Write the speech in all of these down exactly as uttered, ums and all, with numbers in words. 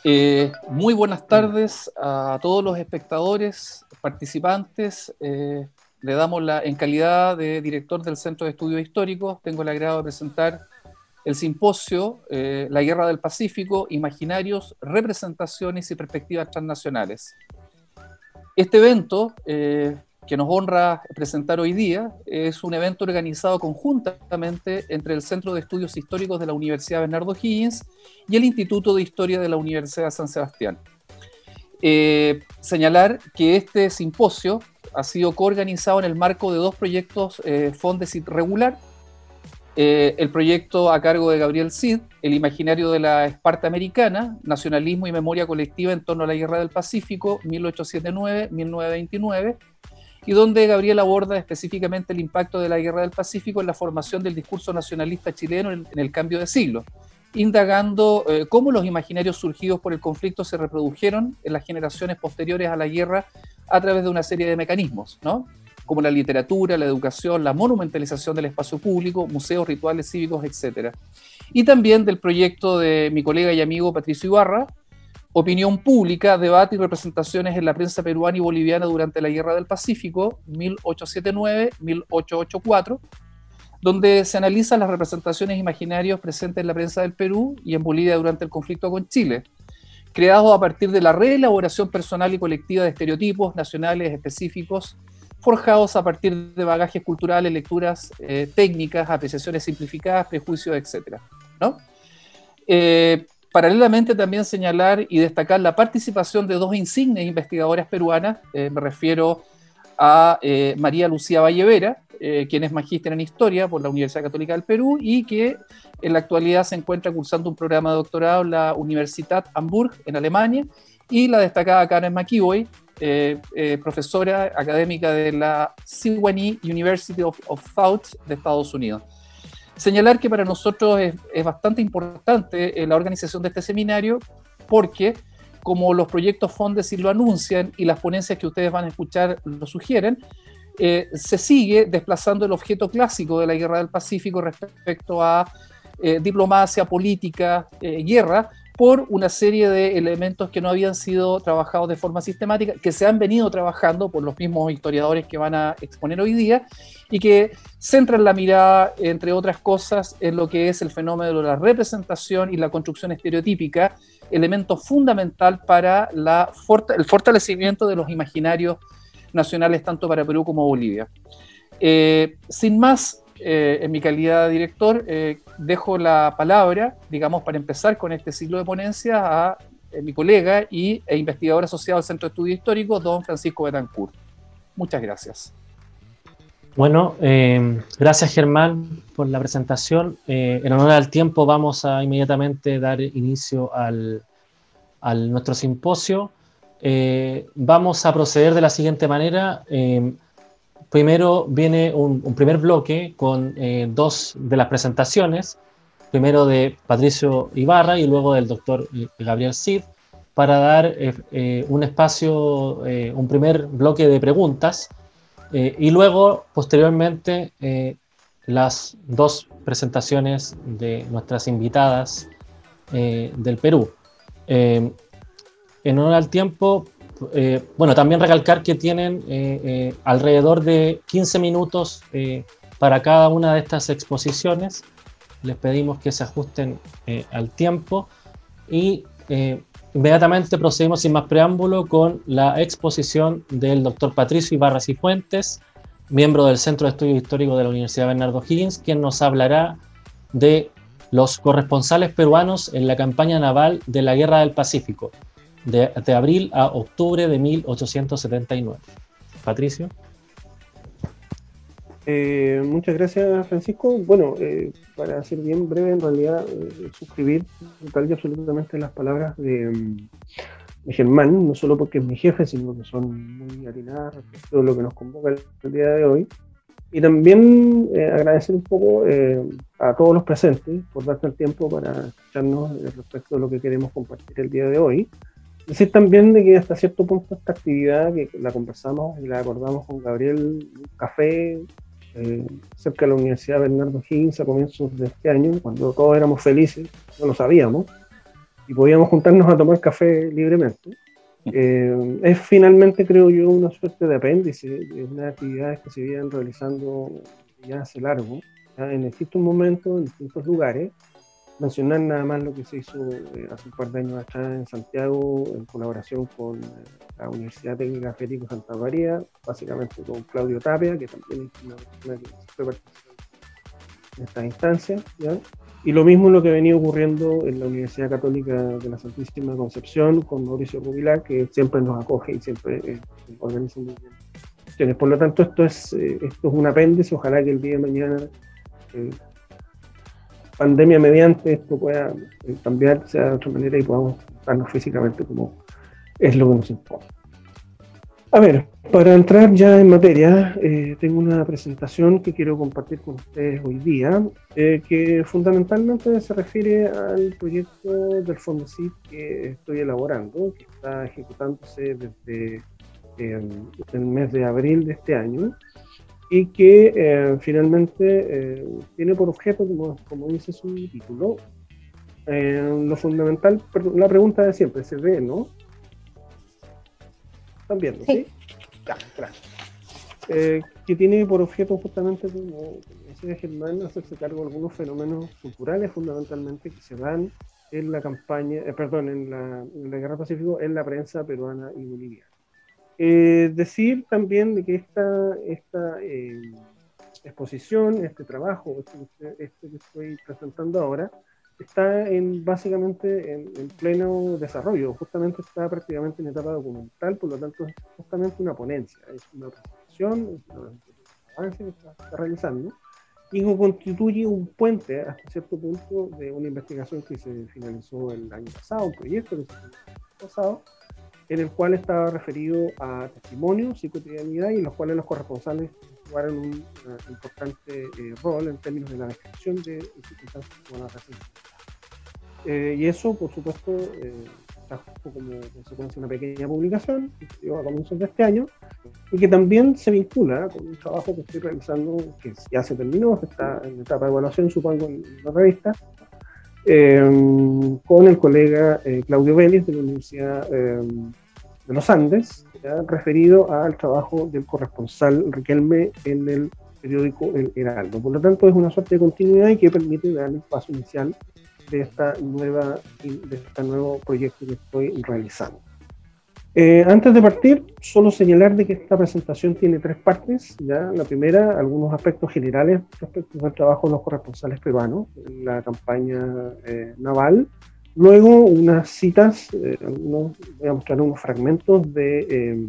Eh, muy buenas tardes a todos los espectadores, participantes. Eh, le damos la, en calidad de director del Centro de Estudios Históricos, tengo el agrado de presentar el simposio eh, La Guerra del Pacífico, Imaginarios, Representaciones y Perspectivas Transnacionales. Este evento, eh, que nos honra presentar hoy día, es un evento organizado conjuntamente entre el Centro de Estudios Históricos de la Universidad Bernardo Higgins y el Instituto de Historia de la Universidad de San Sebastián. Eh, señalar que este simposio ha sido coorganizado en el marco de dos proyectos eh, Fondesit Regular. Eh, el proyecto a cargo de Gabriel Cid, El imaginario de la Esparta americana, nacionalismo y memoria colectiva en torno a la Guerra del Pacífico, mil ochocientos setenta y nueve a mil novecientos veintinueve, y donde Gabriel aborda específicamente el impacto de la Guerra del Pacífico en la formación del discurso nacionalista chileno en, en el cambio de siglo, indagando eh, cómo los imaginarios surgidos por el conflicto se reprodujeron en las generaciones posteriores a la guerra a través de una serie de mecanismos, ¿no? Como la literatura, la educación, la monumentalización del espacio público, museos, rituales cívicos, etcétera. Y también del proyecto de mi colega y amigo Patricio Ibarra, Opinión Pública, Debate y Representaciones en la Prensa Peruana y Boliviana durante la Guerra del Pacífico, mil ochocientos setenta y nueve a mil ochocientos ochenta y cuatro, donde se analizan las representaciones imaginarias presentes en la prensa del Perú y en Bolivia durante el conflicto con Chile, creados a partir de la reelaboración personal y colectiva de estereotipos nacionales específicos, forjados a partir de bagajes culturales, lecturas eh, técnicas, apreciaciones simplificadas, prejuicios, etcétera, ¿no? Eh, paralelamente también señalar y destacar la participación de dos insignes investigadoras peruanas, eh, me refiero a eh, María Lucía Vallevera, eh, quien es magíster en Historia por la Universidad Católica del Perú y que en la actualidad se encuentra cursando un programa de doctorado en la Universitat Hamburg en Alemania, y la destacada Karen McEvoy, Eh, eh, profesora académica de la Sewanee University of, of Thought de Estados Unidos. Señalar que para nosotros es, es bastante importante eh, la organización de este seminario porque, como los proyectos Fondesit lo anuncian y las ponencias que ustedes van a escuchar lo sugieren, eh, se sigue desplazando el objeto clásico de la Guerra del Pacífico respecto a eh, diplomacia, política, eh, guerra, por una serie de elementos que no habían sido trabajados de forma sistemática, que se han venido trabajando por los mismos historiadores que van a exponer hoy día, y que centran la mirada, entre otras cosas, en lo que es el fenómeno de la representación y la construcción estereotípica, elemento fundamental para la forta- el fortalecimiento de los imaginarios nacionales tanto para Perú como Bolivia. Eh, sin más, Eh, en mi calidad de director, eh, dejo la palabra, digamos, para empezar con este ciclo de ponencias a eh, mi colega y, e investigador asociado al Centro de Estudios Históricos, don Francisco Betancourt. Muchas gracias. Bueno, eh, gracias Germán por la presentación. Eh, en honor al tiempo vamos a inmediatamente dar inicio al, al nuestro simposio. Eh, vamos a proceder de la siguiente manera. Eh, Primero viene un, un primer bloque con eh, dos de las presentaciones, primero de Patricio Ibarra y luego del doctor Gabriel Cid, para dar eh, eh, un espacio, eh, un primer bloque de preguntas, eh, y luego, posteriormente, eh, las dos presentaciones de nuestras invitadas eh, del Perú. Eh, en honor al tiempo, Eh, bueno, también recalcar que tienen eh, eh, alrededor de quince minutos eh, para cada una de estas exposiciones. Les pedimos que se ajusten eh, al tiempo y eh, inmediatamente procedimos sin más preámbulo con la exposición del doctor Patricio Ibarra Cifuentes, miembro del Centro de Estudios Históricos de la Universidad Bernardo Higgins, quien nos hablará de los corresponsales peruanos en la campaña naval de la Guerra del Pacífico, De, de abril a octubre de mil ochocientos setenta y nueve. Patricio. Eh, muchas gracias, Francisco. Bueno, eh, para ser bien breve, en realidad, eh, suscribir total y absolutamente las palabras de, de Germán, no solo porque es mi jefe, sino que son muy atinadas respecto de lo que nos convoca el, el día de hoy. Y también eh, agradecer un poco eh, a todos los presentes por darse el tiempo para escucharnos eh, respecto de lo que queremos compartir el día de hoy. Decir también de que hasta cierto punto esta actividad que la conversamos y la acordamos con Gabriel, un café eh, cerca de la Universidad Bernardo Higgins a comienzos de este año, cuando todos éramos felices, no lo sabíamos, y podíamos juntarnos a tomar café libremente. Eh, es finalmente, creo yo, una suerte de apéndice de unas actividades que se vienen realizando ya hace largo, ya en distintos momentos, en distintos lugares. Mencionar nada más lo que se hizo eh, hace un par de años atrás en Santiago, en colaboración con eh, la Universidad Técnica Federico Santa María, básicamente con Claudio Tapia, que también es una persona que siempre participa en estas instancias, ¿ya? Y lo mismo lo que venía ocurriendo en la Universidad Católica de la Santísima Concepción con Mauricio Rubilar, que siempre nos acoge y siempre eh, organiza muy bien. Por lo tanto, esto es, eh, esto es un apéndice. Ojalá que el día de mañana, eh, pandemia mediante, esto pueda eh, cambiar, sea de otra manera, y podamos estarnos físicamente como es lo que nos importa. A ver, para entrar ya en materia, eh, tengo una presentación que quiero compartir con ustedes hoy día, eh, que fundamentalmente se refiere al proyecto del Fondesit que estoy elaborando, que está ejecutándose desde eh, el mes de abril de este año, y que eh, finalmente eh, tiene por objeto, como, como dice su título, eh, lo fundamental, perdón, la pregunta de siempre, se ve, ¿no? ¿Están viendo? Sí. ¿Sí? Ya, gracias. Eh, que tiene por objeto justamente, como, como decía Germán, hacerse cargo de algunos fenómenos culturales fundamentalmente que se dan en la campaña, eh, perdón, en la, en la Guerra Pacífico, en la prensa peruana y boliviana. Eh, decir también de que esta, esta eh, exposición, este trabajo, este, este que estoy presentando ahora, está en, básicamente en, en pleno desarrollo, justamente está prácticamente en etapa documental, por lo tanto es justamente una ponencia, es una presentación, es un avance que está, está realizando, y que constituye un puente hasta cierto punto de una investigación que se finalizó el año pasado, un proyecto que se finalizó el año pasado, en el cual estaba referido a testimonios y cotidianidad, y en los cuales los corresponsales jugaron un uh, importante eh, rol en términos de la descripción de circunstancias que van a recibir. Eh, y eso, por supuesto, eh, trajo como consecuencia una pequeña publicación que se dio a comienzos de este año, y que también se vincula con un trabajo que estoy realizando, que ya se terminó, que está en etapa de evaluación, supongo, en la revista, eh, con el colega eh, Claudio Vélez de la Universidad eh, de los Andes, ya, referido al trabajo del corresponsal Riquelme en el periódico El Heraldo. Por lo tanto, es una suerte de continuidad y que permite dar el paso inicial de esta nueva, de este nuevo proyecto que estoy realizando. Eh, antes de partir, solo señalar de que esta presentación tiene tres partes. ¿Ya? La primera, algunos aspectos generales respecto al trabajo de los corresponsales peruanos en la campaña eh, naval. Luego, unas citas, eh, unos, voy a mostrar unos fragmentos de eh,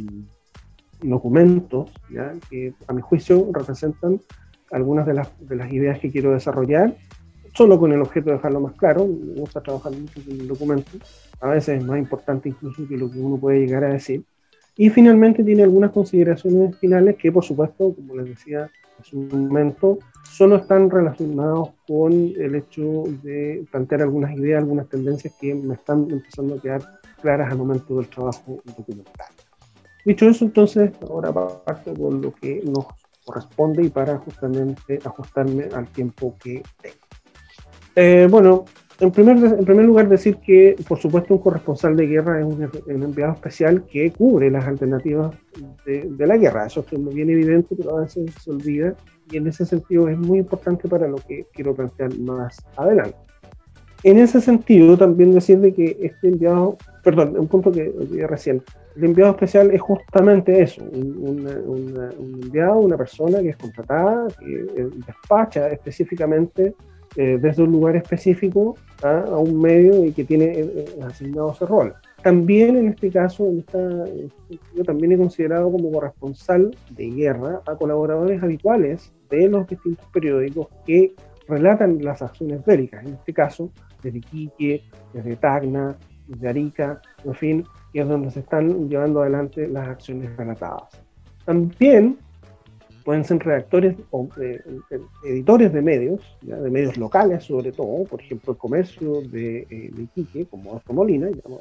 documentos, ¿ya? Que a mi juicio representan algunas de las, de las ideas que quiero desarrollar, solo con el objeto de dejarlo más claro. Me gusta trabajar mucho con el documento, a veces es más importante incluso que lo que uno puede llegar a decir. Y finalmente tiene algunas consideraciones finales que, por supuesto, como les decía hace un momento, solo están relacionados con el hecho de plantear algunas ideas, algunas tendencias que me están empezando a quedar claras al momento del trabajo documental. Dicho eso, entonces, ahora parto con lo que nos corresponde y para justamente ajustarme al tiempo que tengo. Eh, bueno, en primer, en primer lugar decir que, por supuesto, un corresponsal de guerra es un, un enviado especial que cubre las alternativas de, de la guerra. Eso es muy bien evidente, pero a veces se olvida, y en ese sentido es muy importante para lo que quiero plantear más adelante. En ese sentido, también decir de que este enviado, perdón, un punto que olvidé recién, el enviado especial es justamente eso, un, una, una, un enviado, una persona que es contratada, que eh, despacha específicamente eh, desde un lugar específico a, a un medio y que tiene eh, asignado ese rol. También en este caso, en esta, yo también he considerado como corresponsal de guerra a colaboradores habituales de los distintos periódicos que relatan las acciones bélicas, en este caso desde Iquique, desde Tacna, desde Arica, en fin, que es donde se están llevando adelante las acciones relatadas. También pueden ser redactores o eh, editores de medios, ¿ya? De medios locales sobre todo, por ejemplo el comercio de, eh, de Iquique, como Oscar Molina, digamos,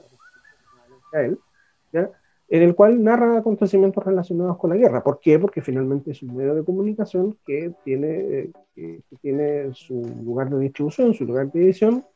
a él, ¿ya? En el cual narra acontecimientos relacionados con la guerra. ¿Por qué? Porque finalmente es un medio de comunicación que tiene, eh, que, que tiene su lugar de distribución, su lugar de edición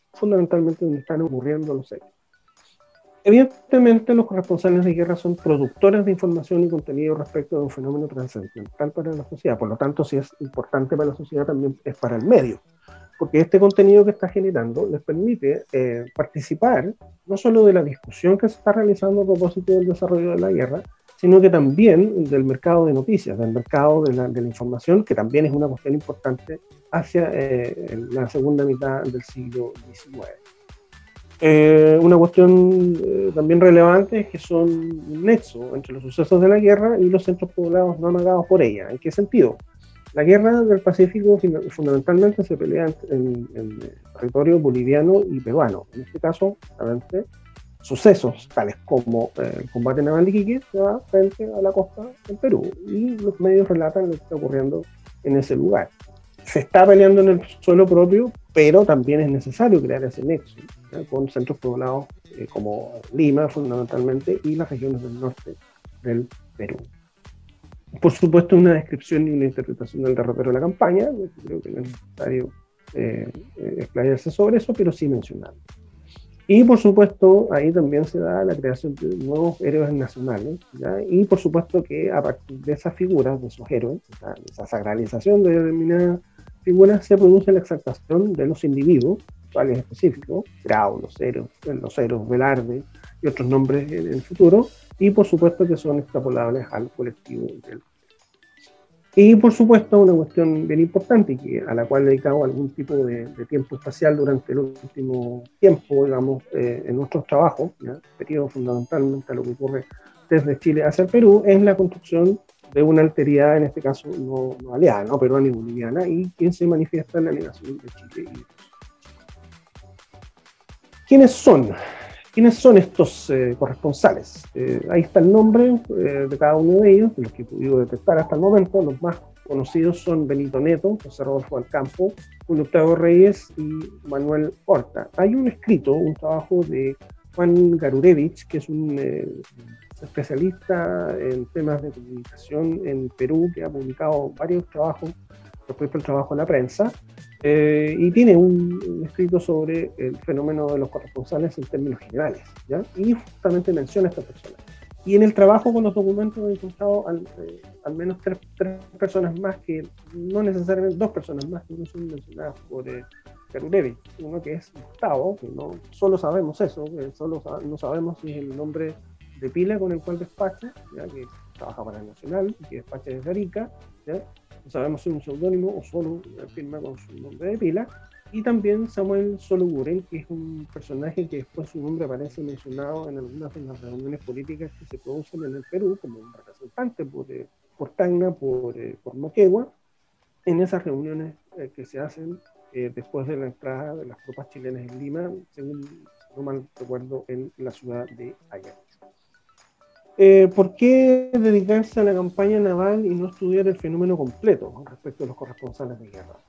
fundamentalmente donde están ocurriendo los hechos. Evidentemente, los corresponsales de guerra son productores de información y contenido respecto de un fenómeno trascendental para la sociedad. Por lo tanto, si es importante para la sociedad, también es para el medio, porque este contenido que está generando les permite eh, participar no solo de la discusión que se está realizando a propósito del desarrollo de la guerra, sino que también del mercado de noticias, del mercado de la, de la información, que también es una cuestión importante hacia eh, la segunda mitad del siglo diecinueve. Eh, una cuestión eh, también relevante es que son un nexo entre los sucesos de la guerra y los centros poblados no amagados por ella. ¿En qué sentido? La guerra del Pacífico fundamentalmente se pelea en, en, en territorio boliviano y peruano. En este caso, realmente, sucesos tales como eh, el combate naval de Iquique se va frente a la costa del Perú y los medios relatan lo que está ocurriendo en ese lugar. Se está peleando en el suelo propio, pero también es necesario crear ese nexo, ¿eh? Con centros poblados eh, como Lima, fundamentalmente, y las regiones del norte del Perú. Por supuesto, una descripción y una interpretación del derrotero de la campaña, creo que no es necesario eh, explayarse sobre eso, pero sí mencionarlo. Y por supuesto, ahí también se da la creación de nuevos héroes nacionales, ¿ya? Y por supuesto que a partir de esas figuras, de esos héroes, ¿ya? De esa sacralización de determinadas figuras, se produce la exaltación de los individuos, cuales específicos, Grau, los héroes, los héroes Velarde y otros nombres en el futuro, y por supuesto que son extrapolables al colectivo del. Y por supuesto una cuestión bien importante que, a la cual he dedicado algún tipo de, de tiempo espacial durante el último tiempo, digamos, eh, en nuestros trabajos, ¿ya? Periodo fundamentalmente a lo que ocurre desde Chile hacia el Perú, es la construcción de una alteridad, en este caso no, no aliada, no peruana y boliviana, y quien se manifiesta en la negación de Chile. Y... ¿Quiénes son? ¿Quiénes son estos eh, corresponsales? Eh, ahí está el nombre eh, de cada uno de ellos, de los que he podido detectar hasta el momento. Los más conocidos son Benito Neto, José Rodolfo Alcampo, Julio Octavio Reyes y Manuel Horta. Hay un escrito, un trabajo de Juan Garurevich, que es un eh, especialista en temas de comunicación en Perú, que ha publicado varios trabajos respecto al trabajo en la prensa, eh, y tiene un, un escrito sobre el fenómeno de los corresponsales en términos generales, ¿ya? Y justamente menciona a estas personas. Y en el trabajo con los documentos he encontrado al, eh, al menos tres, tres personas más, que no necesariamente dos personas más, que no son mencionadas por eh, Garurevich. Uno que es Gustavo, que no solo sabemos eso, que solo no sabemos si es el nombre de pila con el cual despacha, ya que trabaja para el Nacional y que despacha desde Arica, ¿ya? No sabemos si es un seudónimo o solo firma con su nombre de pila. Y también Samuel Sologuren, que es un personaje que después su nombre aparece mencionado en algunas de las reuniones políticas que se producen en el Perú, como un representante por, eh, por Tacna, por, eh, por Moquegua, en esas reuniones eh, que se hacen eh, después de la entrada de las tropas chilenas en Lima, según no mal recuerdo, en la ciudad de Ayacucho. Eh, ¿Por qué dedicarse a la campaña naval y no estudiar el fenómeno completo respecto a los corresponsales de guerra?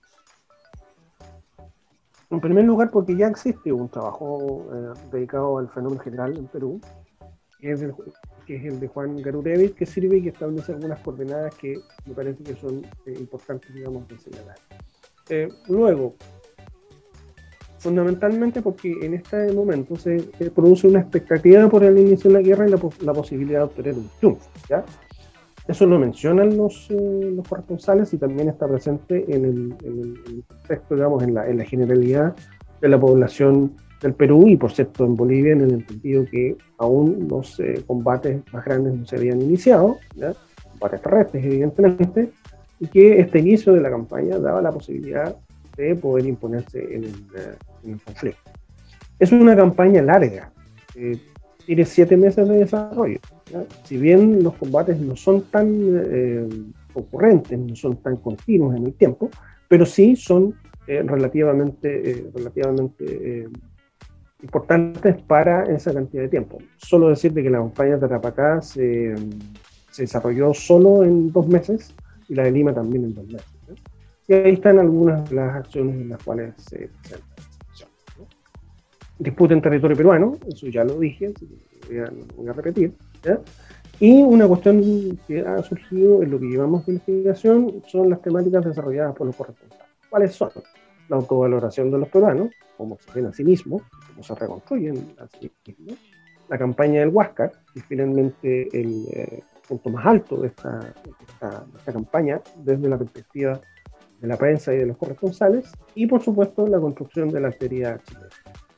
En primer lugar, porque ya existe un trabajo eh, dedicado al fenómeno general en Perú, que es, el, que es el de Juan Garurevich, que sirve y que establece algunas coordenadas que me parece que son eh, importantes, digamos, de señalar. Eh, luego, fundamentalmente porque en este momento se, se produce una expectativa por el inicio de la guerra y la, la posibilidad de obtener un triunfo, ¿ya? Eso lo mencionan los, eh, los corresponsales y también está presente en el, en el, en el contexto, digamos, en la, en la generalidad de la población del Perú y, por cierto, en Bolivia, en el entendido que aún los eh, combates más grandes no se habían iniciado, ¿ya? Combates terrestres, evidentemente, y que este inicio de la campaña daba la posibilidad de poder imponerse en el, en el conflicto. Es una campaña larga, eh, tiene siete meses de desarrollo, ¿ya? Si bien los combates no son tan eh, concurrentes, no son tan continuos en el tiempo, pero sí son eh, relativamente, eh, relativamente eh, importantes para esa cantidad de tiempo. Solo decirte que la campaña de Tarapacá se, se desarrolló solo en dos meses y la de Lima también en dos meses, ¿no? Y ahí están algunas de las acciones en las cuales se presenta. Disputa en territorio peruano, eso ya lo dije, voy a, voy a repetir, ¿ya? Y una cuestión que ha surgido en lo que llevamos de investigación son las temáticas desarrolladas por los corresponsales. ¿Cuáles son? la autovaloración de los peruanos, cómo se ven a sí mismos, cómo se reconstruyen a sí mismos, la campaña del Huáscar, y finalmente el eh, punto más alto de esta, de esta, de esta campaña desde la perspectiva de la prensa y de los corresponsales, y por supuesto la construcción de la arteria chilena.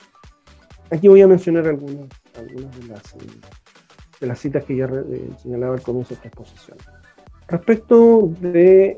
Aquí voy a mencionar algunas, algunas de, las, de las citas que ya eh, señalaba al comienzo de esta exposición. Respecto de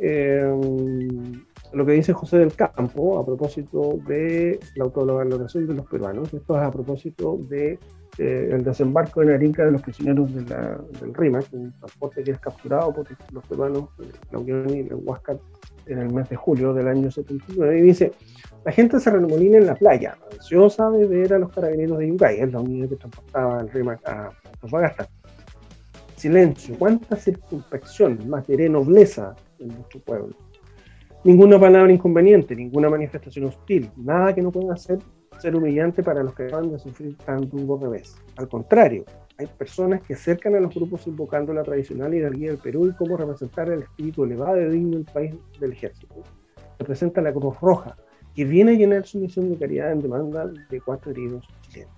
eh, lo que dice José del Campo a propósito de la autovaloración de los peruanos, esto es a propósito de eh, el desembarco en Arica de los prisioneros de la, del RIMAC, un transporte que es capturado por los peruanos, la Unión y el Huáscar, en el mes de julio del año setenta y nueve, y dice: la gente se remolina en la playa, ansiosa de ver a los carabineros de Yungay, es la unidad que transportaba el RIMAC a Antofagasta. Silencio, cuánta circunspección, más diré nobleza en nuestro pueblo. Ninguna palabra inconveniente, ninguna manifestación hostil, nada que no pueda ser, ser humillante para los que acaban de sufrir tan duro revés. Al contrario, hay personas que acercan a los grupos invocando la tradicional hidalguía del Perú y cómo representar el espíritu elevado y digno del país del ejército. Representa la Cruz Roja, que viene a llenar su misión de caridad en demanda de cuatro heridos chilenos.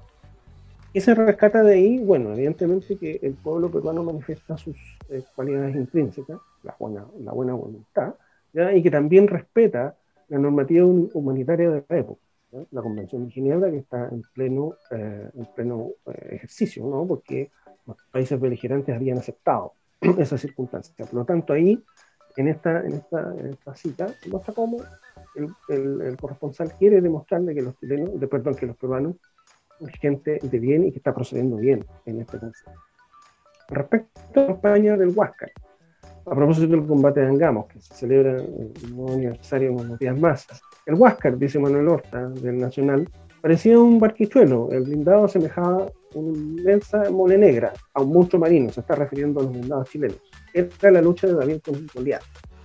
¿Qué se rescata de ahí? Bueno, evidentemente que el pueblo peruano manifiesta sus eh, cualidades intrínsecas, la buena, la buena voluntad, ¿ya? Y que también respeta la normativa humanitaria de la época, ¿ya? La Convención de Ginebra, que está en pleno, eh, en pleno eh, ejercicio, ¿no? Porque los países beligerantes habían aceptado esa circunstancia. Por lo tanto, ahí, en esta, en esta, en esta cita, se muestra cómo el, el, el corresponsal quiere demostrarle que los chilenos, de, perdón, que los peruanos es gente de bien y que está procediendo bien en este conflicto. Respecto a la campaña del Huáscar, a propósito del combate de Angamos, que se celebra el nuevo aniversario en unos días más, el Huáscar, dice Manuel Horta, del Nacional, parecía un barquichuelo, el blindado asemejaba una inmensa mole negra, a un monstruo marino, se está refiriendo a los blindados chilenos. Era la lucha de David con Goliat.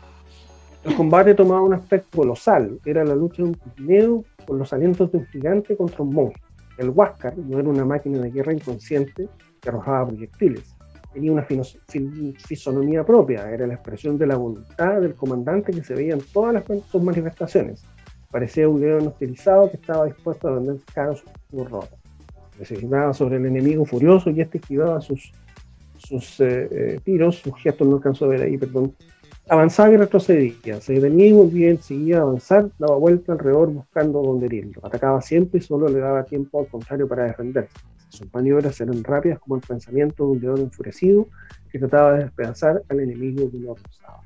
El combate tomaba un aspecto colosal, era la lucha de un pirineo con los alientos de un gigante contra un monstruo. El Huáscar no era una máquina de guerra inconsciente que arrojaba proyectiles, tenía una fisonomía propia, era la expresión de la voluntad del comandante que se veía en todas las sus manifestaciones. Parecía un león hostilizado que estaba dispuesto a vender caro su derrota. Designaba sobre el enemigo furioso y este esquivaba sus, sus eh, eh, tiros, sus gestos no alcanzó a ver ahí, perdón. Avanzaba y retrocedía, se detenía y volvía, seguía a avanzar, daba vuelta alrededor buscando dónde herirlo. Atacaba siempre y solo le daba tiempo al contrario para defenderse. Sus maniobras eran rápidas como el pensamiento de un león enfurecido que trataba de despedazar al enemigo que lo acosaba.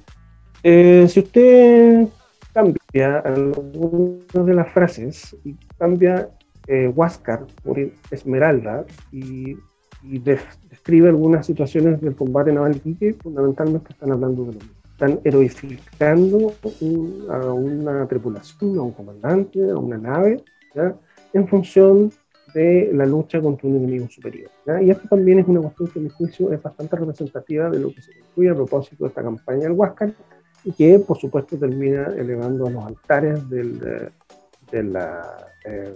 Eh, si usted cambia algunas de las frases y cambia eh, Huáscar por Esmeralda y y describe algunas situaciones del combate naval de Iquique, fundamentalmente están hablando de lo mismo. Están heroificando un, a una tripulación, a un comandante, a una nave, ¿ya? En función de la lucha contra un enemigo superior, ¿ya? Y esto también es una cuestión que, en mi juicio, es bastante representativa de lo que se construye a propósito de esta campaña del Huáscar, y que, por supuesto, termina elevando a los altares del, de, de la... Eh,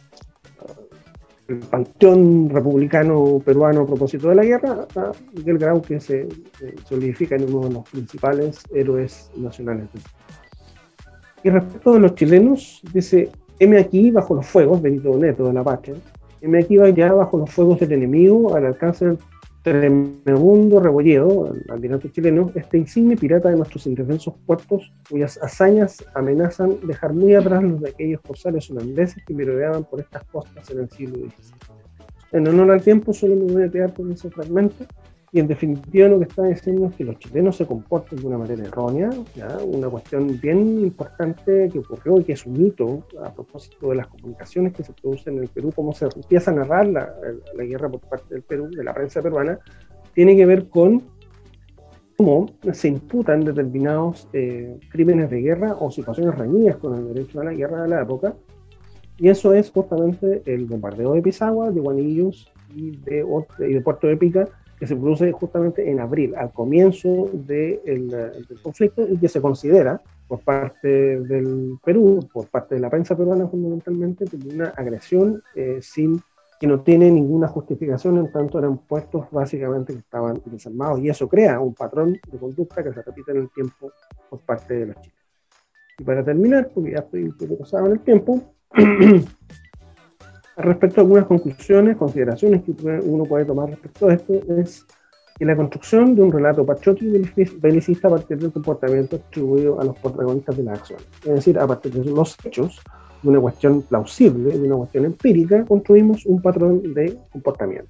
el panteón republicano peruano a propósito de la guerra, a Miguel Grau, que se eh, solidifica en uno de los principales héroes nacionales. Y respecto de los chilenos, dice: heme aquí bajo los fuegos, Benito Neto de la Patria, heme aquí ya bajo los fuegos del enemigo, al alcance del Tremendo Rebolledo, el almirante chileno, este insigne pirata de nuestros indefensos puertos, cuyas hazañas amenazan dejar muy atrás los de aquellos corsarios holandeses que merodeaban por estas costas en el siglo dieciséis. En honor al tiempo, solo me voy a quedar con ese fragmento, y en definitiva lo que está diciendo es que los chilenos se comportan de una manera errónea, ¿ya? Una cuestión bien importante que ocurrió y que es un hito a propósito de las comunicaciones que se producen en el Perú, cómo se empieza a narrar la, la guerra por parte del Perú, de la prensa peruana, tiene que ver con cómo se imputan determinados eh, crímenes de guerra o situaciones reñidas con el derecho a la guerra de la época, y eso es justamente el bombardeo de Pisagua, de Guanillos y de, y de Puerto de Pica, que se produce justamente en abril, al comienzo de el, del conflicto, y que se considera por parte del Perú, por parte de la prensa peruana fundamentalmente, como una agresión eh, sin, que no tiene ninguna justificación, en tanto eran puestos básicamente que estaban desarmados, y eso crea un patrón de conducta que se repite en el tiempo por parte de los chilenos. Y para terminar, porque ya estoy un poco pasado en el tiempo, respecto a algunas conclusiones, consideraciones que uno puede tomar respecto a esto, es que la construcción de un relato patriótico y belicista a partir del comportamiento atribuido a los protagonistas de la acción. Es decir, a partir de los hechos, de una cuestión plausible, de una cuestión empírica, construimos un patrón de comportamiento.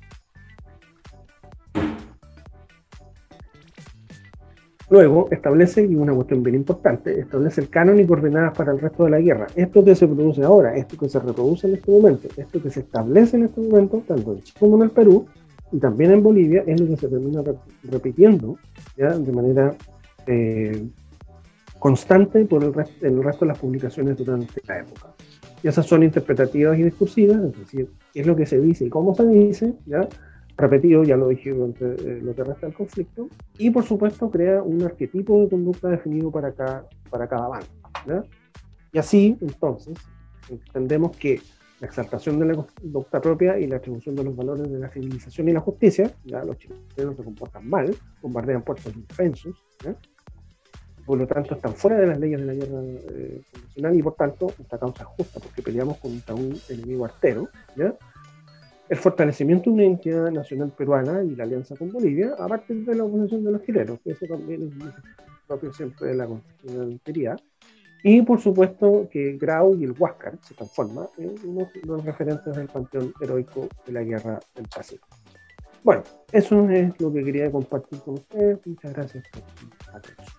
Luego, establece, y una cuestión bien importante, establece el canon y coordenadas para el resto de la guerra. Esto que se produce ahora, esto que se reproduce en este momento, esto que se establece en este momento, tanto en Chile como en el Perú, y también en Bolivia, es lo que se termina repitiendo, ¿ya?, de manera eh, constante por el, rest en el resto de las publicaciones durante la época. Y esas son interpretativas y discursivas, es decir, qué es lo que se dice y cómo se dice, ¿ya?, repetido, ya lo dije durante eh, lo que resta del conflicto, y por supuesto crea un arquetipo de conducta definido para cada, para cada bando, ¿ya? Y así, entonces, entendemos que la exaltación de la conducta propia y la atribución de los valores de la civilización y la justicia, ¿ya?, los chilenos se comportan mal, bombardean puertos indefensos, ¿ya?, por lo tanto están fuera de las leyes de la guerra eh, convencional, y por tanto esta causa es justa porque peleamos contra un enemigo artero, ¿ya? El fortalecimiento de una identidad nacional peruana y la alianza con Bolivia a partir de la oposición de los chilenos, que eso también es muy propio siempre de la Constitución de la Integridad. Y por supuesto que Grau y el Huáscar se transforman en unos de los referentes del panteón heroico de la guerra del Pacífico. Bueno, eso es lo que quería compartir con ustedes. Muchas gracias por su atención.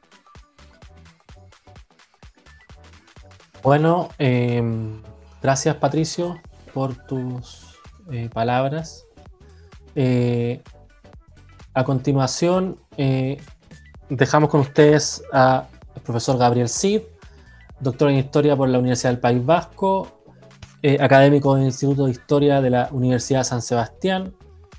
Bueno, eh, gracias Patricio por tus Eh, palabras. Eh, a continuación, eh, dejamos con ustedes al profesor Gabriel Cid, doctor en Historia por la Universidad del País Vasco, eh, académico del Instituto de Historia de la Universidad de San Sebastián,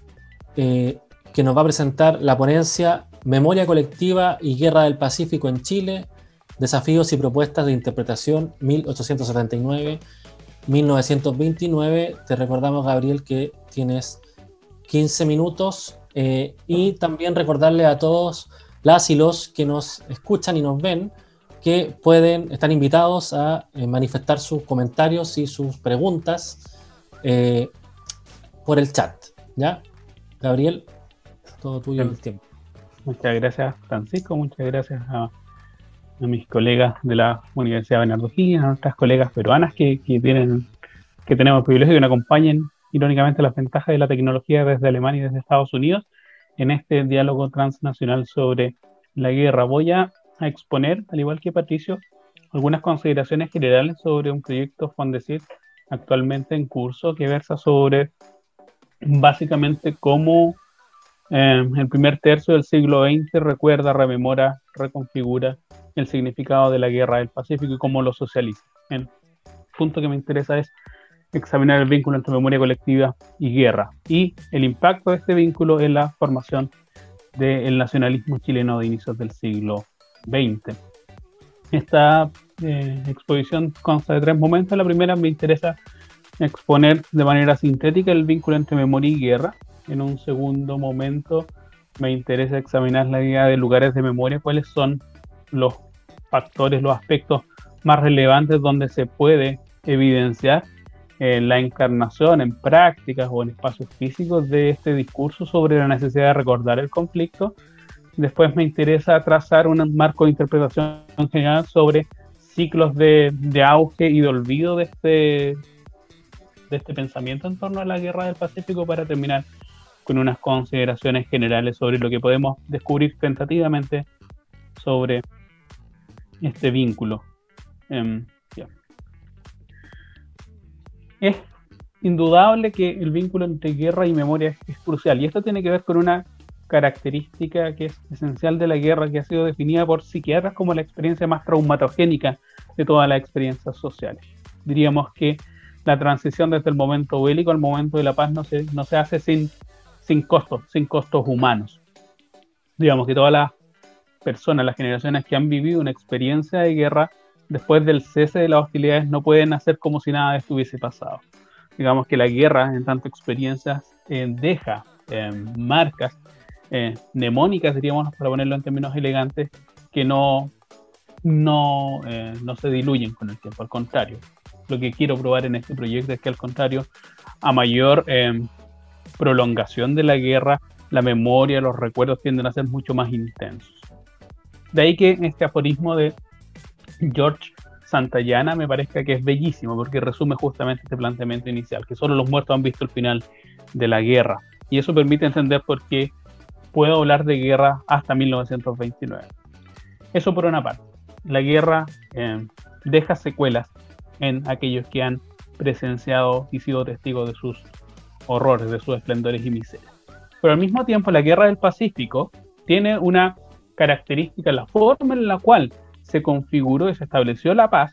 eh, que nos va a presentar la ponencia Memoria Colectiva y Guerra del Pacífico en Chile, desafíos y propuestas de interpretación mil ochocientos setenta y nueve a mil novecientos veintinueve. Te recordamos, Gabriel, que tienes quince minutos eh, y también recordarle a todos las y los que nos escuchan y nos ven que pueden, están invitados a eh, manifestar sus comentarios y sus preguntas eh, por el chat, ¿ya? Gabriel, todo tuyo el tiempo. Muchas gracias, Francisco, muchas gracias a a mis colegas de la Universidad Bernardo Higgins, a nuestras colegas peruanas que, que, tienen, que tenemos el privilegio de que nos acompañen irónicamente las ventajas de la tecnología desde Alemania y desde Estados Unidos en este diálogo transnacional sobre la guerra. Voy a, a exponer, al igual que Patricio, algunas consideraciones generales sobre un proyecto Fondesit actualmente en curso que versa sobre básicamente cómo eh, el primer tercio del siglo veinte recuerda, rememora, reconfigura el significado de la guerra del Pacífico y cómo lo socializa. El punto que me interesa es examinar el vínculo entre memoria colectiva y guerra y el impacto de este vínculo en la formación del nacionalismo chileno de inicios del siglo veinte. Esta eh, exposición consta de tres momentos. La primera, me interesa exponer de manera sintética el vínculo entre memoria y guerra. En un segundo momento me interesa examinar la idea de lugares de memoria, cuáles son los factores, los aspectos más relevantes donde se puede evidenciar eh, la encarnación en prácticas o en espacios físicos de este discurso sobre la necesidad de recordar el conflicto. Después me interesa trazar un marco de interpretación general sobre ciclos de, de auge y de olvido de este, de este pensamiento en torno a la guerra del Pacífico, para terminar con unas consideraciones generales sobre lo que podemos descubrir tentativamente sobre este vínculo. Um, yeah. Es indudable que el vínculo entre guerra y memoria es, es crucial, y esto tiene que ver con una característica que es esencial de la guerra, que ha sido definida por psiquiatras como la experiencia más traumatogénica de todas las experiencias sociales. Diríamos que la transición desde el momento bélico al momento de la paz no se, no se hace sin, sin costos, sin costos humanos. Digamos que todas las personas, las generaciones que han vivido una experiencia de guerra, después del cese de las hostilidades no pueden hacer como si nada estuviese pasado. Digamos que la guerra, en tanto experiencias, eh, deja eh, marcas eh, mnemónicas, diríamos, para ponerlo en términos elegantes, que no, no, eh, no se diluyen con el tiempo, al contrario. Lo que quiero probar en este proyecto es que al contrario, a mayor eh, prolongación de la guerra, la memoria, los recuerdos tienden a ser mucho más intensos. De ahí que este aforismo de George Santayana me parezca que es bellísimo, porque resume justamente este planteamiento inicial, que solo los muertos han visto el final de la guerra. Y eso permite entender por qué puedo hablar de guerra hasta mil novecientos veintinueve. Eso por una parte. La guerra eh, deja secuelas en aquellos que han presenciado y sido testigos de sus horrores, de sus esplendores y miserias. Pero al mismo tiempo, la guerra del Pacífico tiene una característica: la forma en la cual se configuró y se estableció la paz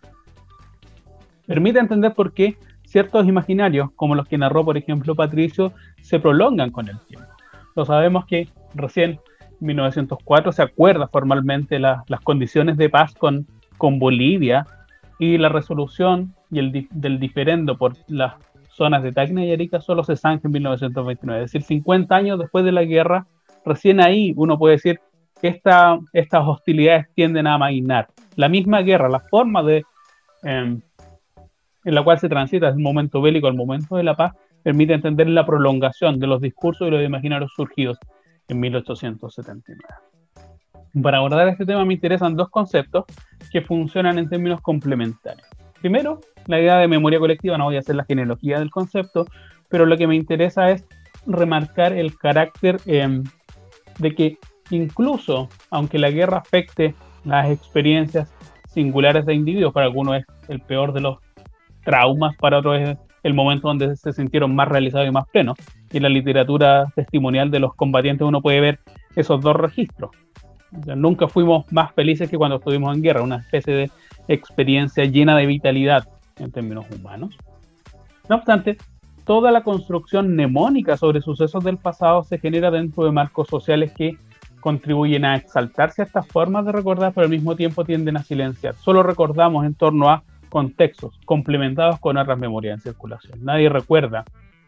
permite entender por qué ciertos imaginarios, como los que narró, por ejemplo, Patricio, se prolongan con el tiempo. Lo sabemos que recién en mil novecientos cuatro se acuerda formalmente la, las condiciones de paz con, con Bolivia, y la resolución y el del diferendo por las zonas de Tacna y Arica solo se zanja en mil novecientos veintinueve. Es decir, cincuenta años después de la guerra, recién ahí uno puede decir que esta, estas hostilidades tienden a amainar. La misma guerra, la forma de, eh, en la cual se transita del momento bélico al momento de la paz, permite entender la prolongación de los discursos y los imaginarios surgidos en mil ochocientos setenta y nueve. Para abordar este tema me interesan dos conceptos que funcionan en términos complementarios. Primero, la idea de memoria colectiva. No voy a hacer la genealogía del concepto, pero lo que me interesa es remarcar el carácter eh, de que incluso, aunque la guerra afecte las experiencias singulares de individuos, para algunos es el peor de los traumas, para otros es el momento donde se sintieron más realizados y más plenos. Y en la literatura testimonial de los combatientes uno puede ver esos dos registros. O sea, nunca fuimos más felices que cuando estuvimos en guerra, una especie de experiencia llena de vitalidad en términos humanos. No obstante, toda la construcción mnemónica sobre sucesos del pasado se genera dentro de marcos sociales que contribuyen a exaltar ciertas formas de recordar, pero al mismo tiempo tienden a silenciar. Solo recordamos en torno a contextos complementados con otras memorias en circulación. Nadie recuerda,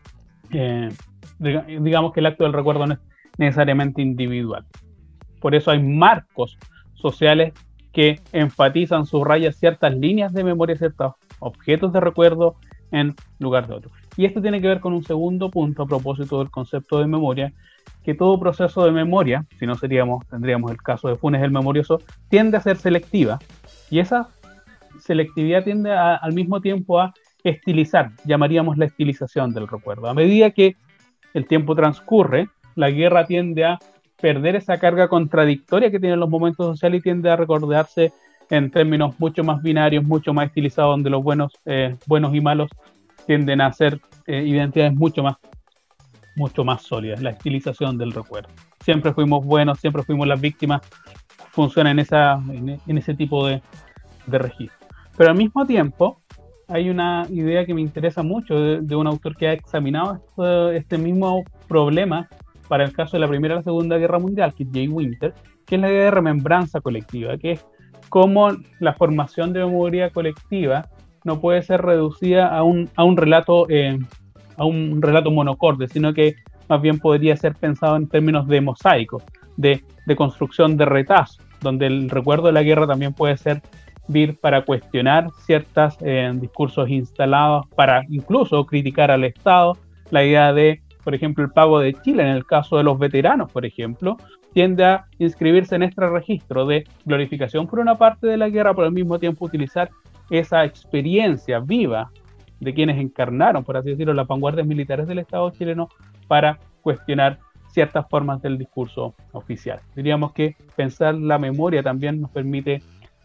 eh, digamos que el acto del recuerdo no es necesariamente individual. Por eso hay marcos sociales que enfatizan, subrayan ciertas líneas de memoria, ciertos objetos de recuerdo en lugar de otros. Y esto tiene que ver con un segundo punto a propósito del concepto de memoria, que todo proceso de memoria, si no seríamos, tendríamos el caso de Funes el Memorioso, tiende a ser selectiva, y esa selectividad tiende a, al mismo tiempo a estilizar, llamaríamos la estilización del recuerdo. A medida que el tiempo transcurre, la guerra tiende a perder esa carga contradictoria que tienen los momentos sociales y tiende a recordarse en términos mucho más binarios, mucho más estilizados, donde los buenos, eh, buenos y malos tienden a ser eh, identidades mucho más, mucho más sólidas. La estilización del recuerdo. Siempre fuimos buenos, siempre fuimos las víctimas, funciona en, esa, en, en ese tipo de, de registro. Pero al mismo tiempo, hay una idea que me interesa mucho de, de un autor que ha examinado esto, este mismo problema para el caso de la Primera y la Segunda Guerra Mundial, que es Jay Winter, que es la idea de remembranza colectiva, que es cómo la formación de memoria colectiva no puede ser reducida a un, a un relato eh, a un relato monocorde, sino que más bien podría ser pensado en términos de mosaico, de, de construcción de retazos, donde el recuerdo de la guerra también puede servir para cuestionar ciertos eh, discursos instalados, para incluso criticar al Estado. La idea de, por ejemplo, el pago de Chile, en el caso de los veteranos, por ejemplo, tiende a inscribirse en este registro de glorificación por una parte de la guerra, pero al mismo tiempo utilizar esa experiencia viva de quienes encarnaron, por así decirlo, las vanguardias militares del Estado chileno para cuestionar ciertas formas del discurso oficial. Diríamos que pensar la memoria también nos permite,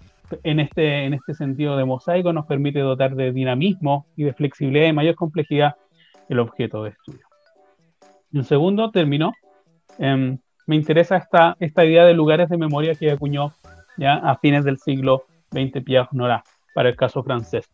en este, en este sentido de mosaico, nos permite dotar de dinamismo y de flexibilidad y mayor complejidad el objeto de estudio. En segundo término, eh, me interesa esta, esta idea de lugares de memoria que acuñó ya a fines del siglo veinte Pierre Nora para el caso francés,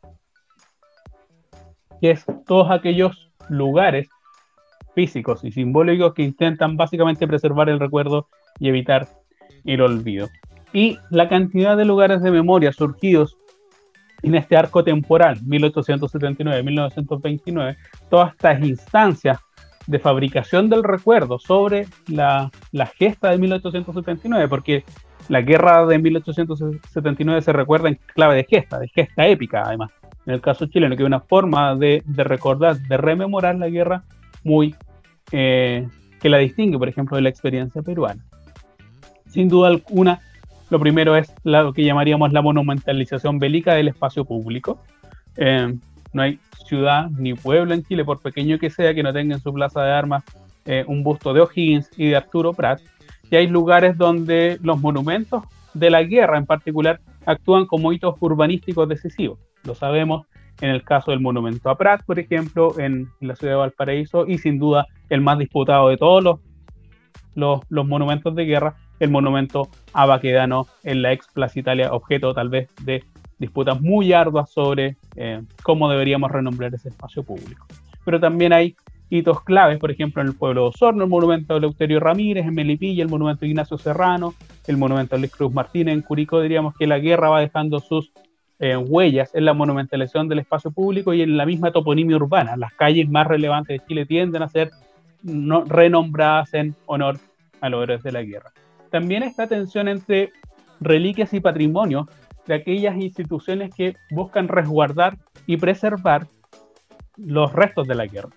que es todos aquellos lugares físicos y simbólicos que intentan básicamente preservar el recuerdo y evitar el olvido. Y la cantidad de lugares de memoria surgidos en este arco temporal, mil ochocientos setenta y nueve a mil novecientos veintinueve, todas estas instancias de fabricación del recuerdo sobre la, la gesta de mil ochocientos setenta y nueve, porque La guerra de mil ochocientos setenta y nueve se recuerda en clave de gesta, de gesta épica además, en el caso chileno, que es una forma de, de recordar, de rememorar la guerra muy eh, que la distingue, por ejemplo, de la experiencia peruana. Sin duda alguna, lo primero es lo que llamaríamos la monumentalización bélica del espacio público. Eh, no hay ciudad ni pueblo en Chile, por pequeño que sea, que no tenga en su plaza de armas eh, un busto de O'Higgins y de Arturo Prat. Y hay lugares donde los monumentos de la guerra en particular actúan como hitos urbanísticos decisivos. Lo sabemos en el caso del monumento a Prat, por ejemplo, en la ciudad de Valparaíso, y sin duda el más disputado de todos los, los, los monumentos de guerra, el monumento a Baquedano en la ex Plaza Italia, objeto tal vez de disputas muy arduas sobre eh, cómo deberíamos renombrar ese espacio público. Pero también hay hitos claves, por ejemplo, en el pueblo de Osorno, el monumento a Eleuterio Ramírez, en Melipilla, el monumento a Ignacio Serrano, el monumento a Luis Cruz Martínez, en Curicó. Diríamos que la guerra va dejando sus eh, huellas en la monumentalización del espacio público y en la misma toponimia urbana. Las calles más relevantes de Chile tienden a ser no, renombradas en honor a los héroes de la guerra. También esta tensión entre reliquias y patrimonio de aquellas instituciones que buscan resguardar y preservar los restos de la guerra.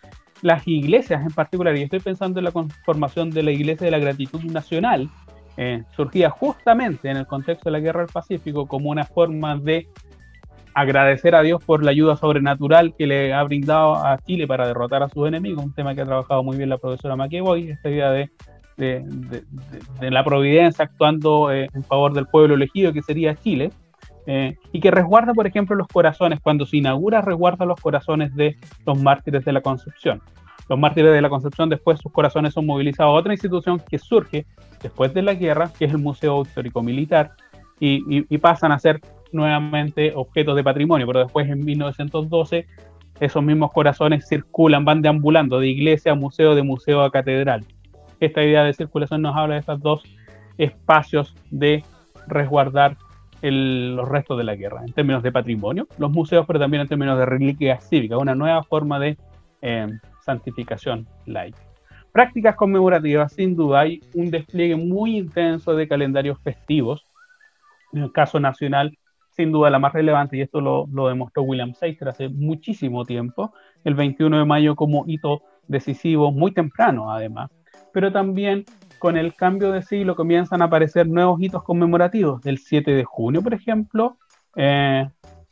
Las iglesias en particular, y estoy pensando en la conformación de la Iglesia de la Gratitud Nacional, eh, surgía justamente en el contexto de la Guerra del Pacífico como una forma de agradecer a Dios por la ayuda sobrenatural que le ha brindado a Chile para derrotar a sus enemigos, un tema que ha trabajado muy bien la profesora McEvoy, esta idea de, de, de, de, de la providencia actuando eh, en favor del pueblo elegido que sería Chile. Eh, y que resguarda, por ejemplo, los corazones. Cuando se inaugura, resguarda los corazones de los mártires de la Concepción. Los mártires de la Concepción, después sus corazones son movilizados a otra institución que surge después de la guerra, que es el Museo Histórico Militar, y, y, y pasan a ser nuevamente objetos de patrimonio, pero después en mil novecientos doce esos mismos corazones circulan, van deambulando de iglesia a museo, de museo a catedral. Esta idea de circulación nos habla de estos dos espacios de resguardar El, los restos de la guerra, en términos de patrimonio, los museos, pero también en términos de reliquias cívicas, una nueva forma de eh, santificación laica. Prácticas conmemorativas, sin duda, hay un despliegue muy intenso de calendarios festivos. En el caso nacional, sin duda la más relevante, y esto lo, lo demostró William Seister hace muchísimo tiempo, el veintiuno de mayo como hito decisivo, muy temprano además, pero también con el cambio de siglo comienzan a aparecer nuevos hitos conmemorativos. El siete de junio, por ejemplo, eh,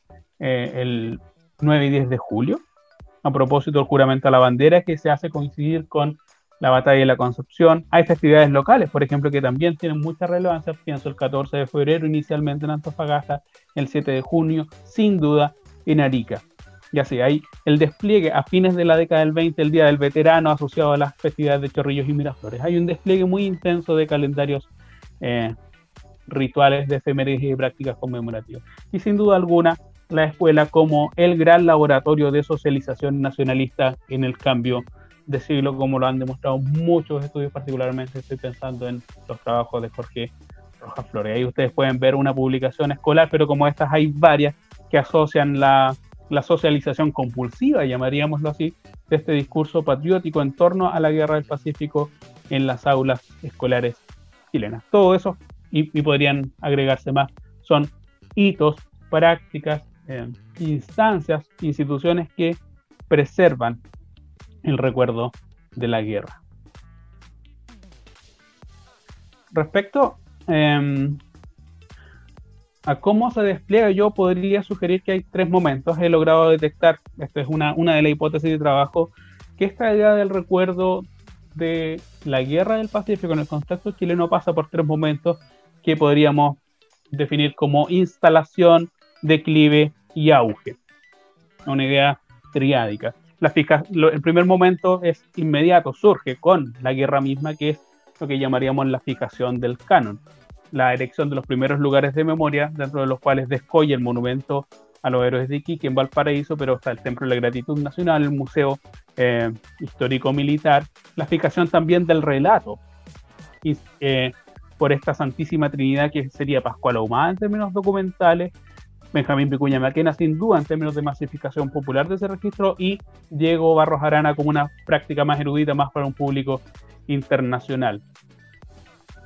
eh, el nueve y diez de julio, a propósito del juramento a la bandera, que se hace coincidir con la batalla de la Concepción. Hay festividades locales, por ejemplo, que también tienen mucha relevancia. Pienso el catorce de febrero, inicialmente en Antofagasta, el siete de junio, sin duda, en Arica. Y así, hay el despliegue a fines de la década del veinte, el Día del Veterano, asociado a las festividades de Chorrillos y Miraflores. Hay un despliegue muy intenso de calendarios eh, rituales, de efemérides y de prácticas conmemorativas. Y sin duda alguna, la escuela como el gran laboratorio de socialización nacionalista en el cambio de siglo, como lo han demostrado muchos estudios, particularmente estoy pensando en los trabajos de Jorge Rojas Flores. Ahí ustedes pueden ver una publicación escolar, pero como estas hay varias que asocian la la socialización compulsiva, llamaríamoslo así, de este discurso patriótico en torno a la Guerra del Pacífico en las aulas escolares chilenas. Todo eso, y, y podrían agregarse más, son hitos, prácticas, eh, instancias, instituciones que preservan el recuerdo de la guerra. Respecto eh, a cómo se despliega, yo podría sugerir que hay tres momentos. He logrado detectar, esta es una, una de las hipótesis de trabajo, que esta idea del recuerdo de la Guerra del Pacífico en el contexto chileno pasa por tres momentos que podríamos definir como instalación, declive y auge. Una idea triádica. La fija, lo, el primer momento es inmediato, surge con la guerra misma, que es lo que llamaríamos la fijación del canon. La erección de los primeros lugares de memoria, dentro de los cuales descolla el monumento a los héroes de Iquique en Valparaíso, pero está el Templo de la Gratitud Nacional, el Museo eh, Histórico Militar, la fijación también del relato, y, eh, por esta Santísima Trinidad que sería Pascual Ahumada en términos documentales, Benjamín Vicuña Maquena sin duda en términos de masificación popular de ese registro, y Diego Barros Arana como una práctica más erudita, más para un público internacional.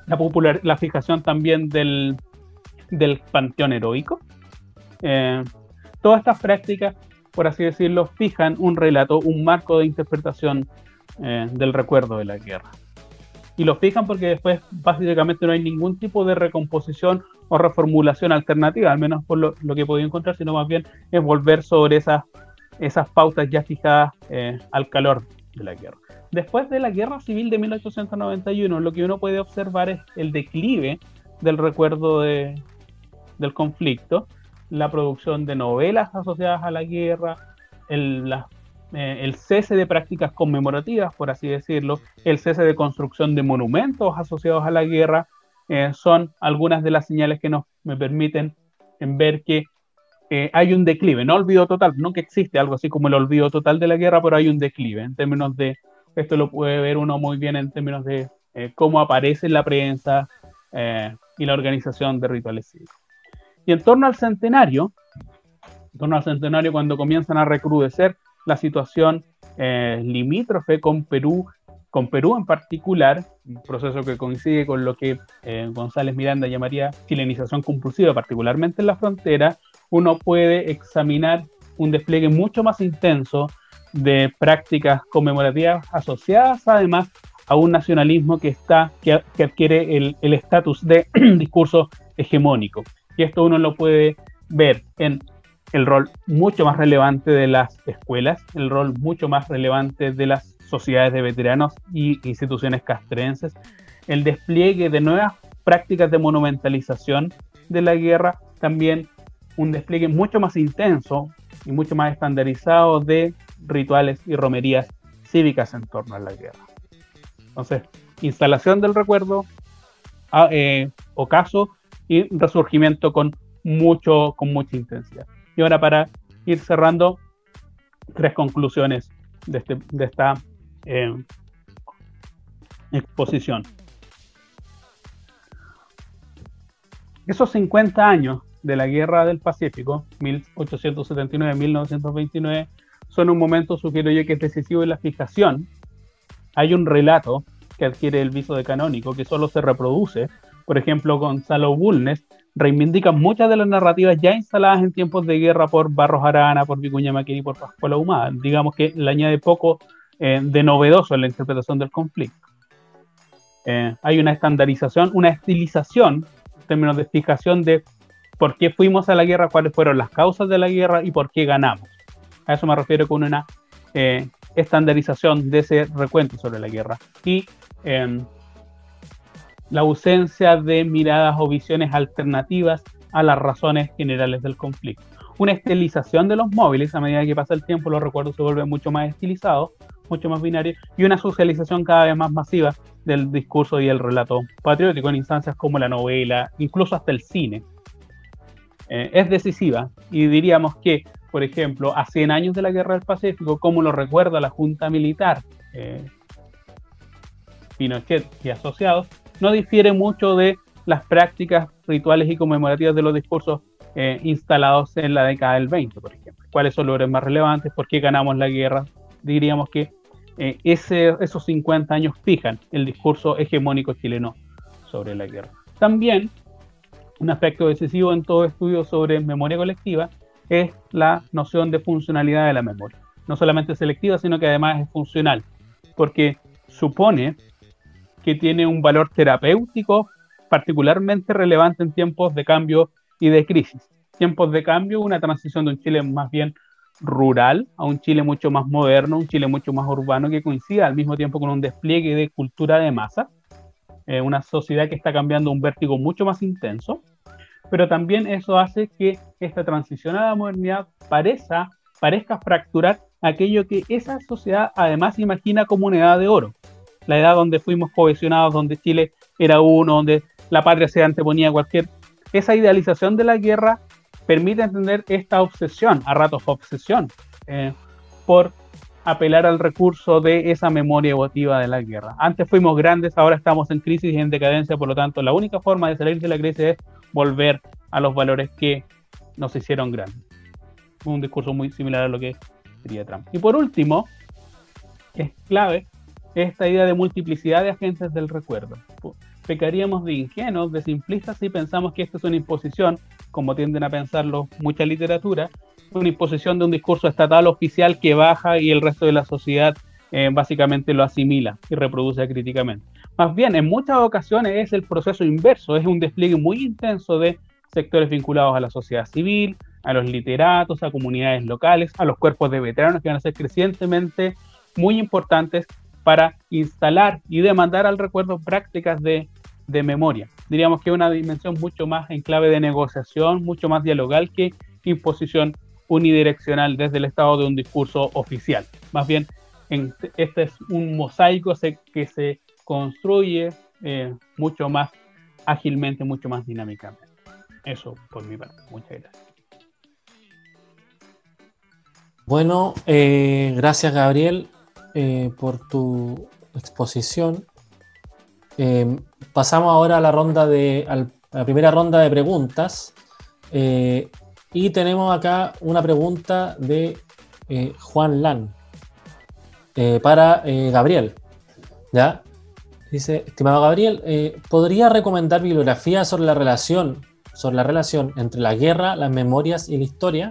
la, popular, la fijación también del, del panteón heroico. Eh, todas estas prácticas, por así decirlo, fijan un relato, un marco de interpretación eh, del recuerdo de la guerra. Y lo fijan porque después básicamente no hay ningún tipo de recomposición o reformulación alternativa, al menos por lo, lo que he podido encontrar, sino más bien es volver sobre esas, esas pautas ya fijadas eh, al calor de la guerra. Después de la Guerra Civil de mil ochocientos noventa y uno, lo que uno puede observar es el declive del recuerdo de, del conflicto, la producción de novelas asociadas a la guerra, el, la, eh, el cese de prácticas conmemorativas, por así decirlo, el cese de construcción de monumentos asociados a la guerra, eh, son algunas de las señales que nos me permiten ver que eh, hay un declive, no olvido total, no que existe algo así como el olvido total de la guerra, pero hay un declive en términos de, esto lo puede ver uno muy bien en términos de eh, cómo aparece en la prensa eh, y la organización de rituales cívicos. Y en torno al centenario, en torno al centenario cuando comienzan a recrudecer la situación eh, limítrofe con Perú, con Perú en particular, un proceso que coincide con lo que eh, González Miranda llamaría chilenización compulsiva, particularmente en la frontera, uno puede examinar un despliegue mucho más intenso de prácticas conmemorativas asociadas además a un nacionalismo que, está, que, que adquiere el estatus de discurso hegemónico. Y esto uno lo puede ver en el rol mucho más relevante de las escuelas, el rol mucho más relevante de las sociedades de veteranos y instituciones castrenses, el despliegue de nuevas prácticas de monumentalización de la guerra, también un despliegue mucho más intenso y mucho más estandarizado de rituales y romerías cívicas en torno a la guerra. Entonces, instalación del recuerdo, eh, ocaso y resurgimiento con, mucho, con mucha intensidad. Y ahora, para ir cerrando, tres conclusiones de, este, de esta eh, exposición. Esos cincuenta años de la Guerra del Pacífico, mil ochocientos setenta y nueve a mil novecientos veintinueve, son un momento, sugiero yo, que es decisivo en la fijación. Hay un relato que adquiere el viso de canónico, que solo se reproduce. Por ejemplo, Gonzalo Bulnes reivindica muchas de las narrativas ya instaladas en tiempos de guerra por Barros Arana, por Vicuña Maqueri y por Pascual Ahumada. Digamos que le añade poco eh, de novedoso en la interpretación del conflicto. Eh, hay una estandarización, una estilización, en términos de fijación de por qué fuimos a la guerra, cuáles fueron las causas de la guerra y por qué ganamos. A eso me refiero con una eh, estandarización de ese recuento sobre la guerra. Y eh, la ausencia de miradas o visiones alternativas a las razones generales del conflicto. Una estilización de los móviles, a medida que pasa el tiempo los recuerdos se vuelven mucho más estilizados, mucho más binarios, y una socialización cada vez más masiva del discurso y el relato patriótico en instancias como la novela, incluso hasta el cine. Eh, es decisiva, y diríamos que, por ejemplo, a cien años de la Guerra del Pacífico, como lo recuerda la Junta Militar, eh, Pinochet y asociados, no difiere mucho de las prácticas rituales y conmemorativas de los discursos eh, instalados en la década del veinte, por ejemplo. ¿Cuáles son los logros más relevantes? ¿Por qué ganamos la guerra? Diríamos que eh, ese, esos cincuenta años fijan el discurso hegemónico chileno sobre la guerra. También, un aspecto decisivo en todo estudio sobre memoria colectiva es la noción de funcionalidad de la memoria. No solamente selectiva, sino que además es funcional, porque supone que tiene un valor terapéutico particularmente relevante en tiempos de cambio y de crisis. Tiempos de cambio, una transición de un Chile más bien rural a un Chile mucho más moderno, un Chile mucho más urbano, que coincida al mismo tiempo con un despliegue de cultura de masa, eh, una sociedad que está cambiando a un vértigo mucho más intenso, pero también eso hace que esta transición a la modernidad parezca, parezca fracturar aquello que esa sociedad además imagina como una edad de oro. La edad donde fuimos cohesionados, donde Chile era uno, donde la patria se anteponía a cualquier... Esa idealización de la guerra permite entender esta obsesión, a ratos obsesión, eh, por apelar al recurso de esa memoria emotiva de la guerra. Antes fuimos grandes, ahora estamos en crisis y en decadencia, por lo tanto, la única forma de salir de la crisis es volver a los valores que nos hicieron grandes. Un discurso muy similar a lo que sería Trump. Y por último, es clave esta idea de multiplicidad de agentes del recuerdo. pecaríamos de ingenuos, de simplistas, si pensamos que esta es una imposición, como tienden a pensarlo mucha literatura, una imposición de un discurso estatal oficial que baja y el resto de la sociedad eh, básicamente lo asimila y reproduce críticamente. Más bien, en muchas ocasiones es el proceso inverso, es un despliegue muy intenso de sectores vinculados a la sociedad civil, a los literatos, a comunidades locales, a los cuerpos de veteranos que van a ser crecientemente muy importantes para instalar y demandar al recuerdo prácticas de, de memoria. Diríamos que es una dimensión mucho más en clave de negociación, mucho más dialogal que imposición unidireccional desde el Estado de un discurso oficial. Más bien, en, este es un mosaico se, que se construye eh, mucho más ágilmente, mucho más dinámicamente. Eso por mi parte. Muchas gracias. Bueno, eh, gracias Gabriel eh, por tu exposición. Eh, pasamos ahora a la ronda de, a la primera ronda de preguntas. Eh, y tenemos acá una pregunta de eh, Juan Lan eh, para eh, Gabriel. ¿Ya? Dice, estimado Gabriel, eh, ¿podría recomendar bibliografía sobre la relación, sobre la relación entre la guerra, las memorias y la historia?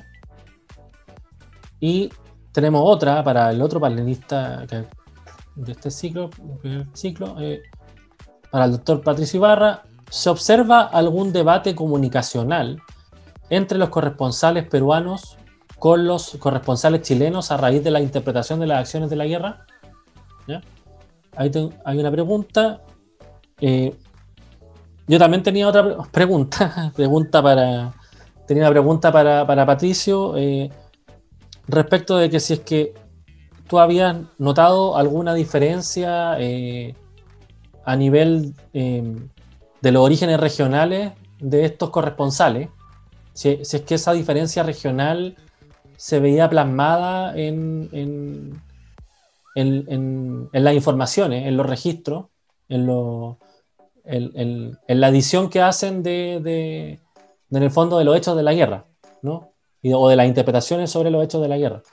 Y tenemos otra para el otro panelista de este ciclo, ciclo eh, para el doctor Patricio Ibarra. ¿Se observa algún debate comunicacional entre los corresponsales peruanos con los corresponsales chilenos a raíz de la interpretación de las acciones de la guerra? ¿Ya? Ahí te, hay una pregunta. Eh, yo también tenía otra pregunta. pregunta para, tenía una pregunta para, para Patricio. Eh, respecto de que si es que tú habías notado alguna diferencia eh, a nivel eh, de los orígenes regionales de estos corresponsales. Si, si es que esa diferencia regional se veía plasmada en... en En, en, en las informaciones, en los registros, en, lo, en, en, en la edición que hacen de, de, de, en el fondo, de los hechos de la guerra, ¿no? Y, o de las interpretaciones sobre los hechos de la guerra.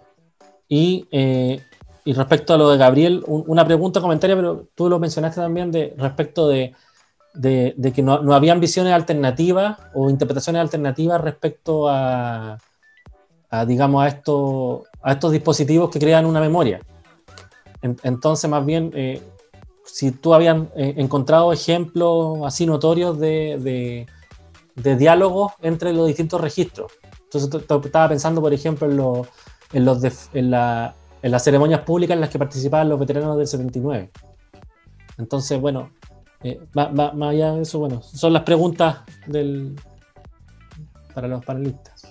Y, eh, y respecto a lo de Gabriel, un, una pregunta, comentario, pero tú lo mencionaste también de, respecto de, de, de que no, no habían visiones alternativas o interpretaciones alternativas respecto a, a digamos, a, esto, a estos dispositivos que crean una memoria. Entonces, más bien, eh, si tú habías eh, encontrado ejemplos así notorios de, de, de diálogos entre los distintos registros. Entonces, t- t- estaba pensando, por ejemplo, en, lo, en, los de, en, la, en las ceremonias públicas en las que participaban los veteranos del setenta y nueve. Entonces, bueno, eh, más, más, más allá de eso, bueno, son las preguntas del, para los panelistas.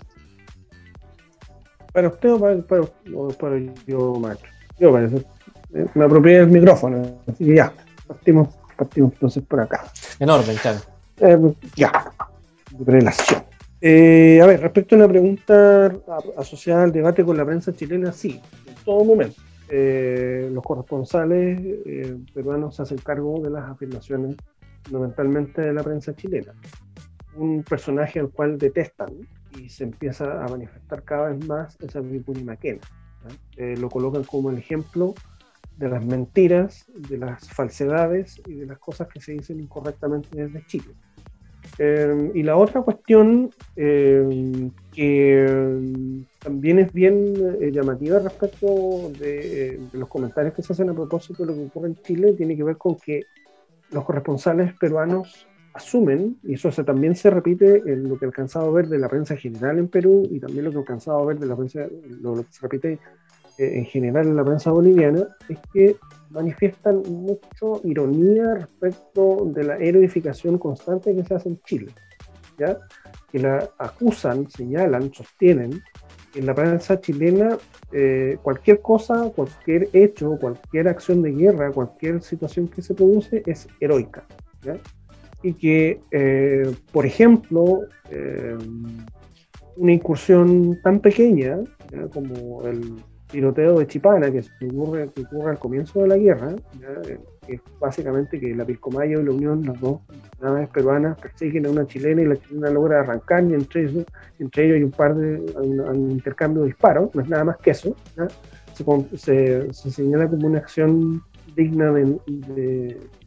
¿Para usted o para, para, o para yo, maestro? Yo, parece. Me apropié del micrófono, así que ya, partimos, partimos entonces por acá. En orden, claro. Eh, ya, de relación. Eh, a ver, respecto a una pregunta asociada al debate con la prensa chilena, sí, en todo momento. Eh, los corresponsales eh, peruanos se hacen cargo de las afirmaciones fundamentalmente de la prensa chilena. Un personaje al cual detestan y se empieza a manifestar cada vez más es Arvipuni Maquena. Eh, lo colocan como el ejemplo de las mentiras, de las falsedades y de las cosas que se dicen incorrectamente desde Chile. Eh, y la otra cuestión eh, que eh, también es bien eh, llamativa respecto de, eh, de los comentarios que se hacen a propósito de lo que ocurre en Chile, tiene que ver con que los corresponsales peruanos asumen, y eso se, también se repite en lo que he alcanzado a ver de la prensa general en Perú y también lo que he alcanzado a ver de la prensa, lo, lo que se repite en general en la prensa boliviana, es que manifiestan mucho ironía respecto de la heroificación constante que se hace en Chile, ¿ya? Que la acusan, señalan, sostienen que en la prensa chilena eh, cualquier cosa, cualquier hecho, cualquier acción de guerra, cualquier situación que se produce es heroica, ¿ya? Y que, eh, por ejemplo, eh, una incursión tan pequeña, ¿ya?, como el tiroteo de Chipana que, se ocurre, que ocurre al comienzo de la guerra, ¿ya?, que es básicamente que la Pilcomayo y la Unión, las dos naves peruanas, persiguen a una chilena y la chilena logra arrancar, y entre ellos, entre ellos hay un par de un, un intercambio de disparos, no es nada más que eso, ¿ya? Se, se, se señala como una acción digna de, de,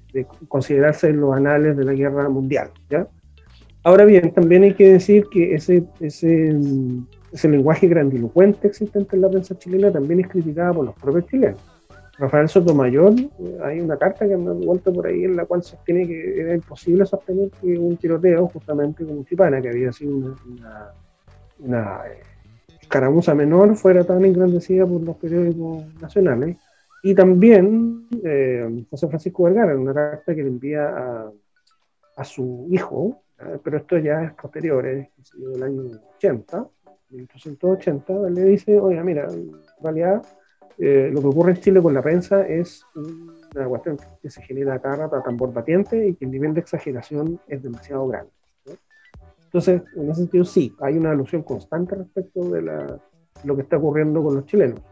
de considerarse en los anales de la guerra mundial, ¿ya? Ahora bien, también hay que decir que ese, ese, ese lenguaje grandilocuente existente en la prensa chilena también es criticado por los propios chilenos. Rafael Sotomayor, hay una carta que anda vuelta por ahí en la cual sostiene que era imposible sostener que un tiroteo justamente con Chipana, que había sido una, una, una escaramuza menor, fuera tan engrandecida por los periódicos nacionales. Y también eh, José Francisco Vergara, en una carta que le envía a, a su hijo, eh, pero esto ya es posterior, es del año ochenta, mil ochocientos ochenta, le dice, oiga, mira, en realidad eh, lo que ocurre en Chile con la prensa es una cuestión que se genera cada rato a tambor batiente y que el nivel de exageración es demasiado grande, ¿no? Entonces, en ese sentido sí, hay una alusión constante respecto de la, lo que está ocurriendo con los chilenos.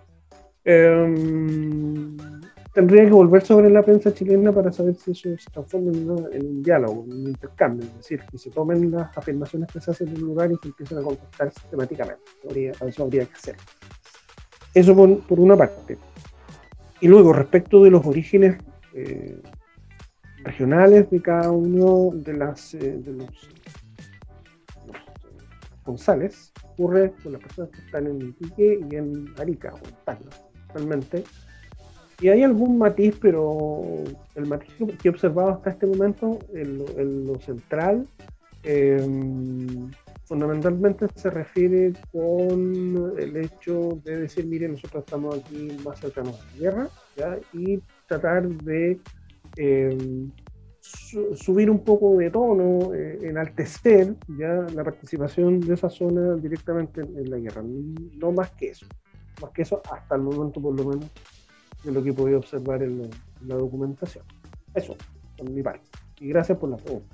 Eh, tendría que volver sobre la prensa chilena para saber si eso se transforma en, una, en un diálogo, en un intercambio, es decir, que se tomen las afirmaciones que se hacen en un lugar y se empiecen a contestar sistemáticamente. Habría, eso habría que hacer. Eso por, por una parte. Y luego, respecto de los orígenes eh, regionales de cada uno de, las, eh, de los, los responsales, ocurre con las personas que están en Iquique y en Arica, o en Tacna, realmente. Y hay algún matiz, pero el matiz que he observado hasta este momento, en lo, en lo central, eh, fundamentalmente se refiere con el hecho de decir, mire, nosotros estamos aquí más cercanos a la guerra, ¿ya? Y tratar de eh, su, subir un poco de tono, eh, enaltecer ya la participación de esa zona directamente en, en la guerra, no más que eso, más que eso hasta el momento por lo menos de lo que he podido observar en la, en la documentación. Eso, por mi parte. Y gracias por la pregunta.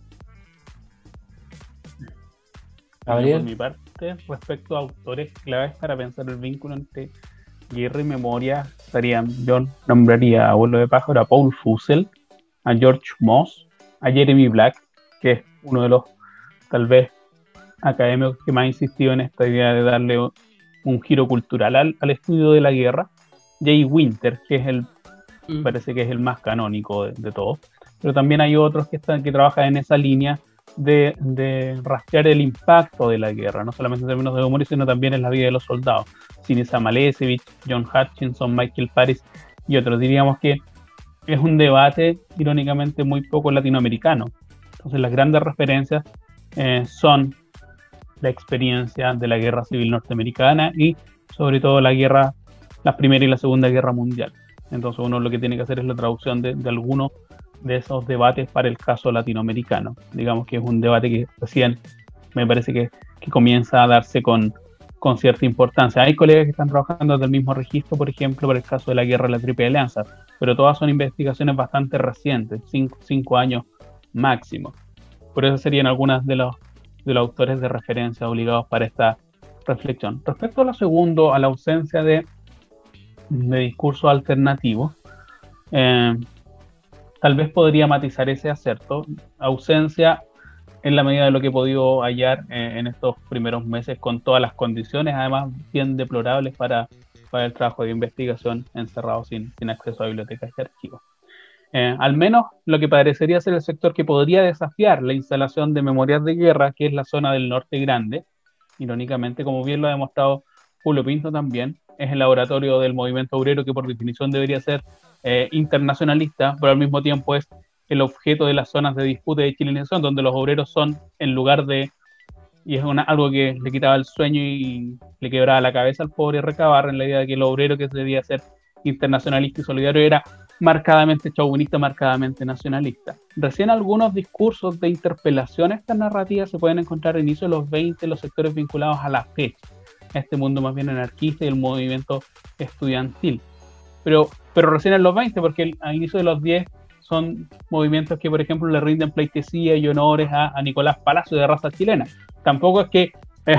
Gabriel. Por mi parte, respecto a autores claves para pensar el vínculo entre guerra y memoria, estarían, yo nombraría a Abuelo de Pájaro, a Paul Fussell, a George Moss, a Jeremy Black, que es uno de los, tal vez, académicos que más ha insistido en esta idea de darle un giro cultural al, al estudio de la guerra. Jay Winter, que es el, mm. parece que es el más canónico de, de todos, pero también hay otros que están que trabajan en esa línea de, de rastrear el impacto de la guerra, no solamente en términos de memoria, sino también en la vida de los soldados. Sinisa Malevich, John Hutchinson, Michael Paris y otros. Diríamos que es un debate irónicamente muy poco latinoamericano. Entonces las grandes referencias eh, son la experiencia de la guerra civil norteamericana y sobre todo la guerra, la Primera y la Segunda Guerra Mundial. Entonces uno lo que tiene que hacer es la traducción de, de algunos de esos debates para el caso latinoamericano. Digamos que es un debate que recién me parece que, que comienza a darse con, con cierta importancia. Hay colegas que están trabajando desde el mismo registro, por ejemplo, para el caso de la guerra de la Triple Alianza, pero todas son investigaciones bastante recientes, cinco, cinco años máximo. Por eso serían algunas de los, de los autores de referencia obligados para esta reflexión. Respecto a lo segundo, a la ausencia de de discurso alternativo, eh, tal vez podría matizar ese acerto, ausencia en la medida de lo que he podido hallar eh, en estos primeros meses con todas las condiciones, además bien deplorables para, para el trabajo de investigación encerrado sin, sin acceso a bibliotecas y archivos. Eh, al menos lo que parecería ser el sector que podría desafiar la instalación de memorias de guerra, que es la zona del Norte Grande, irónicamente, como bien lo ha demostrado Julio Pinto también, es el laboratorio del movimiento obrero que por definición debería ser eh, internacionalista, pero al mismo tiempo es el objeto de las zonas de disputa y de chilenización, donde los obreros son en lugar de, y es una, algo que le quitaba el sueño y le quebraba la cabeza al pobre Recabarren, en la idea de que el obrero que debía ser internacionalista y solidario era marcadamente chauvinista, marcadamente nacionalista. Recién algunos discursos de interpelación a esta narrativa se pueden encontrar a inicio de los veinte en los sectores vinculados a la fecha, este mundo más bien anarquista y el movimiento estudiantil. Pero, pero recién en los veinte, porque el, a inicio de los diez son movimientos que, por ejemplo, le rinden pleitesía y honores a, a Nicolás Palacio de raza chilena. Tampoco es que eh,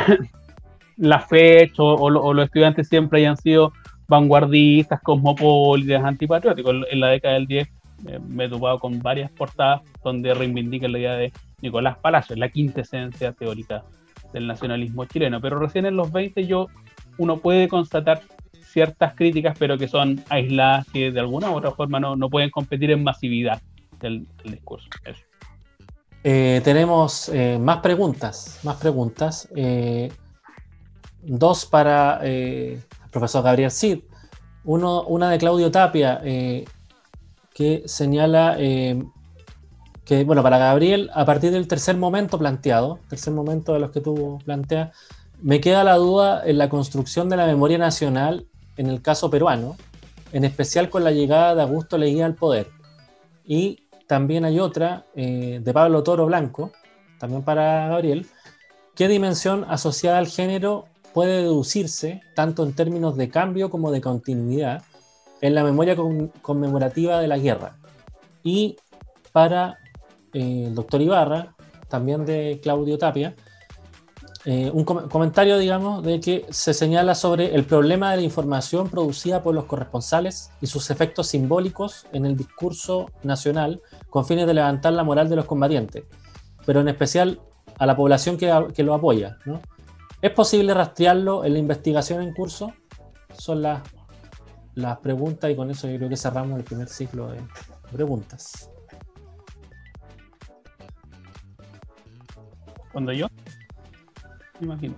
la fecha o, o, o los estudiantes siempre hayan sido vanguardistas, cosmopolitas, antipatrióticos. En la década del diez eh, me he topado con varias portadas donde reivindican la idea de Nicolás Palacio, la quintesencia teórica del nacionalismo chileno, pero recién en los veinte yo, uno puede constatar ciertas críticas, pero que son aisladas, que de alguna u otra forma no, no pueden competir en masividad. del, del discurso. Eso. Eh, tenemos eh, más preguntas, más preguntas. Eh, dos para eh, el profesor Gabriel Cid. Uno, una de Claudio Tapia, eh, que señala eh, que, bueno, para Gabriel, a partir del tercer momento planteado, tercer momento de los que tú planteas, me queda la duda en la construcción de la memoria nacional en el caso peruano, en especial con la llegada de Augusto Leguía al poder. Y también hay otra eh, de Pablo Toro Blanco, también para Gabriel. ¿Qué dimensión asociada al género puede deducirse, tanto en términos de cambio como de continuidad, en la memoria con, conmemorativa de la guerra? Y para eh, el doctor Ibarra, también de Claudio Tapia, eh, un com- comentario, digamos, de que se señala sobre el problema de la información producida por los corresponsales y sus efectos simbólicos en el discurso nacional con fines de levantar la moral de los combatientes, pero en especial a la población que, que lo apoya, ¿no? ¿Es posible rastrearlo en la investigación en curso? Son las, las preguntas, y con eso yo creo que cerramos el primer ciclo de preguntas. Cuando yo, me imagino,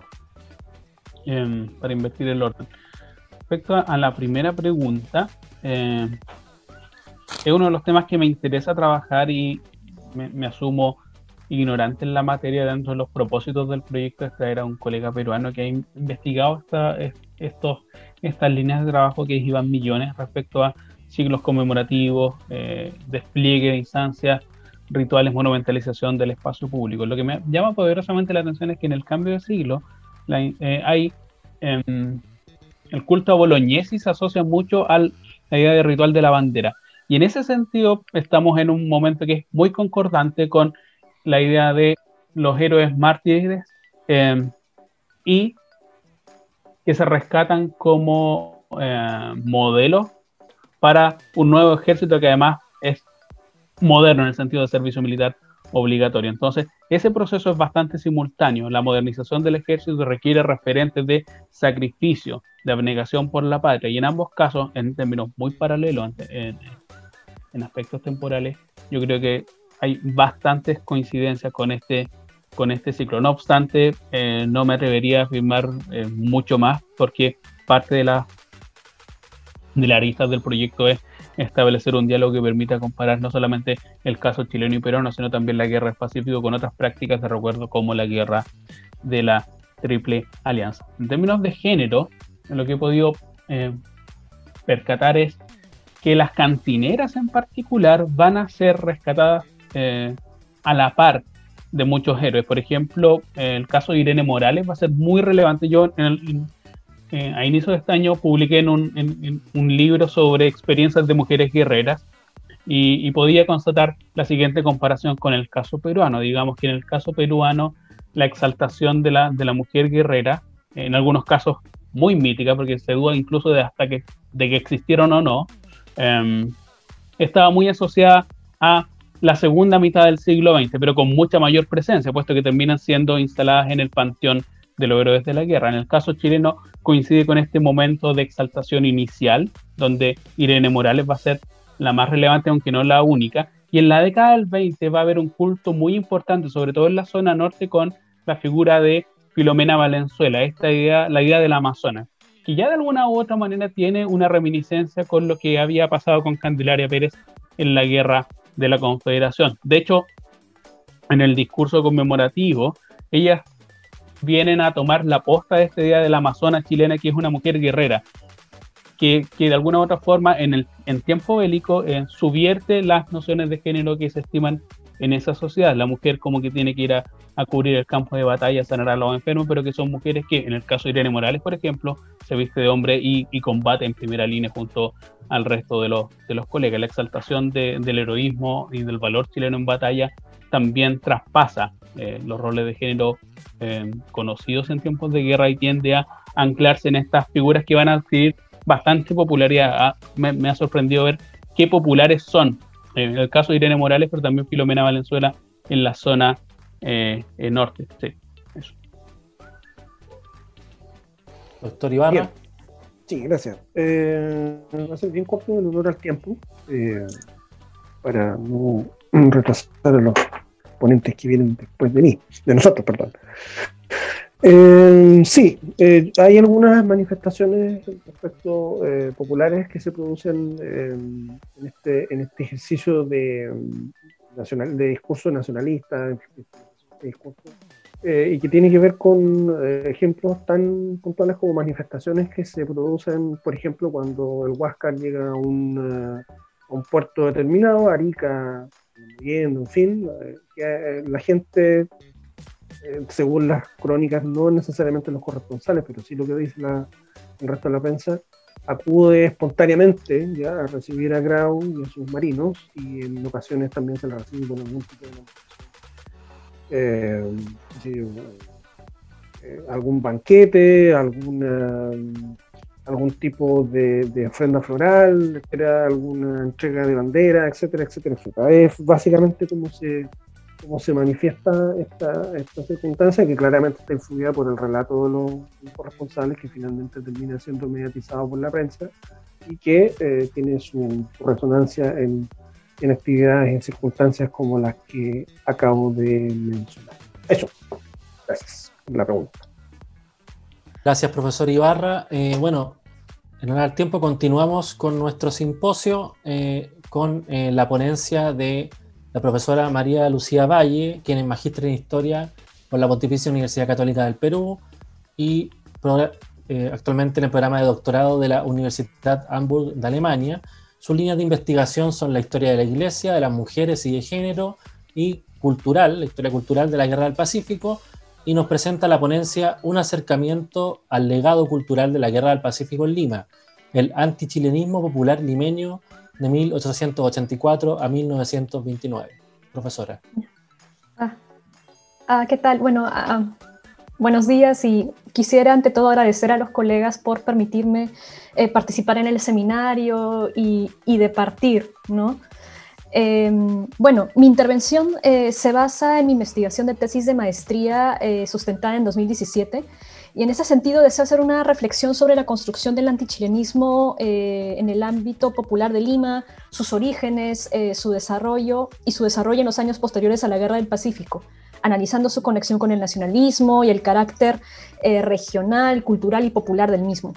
eh, para invertir el orden. Respecto a, a la primera pregunta, eh, es uno de los temas que me interesa trabajar y me, me asumo ignorante en la materia dentro de los propósitos del proyecto de traer a un colega peruano que ha investigado esta, estos, estas líneas de trabajo que llevan millones respecto a siglos conmemorativos, eh, despliegue de instancias, rituales, monumentalización del espacio público. Lo que me llama poderosamente la atención es que en el cambio de siglo la, eh, hay eh, el culto a Bolognesi se asocia mucho a la idea de ritual de la bandera. Y en ese sentido estamos en un momento que es muy concordante con la idea de los héroes mártires eh, y que se rescatan como eh, modelos para un nuevo ejército que además es moderno en el sentido de servicio militar obligatorio. Entonces, ese proceso es bastante simultáneo. La modernización del ejército requiere referentes de sacrificio, de abnegación por la patria, y en ambos casos, en términos muy paralelos, en, en aspectos temporales, yo creo que hay bastantes coincidencias con este, con este ciclo. No obstante, eh, no me atrevería a afirmar eh, mucho más, porque parte de la de la arista del proyecto es establecer un diálogo que permita comparar no solamente el caso chileno y peruano, sino también la guerra del Pacífico con otras prácticas de recuerdo como la guerra de la Triple Alianza. En términos de género, lo que he podido eh, percatar es que las cantineras en particular van a ser rescatadas eh, a la par de muchos héroes. Por ejemplo, el caso de Irene Morales va a ser muy relevante. Yo en el, Eh, a inicios de este año publiqué en un, en, en un libro sobre experiencias de mujeres guerreras y, y podía constatar la siguiente comparación con el caso peruano. Digamos que en el caso peruano la exaltación de la, de la mujer guerrera, en algunos casos muy mítica, porque se duda incluso de hasta que, de que existieron o no, eh, estaba muy asociada a la segunda mitad del siglo veinte, pero con mucha mayor presencia, puesto que terminan siendo instaladas en el panteón de los héroes de la guerra. En el caso chileno coincide con este momento de exaltación inicial, donde Irene Morales va a ser la más relevante, aunque no la única, y en la década del veinte va a haber un culto muy importante, sobre todo en la zona norte, con la figura de Filomena Valenzuela, esta idea, la idea del Amazonas, que ya de alguna u otra manera tiene una reminiscencia con lo que había pasado con Candelaria Pérez en la guerra de la Confederación. De hecho, en el discurso conmemorativo, ellas vienen a tomar la posta de esta idea de la amazona chilena, que es una mujer guerrera, que, que de alguna u otra forma en el en tiempo bélico eh, subvierte las nociones de género que se estiman en esa sociedad. La mujer como que tiene que ir a, a cubrir el campo de batalla, sanar a los enfermos, pero que son mujeres que, en el caso de Irene Morales, por ejemplo, se viste de hombre y, y combate en primera línea junto al resto de los, de los colegas. La exaltación de, del heroísmo y del valor chileno en batalla también traspasa eh, los roles de género eh, conocidos en tiempos de guerra y tiende a anclarse en estas figuras que van a adquirir bastante popularidad. Ah, me, me ha sorprendido ver qué populares son. Eh, en el caso de Irene Morales, pero también Filomena Valenzuela en la zona eh, eh, norte. Sí, eso. Doctor Ibarra. Bien. Sí, gracias. Eh, va a ser bien corto en honor al tiempo, eh, para no retrasar a los ponentes que vienen después de mí, de nosotros, perdón. Eh, sí, eh, hay algunas manifestaciones respecto eh, populares que se producen eh, en, este, en este ejercicio de, nacional, de discurso nacionalista, de discurso, eh, y que tiene que ver con eh, ejemplos tan puntuales como manifestaciones que se producen, por ejemplo, cuando el Huáscar llega a un, uh, a un puerto determinado, Arica, en fin, eh, que eh, la gente... Eh, según las crónicas, no necesariamente los corresponsales, pero sí lo que dice la, el resto de la prensa, acude espontáneamente ya a recibir a Grau y a sus marinos, y en ocasiones también se la recibe con algún tipo de eh, sí, eh, algún banquete, alguna, algún tipo de, de ofrenda floral, etcétera, alguna entrega de bandera, etcétera, etcétera, etcétera. Es básicamente como se cómo se manifiesta esta, esta circunstancia, que claramente está influida por el relato de los, los corresponsales, que finalmente termina siendo mediatizado por la prensa y que eh, tiene su, su resonancia en, en actividades, en circunstancias como las que acabo de mencionar. Eso. Gracias por la pregunta. Gracias, profesor Ibarra. Eh, bueno, en honor al tiempo continuamos con nuestro simposio eh, con eh, la ponencia de la profesora María Lucía Valle, quien es magíster en Historia por la Pontificia Universidad Católica del Perú y pro, eh, actualmente en el programa de doctorado de la Universidad Hamburg de Alemania. Sus líneas de investigación son la historia de la Iglesia, de las mujeres y de género, y cultural, la historia cultural de la Guerra del Pacífico, y nos presenta la ponencia Un acercamiento al legado cultural de la Guerra del Pacífico en Lima, el antichilenismo popular limeño de mil ochocientos ochenta y cuatro a mil novecientos veintinueve. Profesora. Ah, ah, ¿qué tal? Bueno, ah, buenos días, y quisiera ante todo agradecer a los colegas por permitirme eh, participar en el seminario y, y departir, ¿no? Eh, bueno, mi intervención eh, se basa en mi investigación de tesis de maestría eh, sustentada en dos mil diecisiete. Y en ese sentido deseo hacer una reflexión sobre la construcción del antichilenismo eh, en el ámbito popular de Lima, sus orígenes, eh, su desarrollo y su desarrollo en los años posteriores a la Guerra del Pacífico, analizando su conexión con el nacionalismo y el carácter eh, regional, cultural y popular del mismo.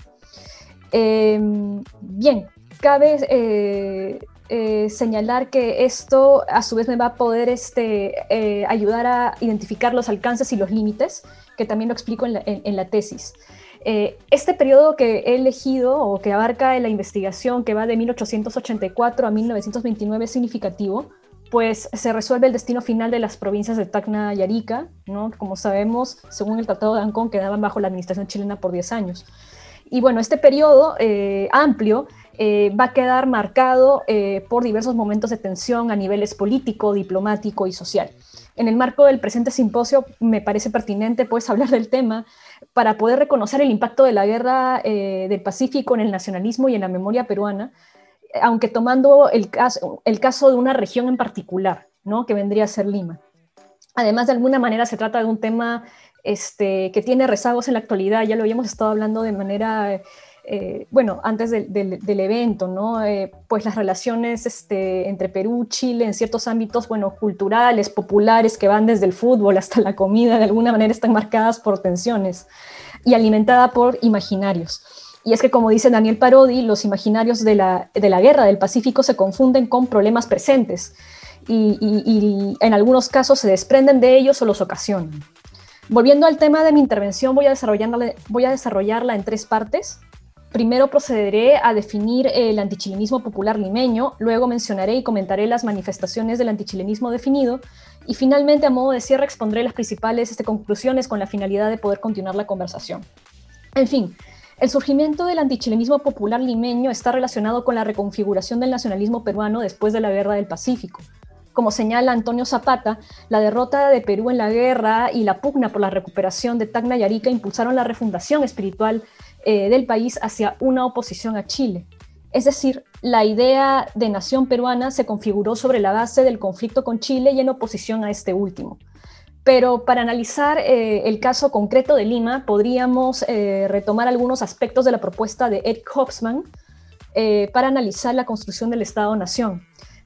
Eh, bien, cabe eh, eh, señalar que esto a su vez me va a poder este, eh, ayudar a identificar los alcances y los límites, que también lo explico en la, en, en la tesis. Eh, este periodo que he elegido, o que abarca la investigación, que va de mil ochocientos ochenta y cuatro a mil novecientos veintinueve, es significativo, pues se resuelve el destino final de las provincias de Tacna y Arica, ¿no? Como sabemos, según el Tratado de Ancón, quedaban bajo la administración chilena por diez años. Y bueno, este periodo eh, amplio eh, va a quedar marcado eh, por diversos momentos de tensión a niveles político, diplomático y social. En el marco del presente simposio me parece pertinente pues hablar del tema para poder reconocer el impacto de la Guerra eh, del Pacífico en el nacionalismo y en la memoria peruana, aunque tomando el caso, el caso de una región en particular, ¿no? Que vendría a ser Lima. Además, de alguna manera se trata de un tema este, que tiene rezagos en la actualidad, ya lo habíamos estado hablando de manera... Eh, bueno, antes de, de, del evento, ¿no? Eh, pues las relaciones este, entre Perú y Chile en ciertos ámbitos, bueno, culturales, populares, que van desde el fútbol hasta la comida, de alguna manera están marcadas por tensiones y alimentadas por imaginarios. Y es que, como dice Daniel Parodi, los imaginarios de la, de la Guerra del Pacífico se confunden con problemas presentes y, y, y en algunos casos se desprenden de ellos o los ocasionan. Volviendo al tema de mi intervención, voy a desarrollarla, voy a desarrollarla en tres partes. Primero procederé a definir el antichilenismo popular limeño, luego mencionaré y comentaré las manifestaciones del antichilenismo definido, y finalmente, a modo de cierre, expondré las principales este, conclusiones con la finalidad de poder continuar la conversación. En fin, el surgimiento del antichilenismo popular limeño está relacionado con la reconfiguración del nacionalismo peruano después de la Guerra del Pacífico. Como señala Antonio Zapata, la derrota de Perú en la guerra y la pugna por la recuperación de Tacna y Arica impulsaron la refundación espiritual eh, del país hacia una oposición a Chile. Es decir, la idea de nación peruana se configuró sobre la base del conflicto con Chile y en oposición a este último. Pero para analizar eh, el caso concreto de Lima, podríamos eh, retomar algunos aspectos de la propuesta de Eric Hobsbawm eh, para analizar la construcción del Estado-Nación.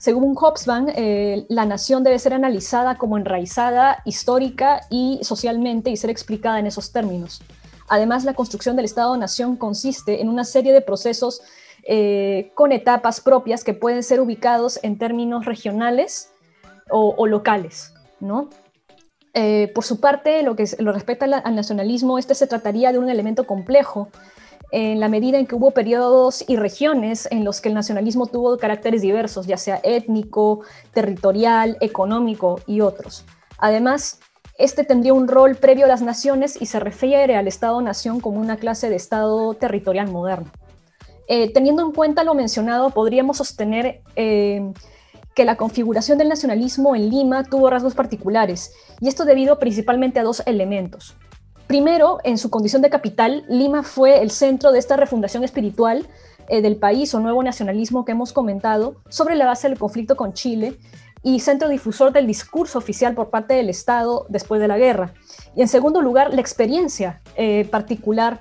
Según Hobsbawm, eh, la nación debe ser analizada como enraizada, histórica y socialmente y ser explicada en esos términos. Además, la construcción del Estado-nación consiste en una serie de procesos eh, con etapas propias que pueden ser ubicados en términos regionales o, o locales, ¿no? Eh, por su parte, lo que lo respecta al, al nacionalismo, este se trataría de un elemento complejo en la medida en que hubo periodos y regiones en los que el nacionalismo tuvo caracteres diversos, ya sea étnico, territorial, económico y otros. Además, este tendría un rol previo a las naciones y se refiere al Estado-nación como una clase de Estado territorial moderno. Eh, teniendo en cuenta lo mencionado, podríamos sostener eh, que la configuración del nacionalismo en Lima tuvo rasgos particulares, y esto debido principalmente a dos elementos. Primero, en su condición de capital, Lima fue el centro de esta refundación espiritual eh, del país o nuevo nacionalismo que hemos comentado sobre la base del conflicto con Chile y centro difusor del discurso oficial por parte del Estado después de la guerra. Y en segundo lugar, la experiencia eh, particular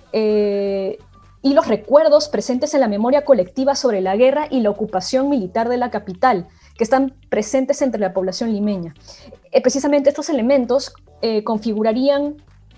eh, y los recuerdos presentes en la memoria colectiva sobre la guerra y la ocupación militar de la capital, que están presentes entre la población limeña. Eh, precisamente estos elementos eh, configurarían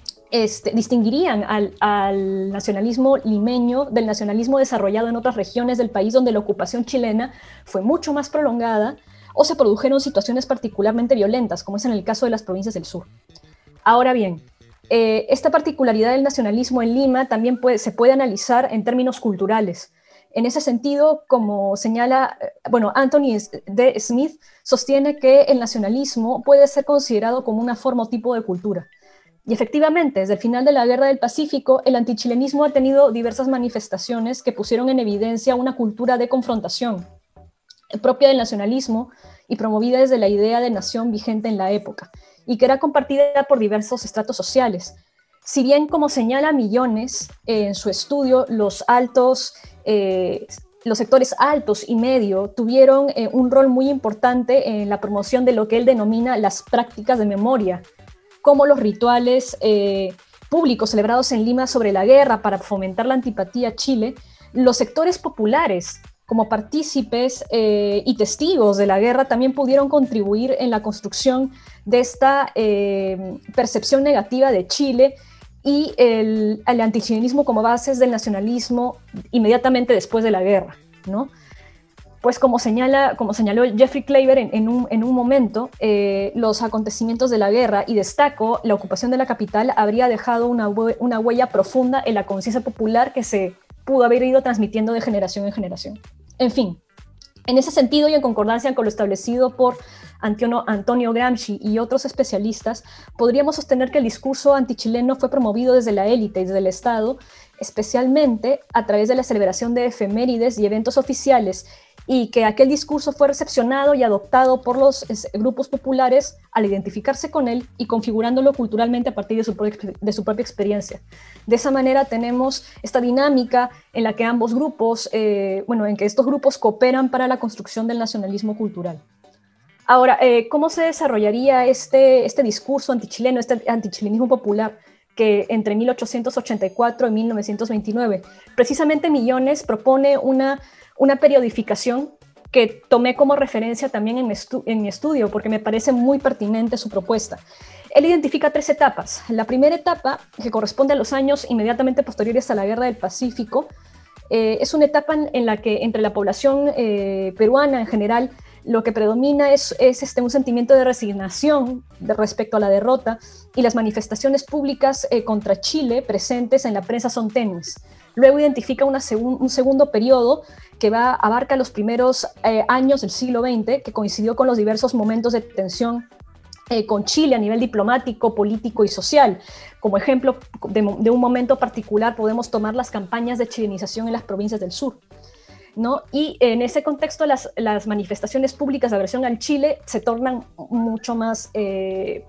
Este, distinguirían al, al nacionalismo limeño del nacionalismo desarrollado en otras regiones del país donde la ocupación chilena fue mucho más prolongada o se produjeron situaciones particularmente violentas, como es en el caso de las provincias del sur. Ahora bien, eh, esta particularidad del nacionalismo en Lima también puede, se puede analizar en términos culturales. En ese sentido, como señala, bueno, Anthony D. Smith sostiene que el nacionalismo puede ser considerado como una forma o tipo de cultura. Y efectivamente, desde el final de la Guerra del Pacífico, el antichilenismo ha tenido diversas manifestaciones que pusieron en evidencia una cultura de confrontación propia del nacionalismo y promovida desde la idea de nación vigente en la época, y que era compartida por diversos estratos sociales. Si bien, como señala Millones eh, en su estudio, los altos, eh, los sectores altos y medio tuvieron eh, un rol muy importante en la promoción de lo que él denomina las prácticas de memoria, como los rituales eh, públicos celebrados en Lima sobre la guerra para fomentar la antipatía a Chile, los sectores populares, como partícipes eh, y testigos de la guerra, también pudieron contribuir en la construcción de esta eh, percepción negativa de Chile y el, el antichilenismo como bases del nacionalismo inmediatamente después de la guerra, ¿no? Pues como, señala, como señaló Jeffrey Klaver en, en, un, en un momento, eh, los acontecimientos de la guerra, y destaco, la ocupación de la capital habría dejado una, una huella profunda en la conciencia popular que se pudo haber ido transmitiendo de generación en generación. En fin, en ese sentido y en concordancia con lo establecido por Antonio, Antonio Gramsci y otros especialistas, podríamos sostener que el discurso antichileno fue promovido desde la élite y desde el Estado, especialmente a través de la celebración de efemérides y eventos oficiales, y que aquel discurso fue recepcionado y adoptado por los grupos populares al identificarse con él y configurándolo culturalmente a partir de su, de su propia experiencia. De esa manera tenemos esta dinámica en la que ambos grupos, eh, bueno, en que estos grupos cooperan para la construcción del nacionalismo cultural. Ahora, eh, ¿cómo se desarrollaría este, este discurso antichileno, este antichilenismo popular que entre mil ochocientos ochenta y cuatro y mil novecientos veintinueve? Precisamente Millones propone una una periodificación que tomé como referencia también en mi, en mi estudio, porque me parece muy pertinente su propuesta. Él identifica tres etapas. La primera etapa, que corresponde a los años inmediatamente posteriores a la Guerra del Pacífico, eh, es una etapa en, en la que entre la población eh, peruana en general lo que predomina es, es este, un sentimiento de resignación de respecto a la derrota, y las manifestaciones públicas eh, contra Chile presentes en la prensa son tenues. Luego identifica una segun, un segundo periodo que va, abarca los primeros eh, años del siglo veinte, que coincidió con los diversos momentos de tensión eh, con Chile a nivel diplomático, político y social. Como ejemplo de, de un momento particular podemos tomar las campañas de chilenización en las provincias del sur, ¿no? Y en ese contexto las, las manifestaciones públicas de agresión al Chile se tornan mucho más eh,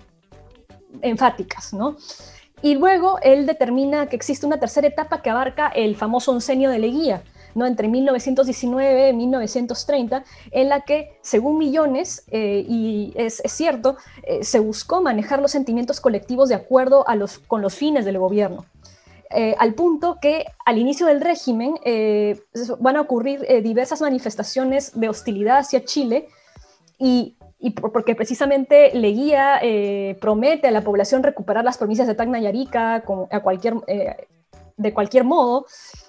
enfáticas, ¿no? Y luego él determina que existe una tercera etapa que abarca el famoso oncenio de Leguía, ¿no? Entre mil novecientos diecinueve y mil novecientos treinta, en la que, según Millones, eh, y es, es cierto, eh, se buscó manejar los sentimientos colectivos de acuerdo a los, con los fines del gobierno. eh, al punto que al inicio del régimen eh, van a ocurrir eh, diversas manifestaciones de hostilidad hacia Chile, y, y porque precisamente Leguía eh, promete a la población recuperar las provincias de Tacna y Arica con, a cualquier, eh, de cualquier modo.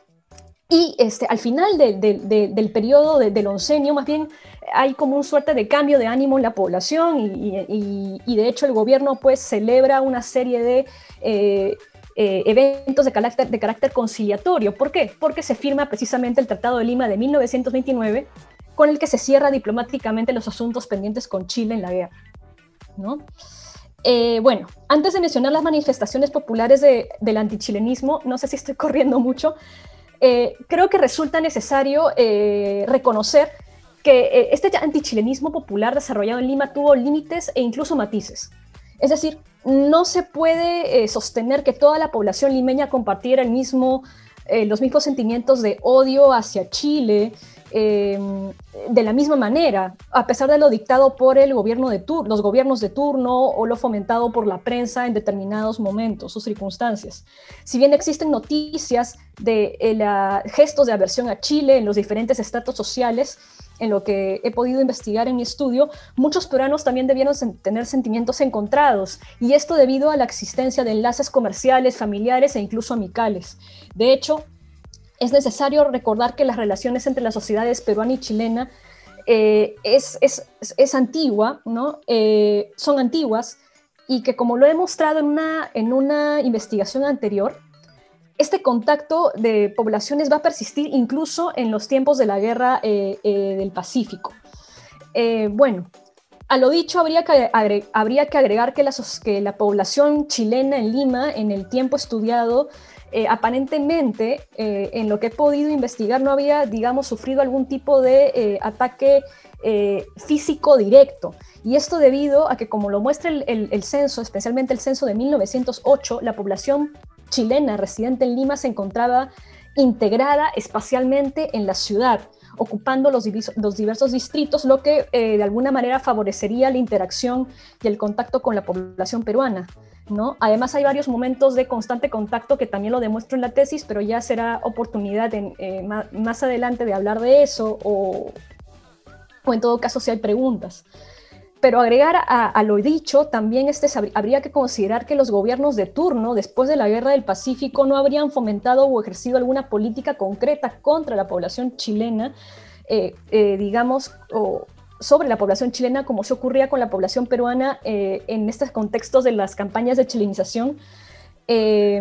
Y este, al final de, de, de, del periodo de, del oncenio, más bien, hay como una suerte de cambio de ánimo en la población, y, y, y de hecho el gobierno pues celebra una serie de eh, eh, eventos de carácter, de carácter conciliatorio. ¿Por qué? Porque se firma precisamente el Tratado de Lima de mil novecientos veintinueve, con el que se cierra diplomáticamente los asuntos pendientes con Chile en la guerra, ¿no? Eh, bueno, antes de mencionar las manifestaciones populares de, del antichilenismo, no sé si estoy corriendo mucho, eh, creo que resulta necesario eh, reconocer que eh, este antichilenismo popular desarrollado en Lima tuvo límites e incluso matices. Es decir, no se puede eh, sostener que toda la población limeña compartiera el mismo, eh, los mismos sentimientos de odio hacia Chile, Eh, de la misma manera, a pesar de lo dictado por el gobierno de tur- los gobiernos de turno o lo fomentado por la prensa en determinados momentos o circunstancias. Si bien existen noticias de eh, la, gestos de aversión a Chile en los diferentes estratos sociales, en lo que he podido investigar en mi estudio, muchos peruanos también debieron sen- tener sentimientos encontrados, y esto debido a la existencia de enlaces comerciales, familiares e incluso amicales. De hecho, es necesario recordar que las relaciones entre las sociedades peruana y chilena eh, es, es, es antigua, ¿no? Eh, son antiguas, y que, como lo he mostrado en una, en una investigación anterior, este contacto de poblaciones va a persistir incluso en los tiempos de la guerra eh, eh, del Pacífico. Eh, bueno, a lo dicho, habría que, agregar, habría que agregar que la, que la población chilena en Lima, en el tiempo estudiado, Eh, aparentemente, eh, en lo que he podido investigar, no había, digamos, sufrido algún tipo de eh, ataque eh, físico directo. Y esto debido a que, como lo muestra el, el, el censo, especialmente el censo de mil novecientos ocho, la población chilena residente en Lima se encontraba integrada espacialmente en la ciudad, ocupando los, los diversos distritos, lo que eh, de alguna manera favorecería la interacción y el contacto con la población peruana, ¿no? Además, hay varios momentos de constante contacto que también lo demuestro en la tesis, pero ya será oportunidad en, eh, más, más adelante de hablar de eso, o, o en todo caso si hay preguntas. Pero agregar a, a lo dicho, también este, habría que considerar que los gobiernos de turno, después de la Guerra del Pacífico, no habrían fomentado o ejercido alguna política concreta contra la población chilena, eh, eh, digamos, o sobre la población chilena, como se ocurría con la población peruana eh, en estos contextos de las campañas de chilenización, eh,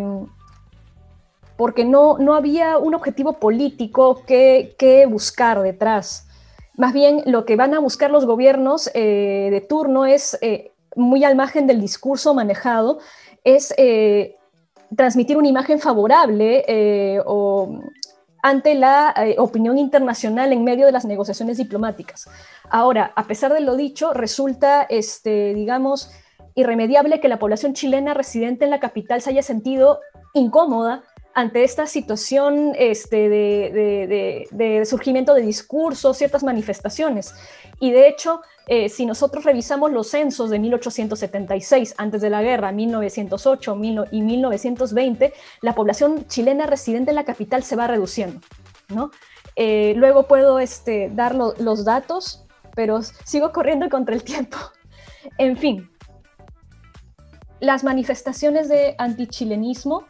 porque no, no había un objetivo político que, que buscar detrás. Más bien, lo que van a buscar los gobiernos eh, de turno es, eh, muy al margen del discurso manejado, es eh, transmitir una imagen favorable eh, o, ante la eh, opinión internacional en medio de las negociaciones diplomáticas. Ahora, a pesar de lo dicho, resulta, este, digamos, irremediable que la población chilena residente en la capital se haya sentido incómoda ante esta situación este, de, de, de, de surgimiento de discursos, ciertas manifestaciones. Y de hecho, eh, si nosotros revisamos los censos de mil ochocientos setenta y seis, antes de la guerra, mil novecientos ocho y mil novecientos veinte, la población chilena residente en la capital se va reduciendo, ¿no? Eh, luego puedo este, dar lo, los datos, pero sigo corriendo contra el tiempo. En fin, las manifestaciones de antichilenismo.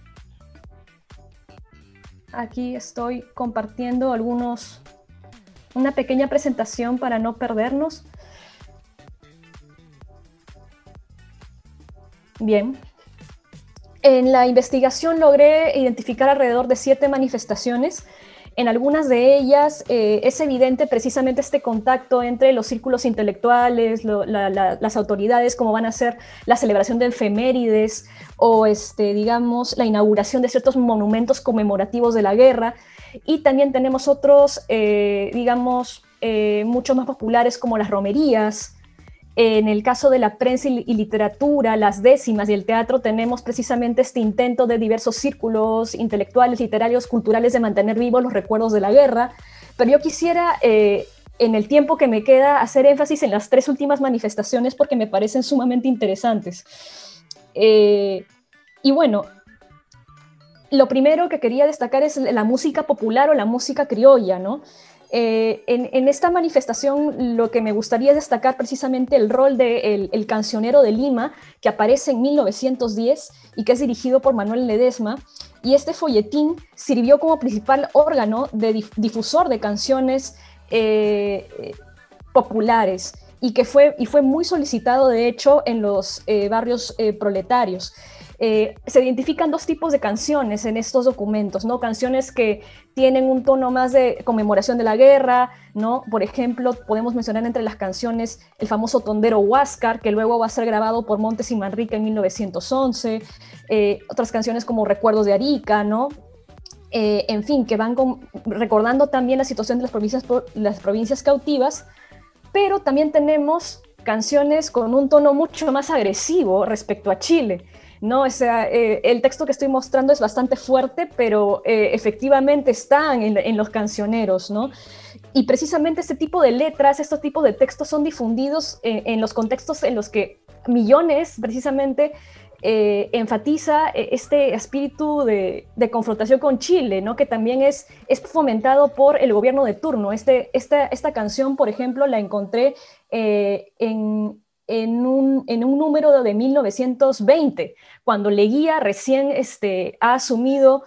Aquí estoy compartiendo algunos, una pequeña presentación para no perdernos. Bien. En la investigación logré identificar alrededor de siete manifestaciones. En algunas de ellas eh, es evidente precisamente este contacto entre los círculos intelectuales, lo, la, la, las autoridades, como van a ser la celebración de efemérides o, este, digamos, la inauguración de ciertos monumentos conmemorativos de la guerra. Y también tenemos otros, eh, digamos, eh, mucho más populares, como las romerías. En el caso de la prensa y literatura, las décimas y el teatro, tenemos precisamente este intento de diversos círculos intelectuales, literarios, culturales de mantener vivos los recuerdos de la guerra. Pero yo quisiera, eh, en el tiempo que me queda, hacer énfasis en las tres últimas manifestaciones porque me parecen sumamente interesantes. Eh, y bueno, lo primero que quería destacar es la música popular o la música criolla, ¿no? Eh, en, en esta manifestación lo que me gustaría destacar precisamente el rol de el, el cancionero de Lima, que aparece en mil novecientos diez y que es dirigido por Manuel Ledesma, y este folletín sirvió como principal órgano de dif difusor de canciones eh, populares y que fue, y fue muy solicitado de hecho en los eh, barrios eh, proletarios. Eh, se identifican dos tipos de canciones en estos documentos, ¿no? Canciones que tienen un tono más de conmemoración de la guerra, ¿no? Por ejemplo, podemos mencionar entre las canciones el famoso Tondero Huáscar, que luego va a ser grabado por Montes y Manrique en mil novecientos once, eh, otras canciones como Recuerdos de Arica, ¿no? Eh, en fin, que van con, recordando también la situación de las provincias, las provincias cautivas, pero también tenemos canciones con un tono mucho más agresivo respecto a Chile, ¿no? O sea, eh, el texto que estoy mostrando es bastante fuerte, pero eh, efectivamente están en, en los cancioneros, ¿no? Y precisamente este tipo de letras, estos tipos de textos son difundidos en, en los contextos en los que Millones precisamente eh, enfatiza este espíritu de, de confrontación con Chile, ¿no? Que también es, es fomentado por el gobierno de turno. Este, esta, esta canción, por ejemplo, la encontré eh, en... En un, en un número de mil novecientos veinte, cuando Leguía recién este, ha asumido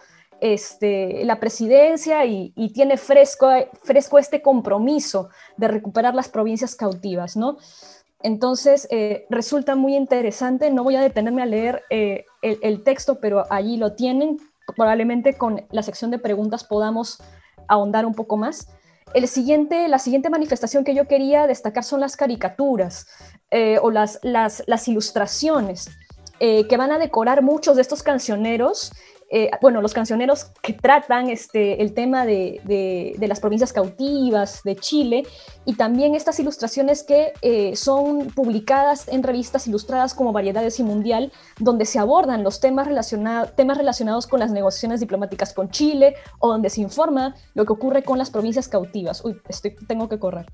este, la presidencia y, y tiene fresco, fresco este compromiso de recuperar las provincias cautivas, ¿no? Entonces, eh, resulta muy interesante. No voy a detenerme a leer eh, el, el texto, pero allí lo tienen. Probablemente con la sección de preguntas podamos ahondar un poco más. El siguiente, la siguiente manifestación que yo quería destacar son las caricaturas eh, o las, las, las ilustraciones eh, que van a decorar muchos de estos cancioneros. Eh, bueno, los cancioneros que tratan este, el tema de, de, de las provincias cautivas de Chile, y también estas ilustraciones que eh, son publicadas en revistas ilustradas como Variedades y Mundial, donde se abordan los temas, relaciona temas relacionados con las negociaciones diplomáticas con Chile, o donde se informa lo que ocurre con las provincias cautivas. Uy, estoy, tengo que correr.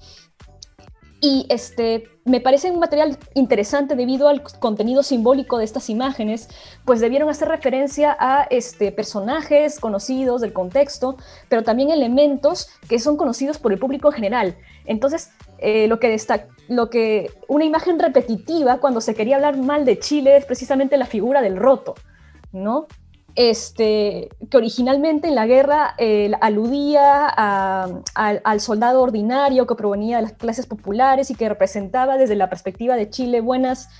Y este, me parece un material interesante debido al contenido simbólico de estas imágenes, pues debieron hacer referencia a este, personajes conocidos del contexto, pero también elementos que son conocidos por el público en general. Entonces, eh, lo que destaca, lo que, una imagen repetitiva cuando se quería hablar mal de Chile es precisamente la figura del roto, ¿no? Este, que originalmente en la guerra eh, aludía a, a, al soldado ordinario que provenía de las clases populares y que representaba desde la perspectiva de Chile buenas,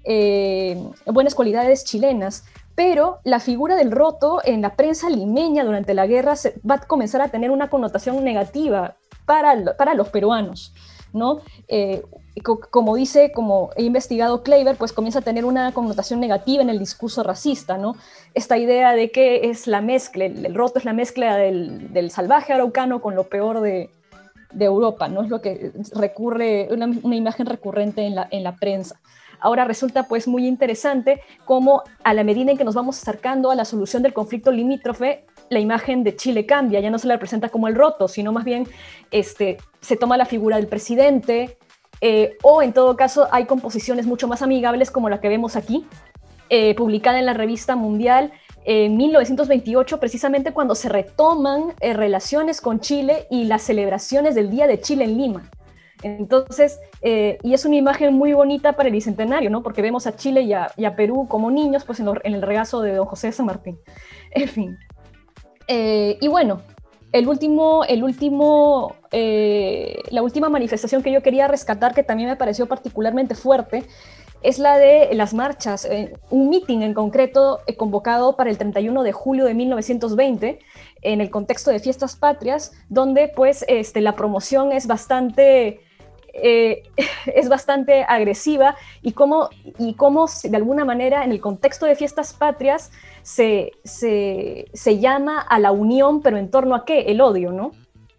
eh, buenas cualidades chilenas. Pero la figura del roto en la prensa limeña durante la guerra se, va a comenzar a tener una connotación negativa para, para los peruanos, ¿no? Eh, como dice, como he investigado Kleiber, pues comienza a tener una connotación negativa en el discurso racista, ¿no? Esta idea de que es la mezcla, el roto es la mezcla del, del salvaje araucano con lo peor de, de Europa, ¿no? Es lo que recurre, una, una imagen recurrente en la, en la prensa. Ahora resulta pues muy interesante cómo a la medida en que nos vamos acercando a la solución del conflicto limítrofe, la imagen de Chile cambia, ya no se la representa como el roto, sino más bien este, se toma la figura del presidente, eh, o en todo caso hay composiciones mucho más amigables como la que vemos aquí, eh, publicada en la revista Mundial en mil novecientos veintiocho, precisamente cuando se retoman eh, relaciones con Chile y las celebraciones del Día de Chile en Lima. Entonces, eh, y es una imagen muy bonita para el Bicentenario, ¿no? Porque vemos a Chile y a, y a Perú como niños pues en, lo, en el regazo de don José de San Martín. En fin. Eh, y bueno, el último, el último, eh, la última manifestación que yo quería rescatar, que también me pareció particularmente fuerte, es la de las marchas, eh, un meeting en concreto eh, convocado para el treinta y uno de julio de mil novecientos veinte, en el contexto de Fiestas Patrias, donde pues este, la promoción es bastante... Eh, es bastante agresiva y cómo, y cómo de alguna manera en el contexto de Fiestas Patrias se, se, se llama a la unión, pero en torno a ¿qué? El odio, ¿no?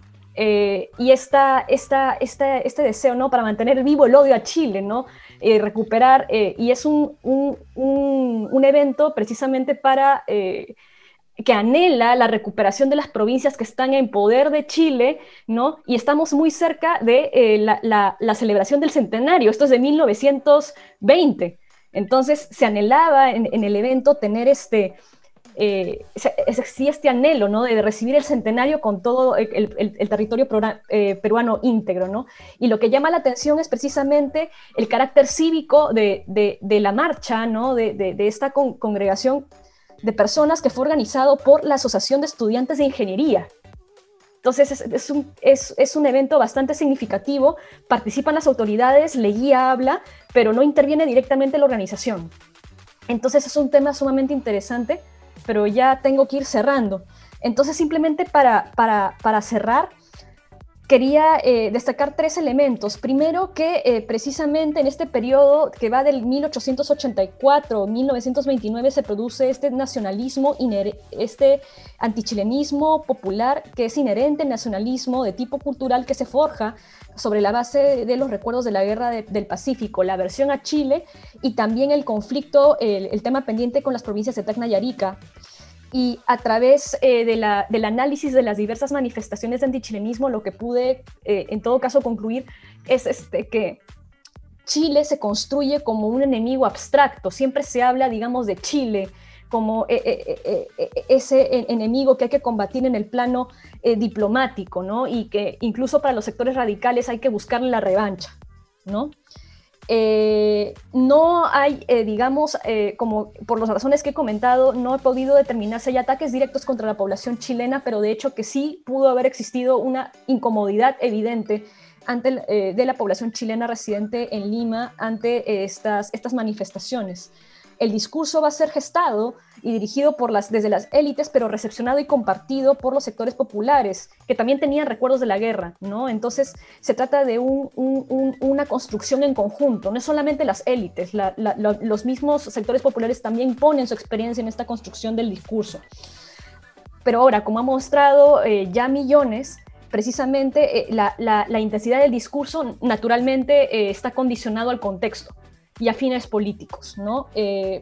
Eh, y esta, esta, esta, este deseo, ¿no? Para mantener vivo el odio a Chile, ¿no? Eh, recuperar, eh, y es un, un, un, un evento precisamente para... Eh, que anhela la recuperación de las provincias que están en poder de Chile, ¿no? Y estamos muy cerca de eh, la, la, la celebración del centenario, esto es de mil novecientos veinte. Entonces se anhelaba en, en el evento tener este, eh, existía este anhelo, ¿no?, de recibir el centenario con todo el, el, el territorio eh, peruano íntegro, ¿no? Y lo que llama la atención es precisamente el carácter cívico de, de, de la marcha, ¿no?, de, de, de esta con, congregación de personas que fue organizado por la Asociación de Estudiantes de Ingeniería. Entonces es, es, un, es, es un evento bastante significativo, participan las autoridades, Leguía habla, pero no interviene directamente la organización. Entonces es un tema sumamente interesante, pero ya tengo que ir cerrando. Entonces simplemente para, para, para cerrar, quería eh, destacar tres elementos. Primero, que eh, precisamente en este periodo que va del mil ochocientos ochenta y cuatro a mil novecientos veintinueve se produce este nacionalismo, este antichilenismo popular que es inherente al nacionalismo de tipo cultural que se forja sobre la base de los recuerdos de la Guerra de, del Pacífico, la aversión a Chile y también el conflicto, el, el tema pendiente con las provincias de Tacna y Arica. Y a través eh, de la, del análisis de las diversas manifestaciones de antichilenismo, lo que pude eh, en todo caso concluir es este, que Chile se construye como un enemigo abstracto. Siempre se habla, digamos, de Chile como eh, eh, eh, ese enemigo que hay que combatir en el plano eh, diplomático, ¿no? Y que incluso para los sectores radicales hay que buscarle la revancha, ¿no? Eh, no hay, eh, digamos, eh, como por las razones que he comentado, no he podido determinar si hay ataques directos contra la población chilena, pero de hecho que sí pudo haber existido una incomodidad evidente ante, eh, de la población chilena residente en Lima ante eh, estas, estas manifestaciones. El discurso va a ser gestado y dirigido por las, desde las élites, pero recepcionado y compartido por los sectores populares, que también tenían recuerdos de la guerra, ¿no? Entonces, se trata de un, un, un, una construcción en conjunto, no es solamente las élites, la, la, la, los mismos sectores populares también ponen su experiencia en esta construcción del discurso. Pero ahora, como ha mostrado eh, ya Millones, precisamente eh, la, la, la intensidad del discurso naturalmente eh, está condicionado al contexto y a fines políticos, ¿no? Eh,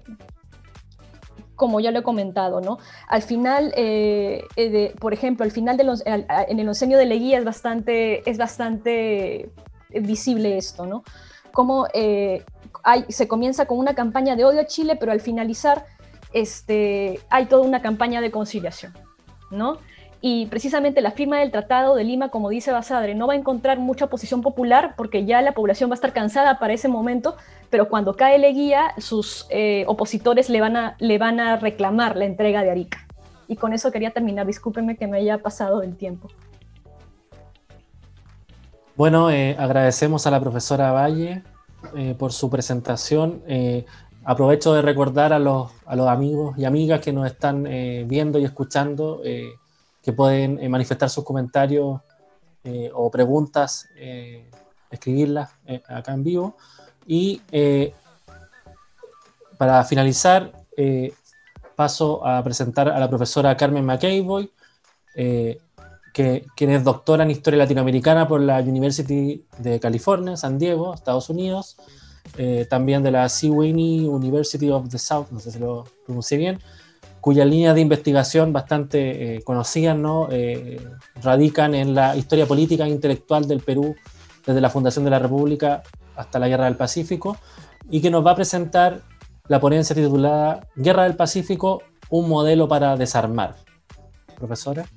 como ya lo he comentado, ¿no? Al final, eh, eh, de, por ejemplo, al final de los, al, a, en el oncenio de Leguía es bastante, es bastante visible esto, ¿no? Como eh, hay, se comienza con una campaña de odio a Chile, pero al finalizar este, hay toda una campaña de conciliación, ¿no? Y precisamente la firma del Tratado de Lima, como dice Basadre, no va a encontrar mucha oposición popular porque ya la población va a estar cansada para ese momento, pero cuando cae Leguía, sus eh, opositores le van, a, le van a reclamar la entrega de Arica. Y con eso quería terminar, discúlpenme que me haya pasado del tiempo. Bueno, eh, agradecemos a la profesora Valle eh, por su presentación. Eh, aprovecho de recordar a los, a los amigos y amigas que nos están eh, viendo y escuchando eh, que pueden eh, manifestar sus comentarios eh, o preguntas, eh, escribirlas eh, acá en vivo. Y eh, para finalizar, eh, paso a presentar a la profesora Carmen McAvoy, eh, que, quien es doctora en Historia Latinoamericana por la University de California, San Diego, Estados Unidos, eh, también de la Sewanee University of the South, no sé si lo pronuncié bien, cuya línea de investigación bastante eh, conocidas, ¿no? eh, radican en la historia política e intelectual del Perú desde la fundación de la República hasta la Guerra del Pacífico, y que nos va a presentar la ponencia titulada Guerra del Pacífico, un modelo para desarmar. Profesora.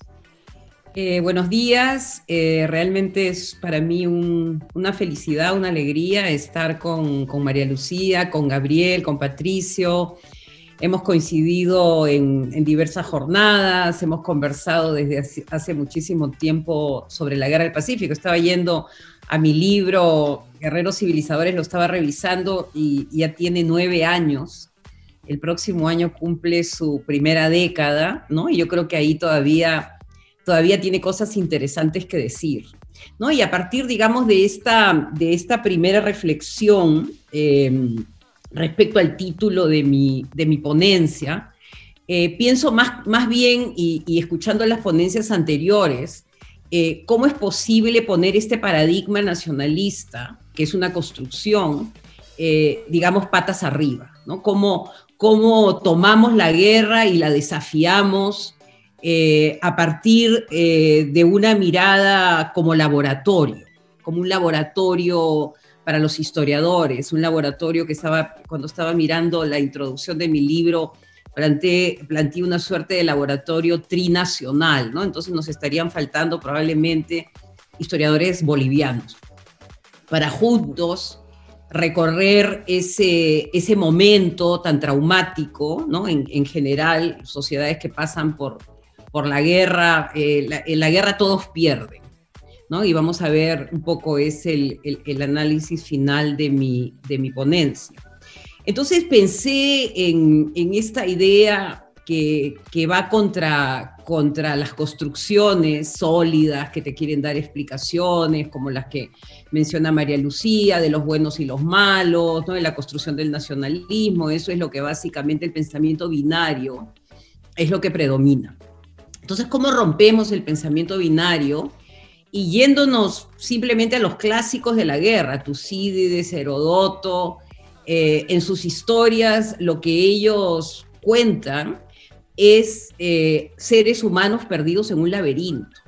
Eh, buenos días, eh, realmente es para mí un, una felicidad, una alegría estar con, con María Lucía, con Gabriel, con Patricio. Hemos coincidido en, en diversas jornadas, hemos conversado desde hace, hace muchísimo tiempo sobre la Guerra del Pacífico. Estaba yendo a mi libro, Guerreros Civilizadores, lo estaba revisando y ya tiene nueve años. El próximo año cumple su primera década, ¿no? Y yo creo que ahí todavía, todavía tiene cosas interesantes que decir, ¿no? Y a partir, digamos, de esta, de esta primera reflexión, eh, respecto al título de mi, de mi ponencia, eh, pienso más, más bien, y, y escuchando las ponencias anteriores, eh, cómo es posible poner este paradigma nacionalista, que es una construcción, eh, digamos, patas arriba, ¿no? Cómo, cómo tomamos la guerra y la desafiamos eh, a partir eh, de una mirada como laboratorio, como un laboratorio para los historiadores, un laboratorio que estaba, cuando estaba mirando la introducción de mi libro, planteé, planteé una suerte de laboratorio trinacional, ¿no? Entonces nos estarían faltando probablemente historiadores bolivianos para juntos recorrer ese, ese momento tan traumático, ¿no? En, en general, sociedades que pasan por, por la guerra, eh, la, en la guerra todos pierden, ¿no? Y vamos a ver un poco es el, el, el análisis final de mi, de mi ponencia. Entonces pensé en, en esta idea que, que va contra, contra las construcciones sólidas que te quieren dar explicaciones, como las que menciona María Lucía, de los buenos y los malos, ¿no? De la construcción del nacionalismo. Eso es lo que básicamente el pensamiento binario es lo que predomina. Entonces, ¿cómo rompemos el pensamiento binario? Y yéndonos simplemente a los clásicos de la guerra, Tucídides, Herodoto, eh, en sus historias lo que ellos cuentan es eh, seres humanos perdidos en un laberinto.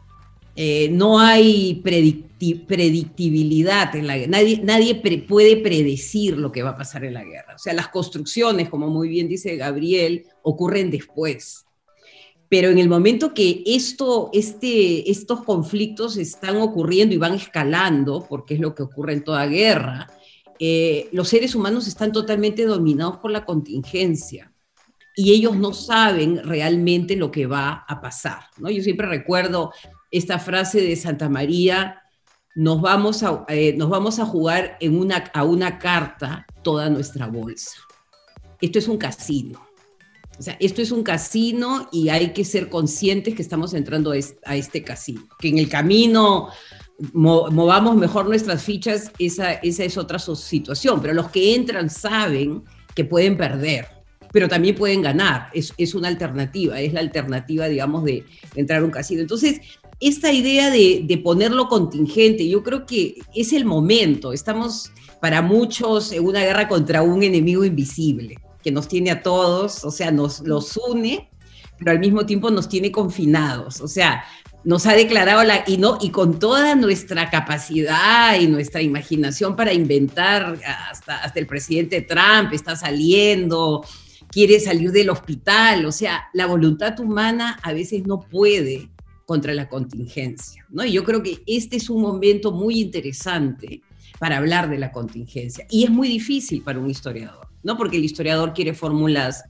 Eh, no hay predicti predictibilidad en la guerra, nadie, nadie pre puede predecir lo que va a pasar en la guerra. O sea, las construcciones, como muy bien dice Gabriel, ocurren después. Pero en el momento que esto, este, estos conflictos están ocurriendo y van escalando, porque es lo que ocurre en toda guerra, eh, los seres humanos están totalmente dominados por la contingencia. Y ellos no saben realmente lo que va a pasar, ¿no? Yo siempre recuerdo esta frase de Santa María, nos vamos a, eh, nos vamos a jugar en una, a una carta toda nuestra bolsa. Esto es un casino. O sea, esto es un casino y hay que ser conscientes que estamos entrando a este, a este casino. Que en el camino mo, movamos mejor nuestras fichas, esa, esa es otra situación. Pero los que entran saben que pueden perder, pero también pueden ganar. Es, es una alternativa, es la alternativa, digamos, de, de entrar a un casino. Entonces, esta idea de, de ponerlo contingente, yo creo que es el momento. Estamos, para muchos, en una guerra contra un enemigo invisible, que nos tiene a todos, o sea, nos los une, pero al mismo tiempo nos tiene confinados. O sea, nos ha declarado, la, y, no, y con toda nuestra capacidad y nuestra imaginación para inventar, hasta, hasta el presidente Trump está saliendo, quiere salir del hospital, o sea, la voluntad humana a veces no puede contra la contingencia, ¿no? Y yo creo que este es un momento muy interesante para hablar de la contingencia, y es muy difícil para un historiador, ¿no? Porque el historiador quiere fórmulas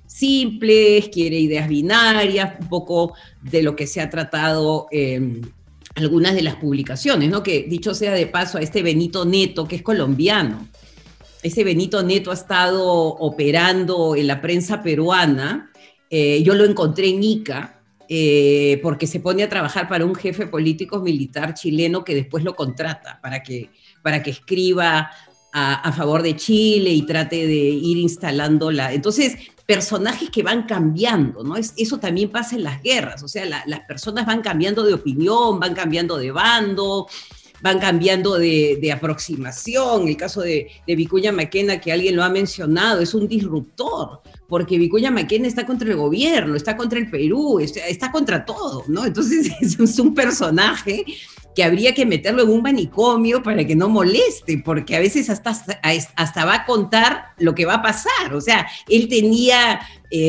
simples, quiere ideas binarias, un poco de lo que se ha tratado en algunas de las publicaciones, ¿no? Que, dicho sea de paso, a este Benito Neto, que es colombiano, ese Benito Neto ha estado operando en la prensa peruana, eh, yo lo encontré en Ica, eh, porque se pone a trabajar para un jefe político militar chileno que después lo contrata para que, para que escriba a, a favor de Chile y trate de ir instalándola. Entonces, personajes que van cambiando, ¿no? Es, eso también pasa en las guerras, o sea, la, las personas van cambiando de opinión, van cambiando de bando, van cambiando de, de aproximación. El caso de, de Vicuña Maquena, que alguien lo ha mencionado, es un disruptor, porque Vicuña Maquena está contra el gobierno, está contra el Perú, está, está contra todo, ¿no? Entonces es un personaje que habría que meterlo en un manicomio para que no moleste, porque a veces hasta, hasta va a contar lo que va a pasar. O sea, él tenía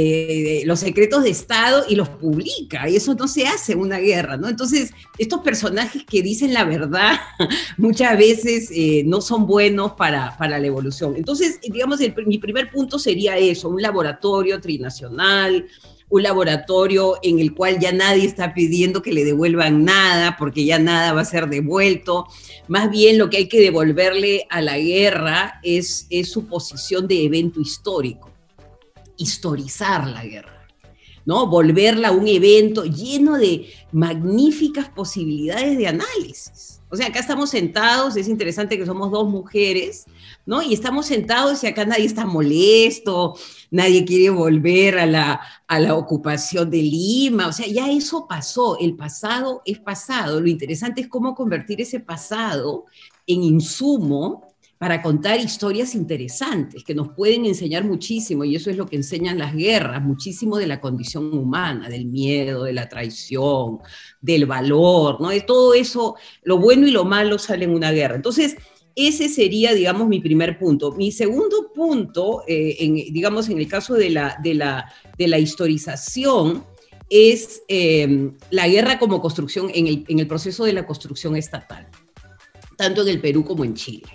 eh, los secretos de Estado y los publica, y eso no se hace en una guerra, ¿no? Entonces, estos personajes que dicen la verdad muchas veces eh, no son buenos para, para la evolución. Entonces, digamos, el, mi primer punto sería eso, un laboratorio trinacional, un laboratorio en el cual ya nadie está pidiendo que le devuelvan nada, porque ya nada va a ser devuelto. Más bien lo que hay que devolverle a la guerra es, es su posición de evento histórico, historizar la guerra, ¿no? Volverla a un evento lleno de magníficas posibilidades de análisis. O sea, acá estamos sentados, es interesante que somos dos mujeres, ¿no? Y estamos sentados y acá nadie está molesto, nadie quiere volver a la, a la ocupación de Lima. O sea, ya eso pasó, el pasado es pasado. Lo interesante es cómo convertir ese pasado en insumo para contar historias interesantes que nos pueden enseñar muchísimo, y eso es lo que enseñan las guerras, muchísimo de la condición humana, del miedo, de la traición, del valor, ¿no? De todo eso, lo bueno y lo malo sale en una guerra. Entonces, ese sería, digamos, mi primer punto. Mi segundo punto, eh, en, digamos, en el caso de la, de la, de la historización, es eh, la guerra como construcción, en el, en el proceso de la construcción estatal, tanto en el Perú como en Chile,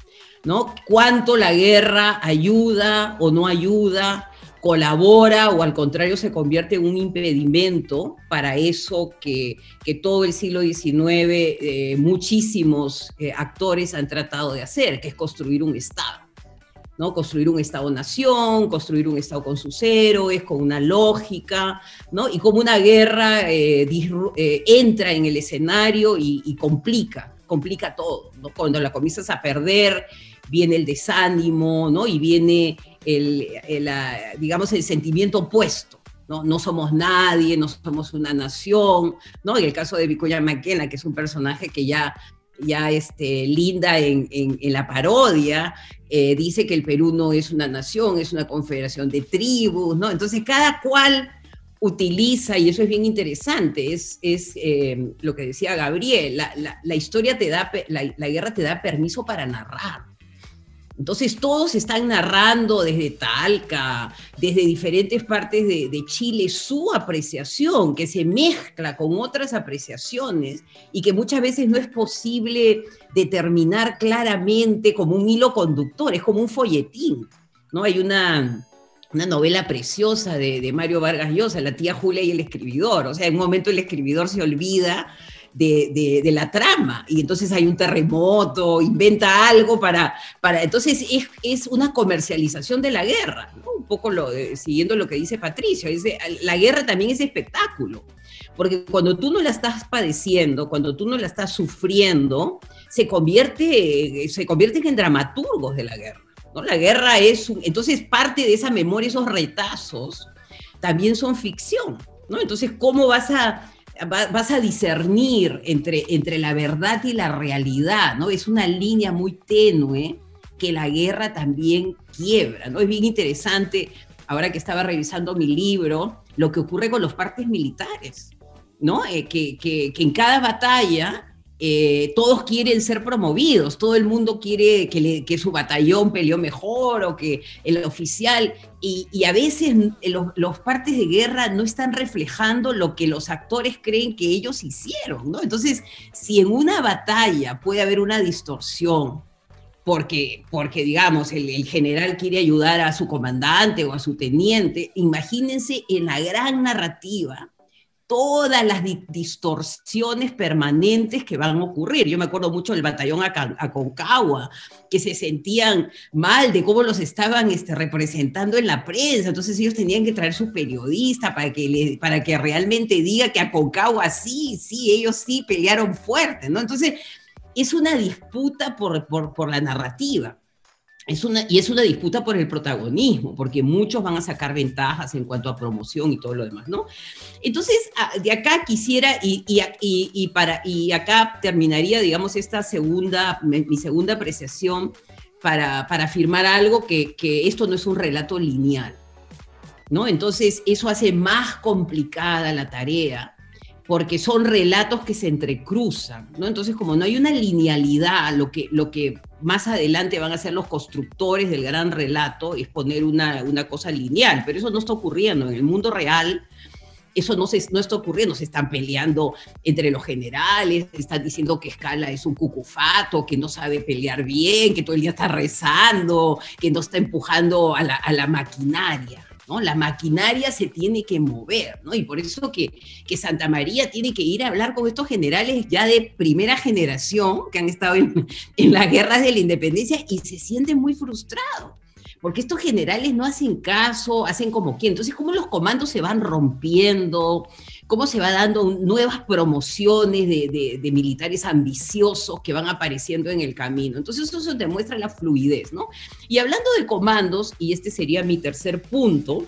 ¿no? Cuánto la guerra ayuda o no ayuda, colabora o al contrario se convierte en un impedimento para eso que, que todo el siglo diecinueve eh, muchísimos eh, actores han tratado de hacer, que es construir un Estado, ¿no? Construir un Estado-nación, construir un Estado con sus héroes, con una lógica, ¿no? Y como una guerra eh, eh, entra en el escenario y, y complica, complica todo, ¿no? Cuando la comienzas a perder, viene el desánimo, ¿no? Y viene el, el, el, digamos, el sentimiento opuesto, ¿no? No somos nadie, no somos una nación, ¿no? En el caso de Vicuña Maquena, que es un personaje que ya, ya este, linda en, en, en la parodia, eh, dice que el Perú no es una nación, es una confederación de tribus, ¿no? Entonces cada cual utiliza, y eso es bien interesante, es, es eh, lo que decía Gabriel, la, la, la historia te da, la, la guerra te da permiso para narrar. Entonces todos están narrando desde Talca, desde diferentes partes de, de Chile, su apreciación, que se mezcla con otras apreciaciones y que muchas veces no es posible determinar claramente como un hilo conductor, es como un folletín, ¿no? Hay una, una novela preciosa de, de Mario Vargas Llosa, La tía Julia y el escribidor. O sea, en un momento el escribidor se olvida De, de, de la trama, y entonces hay un terremoto, inventa algo para... para entonces es, es una comercialización de la guerra, ¿no? Un poco lo, eh, siguiendo lo que dice Patricio, dice, la guerra también es espectáculo, porque cuando tú no la estás padeciendo, cuando tú no la estás sufriendo, se convierte, se convierten en dramaturgos de la guerra, ¿no? La guerra es... Un, entonces parte de esa memoria, esos retazos, también son ficción, ¿no? Entonces, ¿cómo vas a... vas a discernir entre, entre la verdad y la realidad, ¿no? Es una línea muy tenue que la guerra también quiebra, ¿no? Es bien interesante, ahora que estaba revisando mi libro, lo que ocurre con los partes militares, ¿no? Eh, que, que, que en cada batalla eh, todos quieren ser promovidos, todo el mundo quiere que, le, que su batallón peleó mejor o que el oficial, y, y a veces los, los partes de guerra no están reflejando lo que los actores creen que ellos hicieron, ¿no? Entonces, si en una batalla puede haber una distorsión, porque, porque digamos, el, el general quiere ayudar a su comandante o a su teniente, imagínense en la gran narrativa todas las di distorsiones permanentes que van a ocurrir. Yo me acuerdo mucho del batallón Aconcagua, que se sentían mal de cómo los estaban este, representando en la prensa, entonces ellos tenían que traer su periodista para que, le, para que realmente diga que Aconcagua sí, sí, ellos sí pelearon fuerte, ¿no? Entonces es una disputa por, por, por la narrativa. Es una, y es una disputa por el protagonismo, porque muchos van a sacar ventajas en cuanto a promoción y todo lo demás, ¿no? Entonces, de acá quisiera, y, y, y, y, para, y acá terminaría, digamos, esta segunda, mi segunda apreciación para, para afirmar algo, que, que esto no es un relato lineal, ¿no? Entonces, eso hace más complicada la tarea, porque son relatos que se entrecruzan, ¿no? Entonces, como no hay una linealidad, lo que, lo que más adelante van a ser los constructores del gran relato es poner una, una cosa lineal, pero eso no está ocurriendo. En el mundo real, eso no, se, no está ocurriendo. Se están peleando entre los generales, están diciendo que Escala es un cucufato, que no sabe pelear bien, que todo el día está rezando, que no está empujando a la, a la maquinaria, ¿no? La maquinaria se tiene que mover, ¿no? Y por eso que, que Santa María tiene que ir a hablar con estos generales ya de primera generación que han estado en, en las guerras de la independencia y se sienten muy frustrados, porque estos generales no hacen caso, hacen como quieren. Entonces, ¿cómo los comandos se van rompiendo? ¿Cómo se va dando nuevas promociones de, de, de militares ambiciosos que van apareciendo en el camino? Entonces, eso demuestra la fluidez, ¿no? Y hablando de comandos, y este sería mi tercer punto,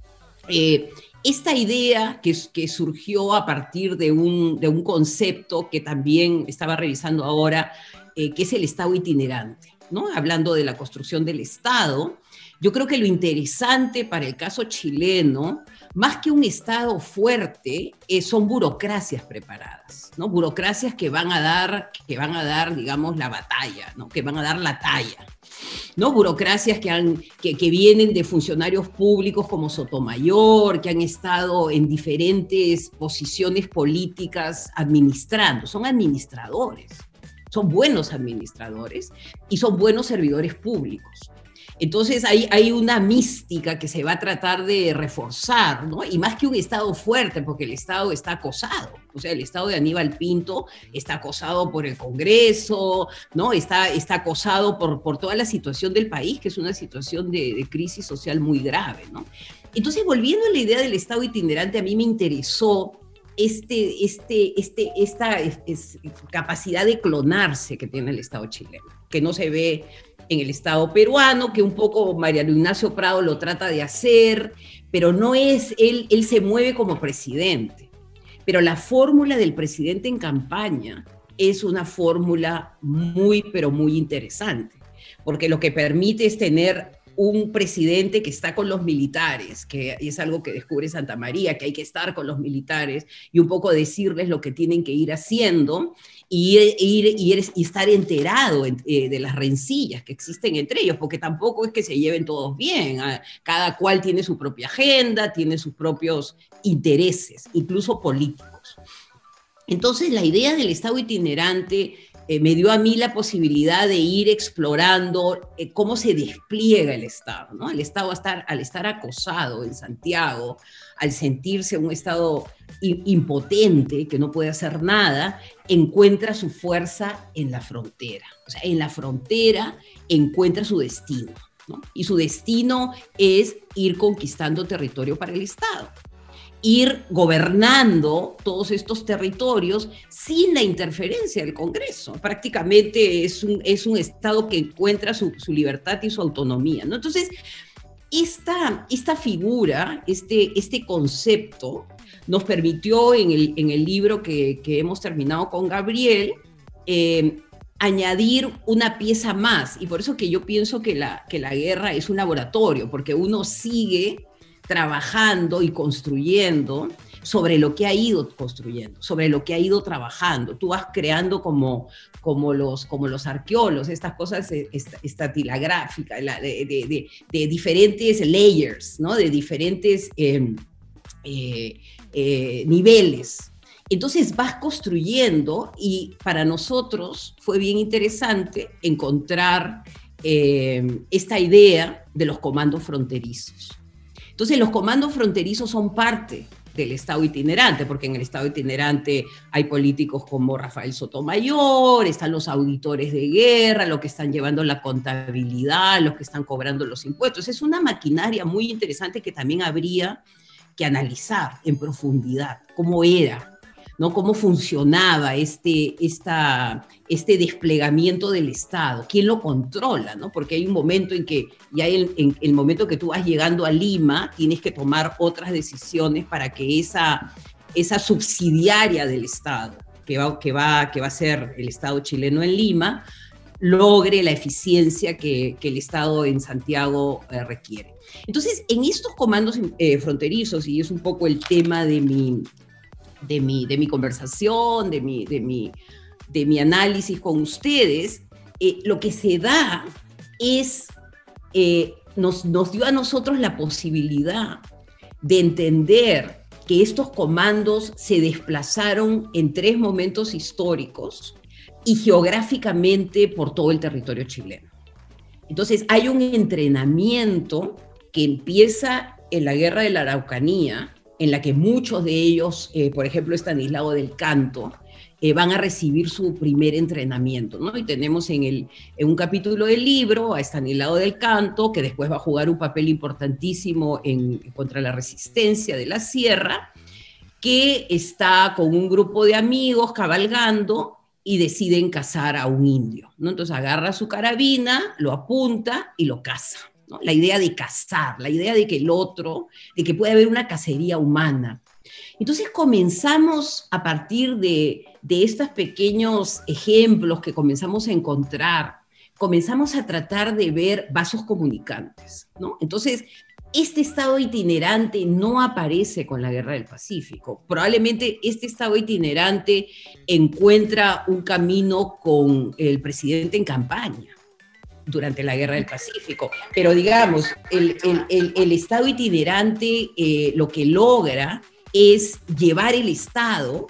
eh, esta idea que, que surgió a partir de un, de un concepto que también estaba revisando ahora, eh, que es el Estado itinerante, ¿no? Hablando de la construcción del Estado, Yo creo que lo interesante para el caso chileno, más que un Estado fuerte, eh, son burocracias preparadas, ¿no? Burocracias que van a dar, que van a dar, digamos, la batalla, ¿no? Que van a dar la talla, ¿no? Burocracias que, han, que, que vienen de funcionarios públicos como Sotomayor, que han estado en diferentes posiciones políticas administrando, son administradores, son buenos administradores y son buenos servidores públicos. Entonces hay, hay una mística que se va a tratar de reforzar, ¿no? Y más que un Estado fuerte, porque el Estado está acosado. O sea, el Estado de Aníbal Pinto está acosado por el Congreso, ¿no? Está, está acosado por, por toda la situación del país, que es una situación de, de crisis social muy grave, ¿no? Entonces, volviendo a la idea del Estado itinerante, a mí me interesó este, este, este, esta es, es, capacidad de clonarse que tiene el Estado chileno, que no se ve en el Estado peruano, que un poco Mariano Ignacio Prado lo trata de hacer, pero no es, él, él se mueve como presidente. Pero la fórmula del presidente en campaña es una fórmula muy, pero muy interesante, porque lo que permite es tener un presidente que está con los militares, que es algo que descubre Santa María, que hay que estar con los militares y un poco decirles lo que tienen que ir haciendo y, ir, y, ir, y estar enterado eh, de las rencillas que existen entre ellos, porque tampoco es que se lleven todos bien, cada cual tiene su propia agenda, tiene sus propios intereses, incluso políticos. Entonces, la idea del Estado itinerante Eh, me dio a mí la posibilidad de ir explorando eh, cómo se despliega el Estado, ¿no? El Estado al estar, al estar acosado en Santiago, al sentirse un Estado impotente, que no puede hacer nada, encuentra su fuerza en la frontera. O sea, en la frontera encuentra su destino, ¿no? Y su destino es ir conquistando territorio para el Estado, ir gobernando todos estos territorios sin la interferencia del Congreso. Prácticamente es un, es un Estado que encuentra su, su libertad y su autonomía, ¿no? Entonces, esta, esta figura, este, este concepto, nos permitió en el, en el libro que, que hemos terminado con Gabriel, eh, añadir una pieza más, y por eso que yo pienso que la, que la guerra es un laboratorio, porque uno sigue trabajando y construyendo sobre lo que ha ido construyendo, sobre lo que ha ido trabajando. Tú vas creando como, como, los, como los arqueólogos, estas cosas estratigráficas, de, de, de, de diferentes layers, ¿no? De diferentes eh, eh, eh, niveles. Entonces vas construyendo, y para nosotros fue bien interesante encontrar eh, esta idea de los comandos fronterizos. Entonces, los comandos fronterizos son parte del Estado itinerante, porque en el Estado itinerante hay políticos como Rafael Sotomayor, están los auditores de guerra, los que están llevando la contabilidad, los que están cobrando los impuestos. Es una maquinaria muy interesante que también habría que analizar en profundidad cómo era, ¿no? Cómo funcionaba este, esta, este desplegamiento del Estado, quién lo controla, ¿no? Porque hay un momento en que, ya en, en el momento que tú vas llegando a Lima, tienes que tomar otras decisiones para que esa, esa subsidiaria del Estado, que va, que, va, que va a ser el Estado chileno en Lima, logre la eficiencia que, que el Estado en Santiago eh, requiere. Entonces, en estos comandos eh, fronterizos, y es un poco el tema de mi... De mi, de mi conversación, de mi, de, mi, de mi análisis con ustedes, eh, lo que se da es, eh, nos, nos dio a nosotros la posibilidad de entender que estos comandos se desplazaron en tres momentos históricos y geográficamente por todo el territorio chileno. Entonces hay un entrenamiento que empieza en la Guerra de la Araucanía, en la que muchos de ellos, eh, por ejemplo, Estanislao del Canto, eh, van a recibir su primer entrenamiento, ¿no? Y tenemos en, el, en un capítulo del libro a Estanislao del Canto, que después va a jugar un papel importantísimo en, contra la resistencia de la sierra, que está con un grupo de amigos cabalgando y deciden cazar a un indio, ¿no? Entonces agarra su carabina, lo apunta y lo caza, ¿no? La idea de cazar, la idea de que el otro, de que puede haber una cacería humana. Entonces comenzamos a partir de, de estos pequeños ejemplos que comenzamos a encontrar comenzamos a tratar de ver vasos comunicantes, ¿no? Entonces, este estado itinerante no aparece con la Guerra del Pacífico. Probablemente este estado itinerante encuentra un camino con el presidente en campaña durante la Guerra del Pacífico. Pero digamos, el, el, el, el estado itinerante eh, lo que logra es llevar el Estado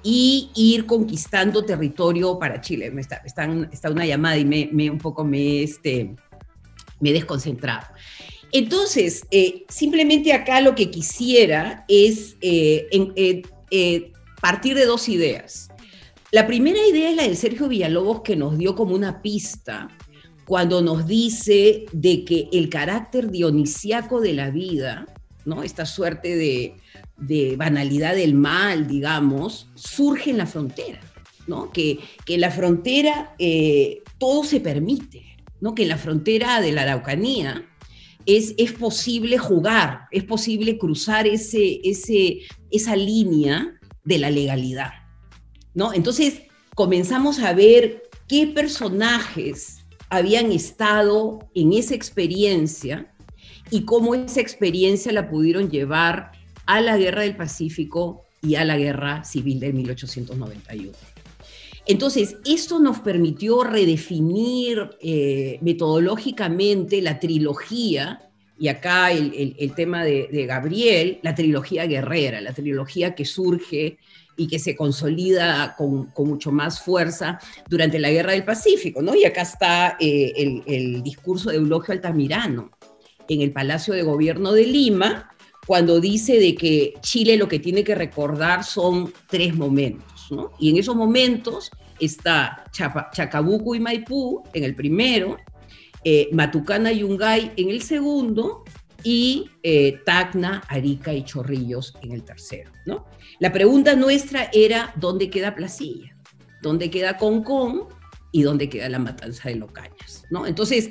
y ir conquistando territorio para Chile. Me está, está, está una llamada y me, me un poco me, este, me he desconcentrado. Entonces, eh, simplemente acá lo que quisiera es eh, en, eh, eh, partir de dos ideas. La primera idea es la de Sergio Villalobos, que nos dio como una pista cuando nos dice de que el carácter dionisíaco de la vida, ¿no? Esta suerte de, de banalidad del mal, digamos, surge en la frontera, ¿no? Que, que en la frontera eh, todo se permite, ¿no? Que en la frontera de la Araucanía es, es posible jugar, es posible cruzar ese, ese, esa línea de la legalidad, ¿no? Entonces comenzamos a ver qué personajes habían estado en esa experiencia y cómo esa experiencia la pudieron llevar a la Guerra del Pacífico y a la Guerra Civil de mil ochocientos noventa y uno. Entonces, esto nos permitió redefinir eh, metodológicamente la trilogía, y acá el, el, el tema de, de Gabriel, la trilogía guerrera, la trilogía que surge y que se consolida con, con mucho más fuerza durante la Guerra del Pacífico, ¿no? Y acá está eh, el, el discurso de Eulogio Altamirano en el Palacio de Gobierno de Lima, cuando dice de que Chile lo que tiene que recordar son tres momentos, ¿no? Y en esos momentos está Chapa, Chacabuco y Maipú en el primero, eh, Matucana y Yungay en el segundo, y eh, Tacna, Arica y Chorrillos en el tercero, ¿no? La pregunta nuestra era, ¿dónde queda Placilla? ¿Dónde queda Concón? ¿Y dónde queda la matanza de Locañas? ¿No? Entonces,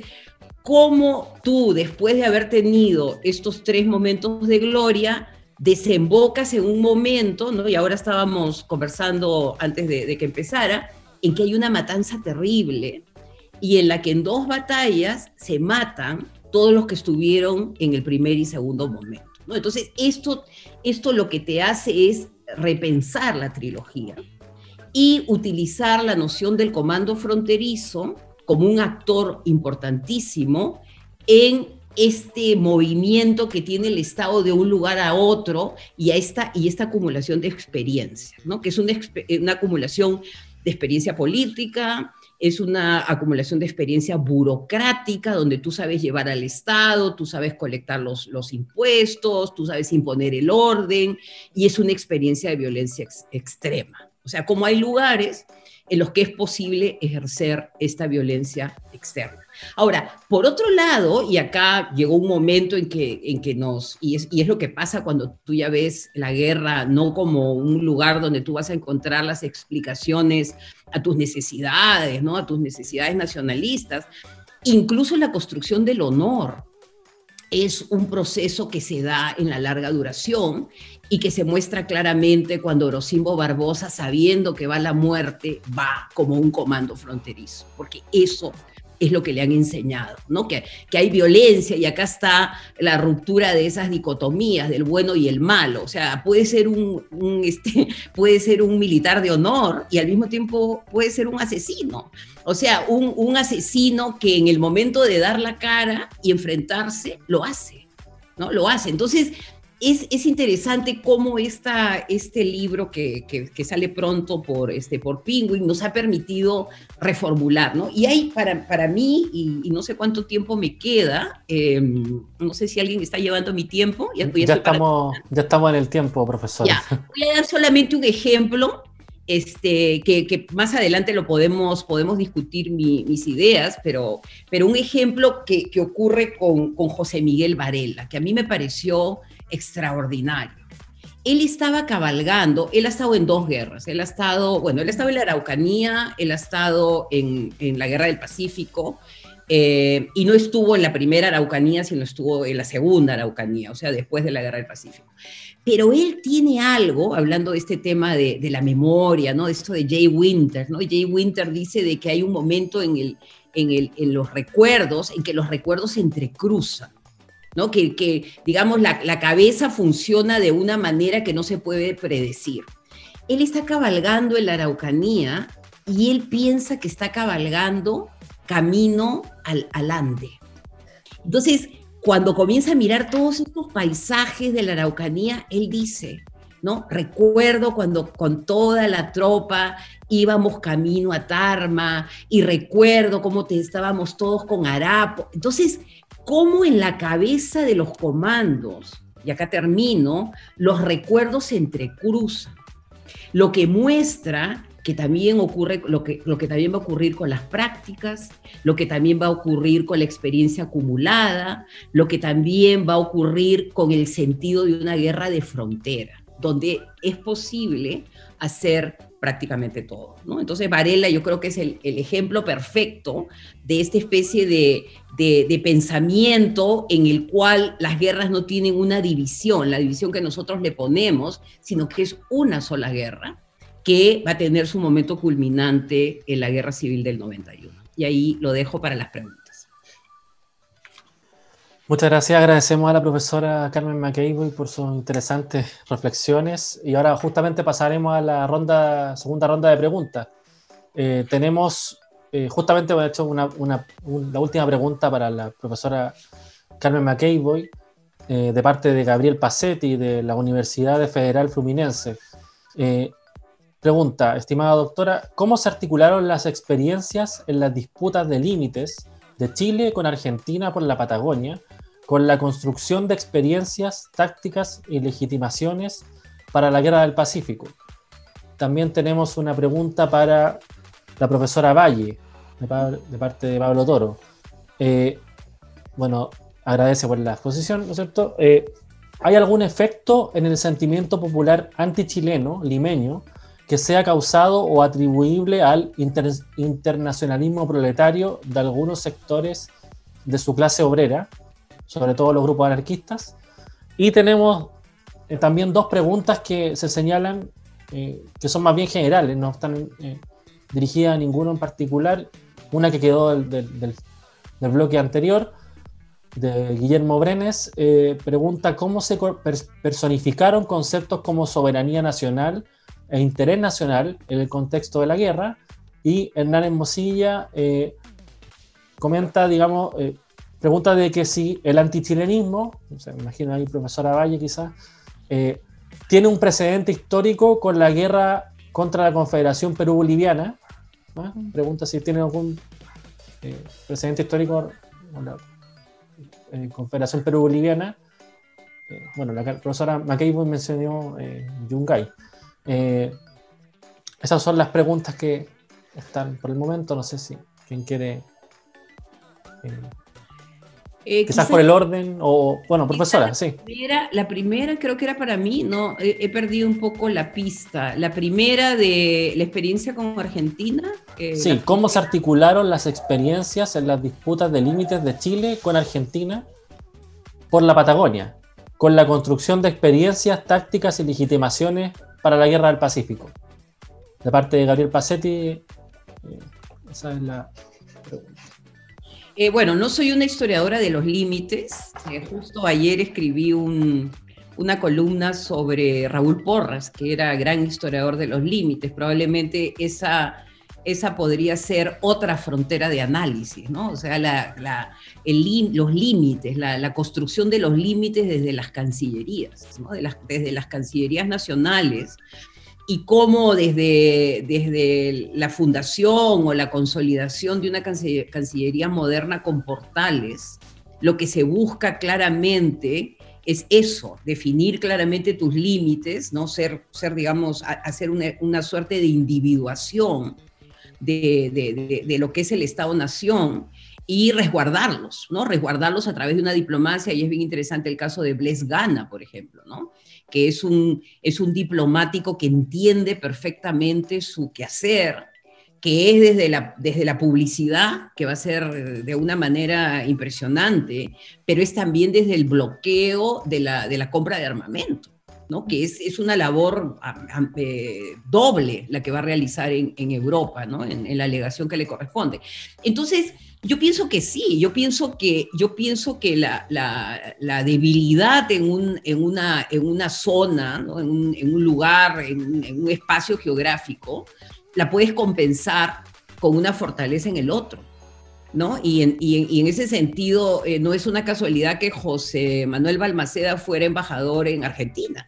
¿cómo tú, después de haber tenido estos tres momentos de gloria, desembocas en un momento, ¿no? Y ahora estábamos conversando antes de, de que empezara, en que hay una matanza terrible y en la que en dos batallas se matan todos los que estuvieron en el primer y segundo momento, ¿no? Entonces, esto, esto lo que te hace es repensar la trilogía y utilizar la noción del comando fronterizo como un actor importantísimo en este movimiento que tiene el Estado de un lugar a otro y, a esta, y esta acumulación de experiencia, ¿no? Que es una, una acumulación de experiencia política, es una acumulación de experiencia burocrática, donde tú sabes llevar al Estado, tú sabes colectar los, los impuestos, tú sabes imponer el orden, y es una experiencia de violencia ex, extrema. O sea, como hay lugares en los que es posible ejercer esta violencia externa. Ahora, por otro lado, y acá llegó un momento en que, en que nos, y es, y es lo que pasa cuando tú ya ves la guerra no como un lugar donde tú vas a encontrar las explicaciones a tus necesidades, ¿no? A tus necesidades nacionalistas, incluso la construcción del honor es un proceso que se da en la larga duración y que se muestra claramente cuando Orocimbo Barbosa, sabiendo que va la muerte, va como un comando fronterizo, porque eso es lo que le han enseñado, ¿no? Que, que hay violencia, y acá está la ruptura de esas dicotomías del bueno y el malo. O sea, puede ser un, un, este, puede ser un militar de honor y al mismo tiempo puede ser un asesino. O sea, un, un asesino que en el momento de dar la cara y enfrentarse, lo hace, ¿no? Lo hace. Entonces, Es, es interesante cómo esta, este libro que, que, que sale pronto por, este, por Penguin nos ha permitido reformular, ¿no? Y hay para, para mí, y, y no sé cuánto tiempo me queda, eh, no sé si alguien está llevando mi tiempo. Ya, ya, estamos, para... ya estamos en el tiempo, profesor. Ya, voy a dar solamente un ejemplo, este, que, que más adelante lo podemos, podemos discutir mi, mis ideas, pero, pero un ejemplo que, que ocurre con, con José Miguel Varela, que a mí me pareció extraordinario. Él estaba cabalgando, él ha estado en dos guerras, él ha estado, bueno, él ha estado en la Araucanía, él ha estado en, en la Guerra del Pacífico, eh, y no estuvo en la primera Araucanía, sino estuvo en la segunda Araucanía, o sea, después de la Guerra del Pacífico. Pero él tiene algo, hablando de este tema de, de la memoria, ¿no? De esto de Jay Winter, ¿no? Jay Winter dice de que hay un momento en el, en, el, en los recuerdos, en que los recuerdos se entrecruzan, ¿no? Que, que digamos, la, la cabeza funciona de una manera que no se puede predecir. Él está cabalgando en la Araucanía y él piensa que está cabalgando camino al, al Ande. Entonces, cuando comienza a mirar todos estos paisajes de la Araucanía, él dice, ¿no? Recuerdo cuando con toda la tropa íbamos camino a Tarma y recuerdo cómo te, estábamos todos con harapo. Entonces, cómo en la cabeza de los comandos, y acá termino, los recuerdos se entrecruzan. Lo que muestra que también ocurre, lo que, lo que también va a ocurrir con las prácticas, lo que también va a ocurrir con la experiencia acumulada, lo que también va a ocurrir con el sentido de una guerra de frontera, donde es posible hacer prácticamente todo, ¿no? Entonces Varela yo creo que es el, el ejemplo perfecto de esta especie de, de, de pensamiento en el cual las guerras no tienen una división, la división que nosotros le ponemos, sino que es una sola guerra que va a tener su momento culminante en la Guerra Civil del noventa y uno. Y ahí lo dejo para las preguntas. Muchas gracias, agradecemos a la profesora Carmen McCabe por sus interesantes reflexiones y ahora justamente pasaremos a la ronda, segunda ronda de preguntas. Eh, tenemos, eh, justamente hemos hecho una, una, una, la última pregunta para la profesora Carmen McCabe eh, de parte de Gabriel Pacetti de la Universidad Federal Fluminense. Eh, pregunta, estimada doctora, ¿cómo se articularon las experiencias en las disputas de límites de Chile con Argentina por la Patagonia, con la construcción de experiencias, tácticas y legitimaciones para la Guerra del Pacífico? También tenemos una pregunta para la profesora Valle, de, Pablo, de parte de Pablo Toro. Eh, bueno, agradece por la exposición, ¿no es cierto? Eh, ¿Hay algún efecto en el sentimiento popular antichileno, limeño, que sea causado o atribuible al inter, internacionalismo proletario de algunos sectores de su clase obrera, sobre todo los grupos anarquistas? Y tenemos eh, también dos preguntas que se señalan, eh, que son más bien generales, no están eh, dirigidas a ninguno en particular. Una que quedó del, del, del, del bloque anterior, de Guillermo Brenes, eh, pregunta cómo se personificaron conceptos como soberanía nacional e interés nacional en el contexto de la guerra, y Hernán Hermosilla eh, comenta, digamos, eh, pregunta de que si el antichilenismo, o sea, me imagino ahí profesora Valle quizás, eh, tiene un precedente histórico con la guerra contra la Confederación Perú-Boliviana, ¿no? Pregunta si tiene algún eh, precedente histórico con la eh, Confederación Perú-Boliviana. Eh, bueno, la profesora McCabe mencionó eh, Yungay. Eh, esas son las preguntas que están por el momento. No sé si quien quiere eh, eh, quizás, quizás por el orden o bueno, profesora, la sí. Primera, la primera creo que era para mí, no, he, he perdido un poco la pista. La primera de la experiencia con Argentina. Eh, sí, ¿cómo se articularon las experiencias en las disputas de límites de Chile con Argentina por la Patagonia, con la construcción de experiencias, tácticas y legitimaciones para la Guerra del Pacífico? De parte de Gabriel Pacetti, eh, esa es la pregunta. Eh, bueno, no soy una historiadora de los límites. Eh, justo ayer escribí un, una columna sobre Raúl Porras, que era gran historiador de los límites. Probablemente esa, esa podría ser otra frontera de análisis, ¿no? O sea, la, la, el, los límites, la, la construcción de los límites desde las cancillerías, ¿no? De las, desde las cancillerías nacionales, y cómo desde, desde la fundación o la consolidación de una cancillería moderna con portales, lo que se busca claramente es eso, definir claramente tus límites, ¿no? Ser, ser digamos, hacer una, una suerte de individuación de, de, de, de lo que es el Estado-Nación y resguardarlos, ¿no? Resguardarlos a través de una diplomacia, y es bien interesante el caso de Bless Gana, por ejemplo, ¿no? Que es un, es un diplomático que entiende perfectamente su quehacer, que es desde la, desde la publicidad, que va a ser de una manera impresionante, pero es también desde el bloqueo de la, de la compra de armamento, ¿no? Que es, es una labor eh, doble la que va a realizar en, en Europa, ¿no? En, en la alegación que le corresponde. Entonces, yo pienso que sí, yo pienso que, yo pienso que la, la, la debilidad en, un, en, una, en una zona, ¿no? en, un, en un lugar, en, en un espacio geográfico, la puedes compensar con una fortaleza en el otro, ¿no? Y en, y en, y en ese sentido, eh, no es una casualidad que José Manuel Balmaceda fuera embajador en Argentina.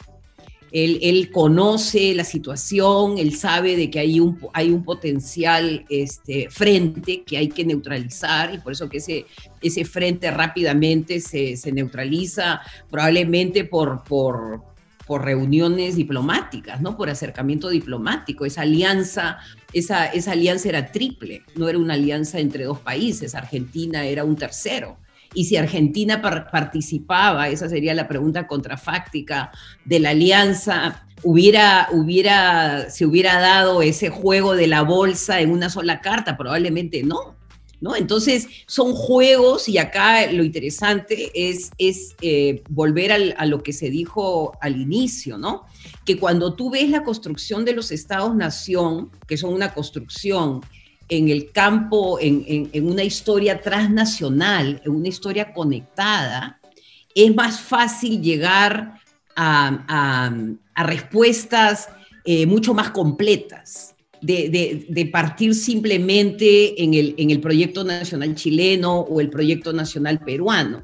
Él, él conoce la situación, él sabe de que hay un, hay un potencial este, frente que hay que neutralizar, y por eso que ese, ese frente rápidamente se, se neutraliza, probablemente por, por, por reuniones diplomáticas, ¿no? Por acercamiento diplomático. Esa alianza, esa, esa alianza era triple, no era una alianza entre dos países, Argentina era un tercero. Y si Argentina par participaba, esa sería la pregunta contrafáctica de la alianza, hubiera, hubiera, se hubiera dado ese juego de la bolsa en una sola carta, probablemente no, ¿no? Entonces son juegos, y acá lo interesante es, es eh, volver al, a lo que se dijo al inicio, ¿no? Que cuando tú ves la construcción de los estados-nación, que son una construcción en el campo, en, en, en una historia transnacional, en una historia conectada, es más fácil llegar a, a, a respuestas eh, mucho más completas, de, de, de partir simplemente en el, en el proyecto nacional chileno o el proyecto nacional peruano.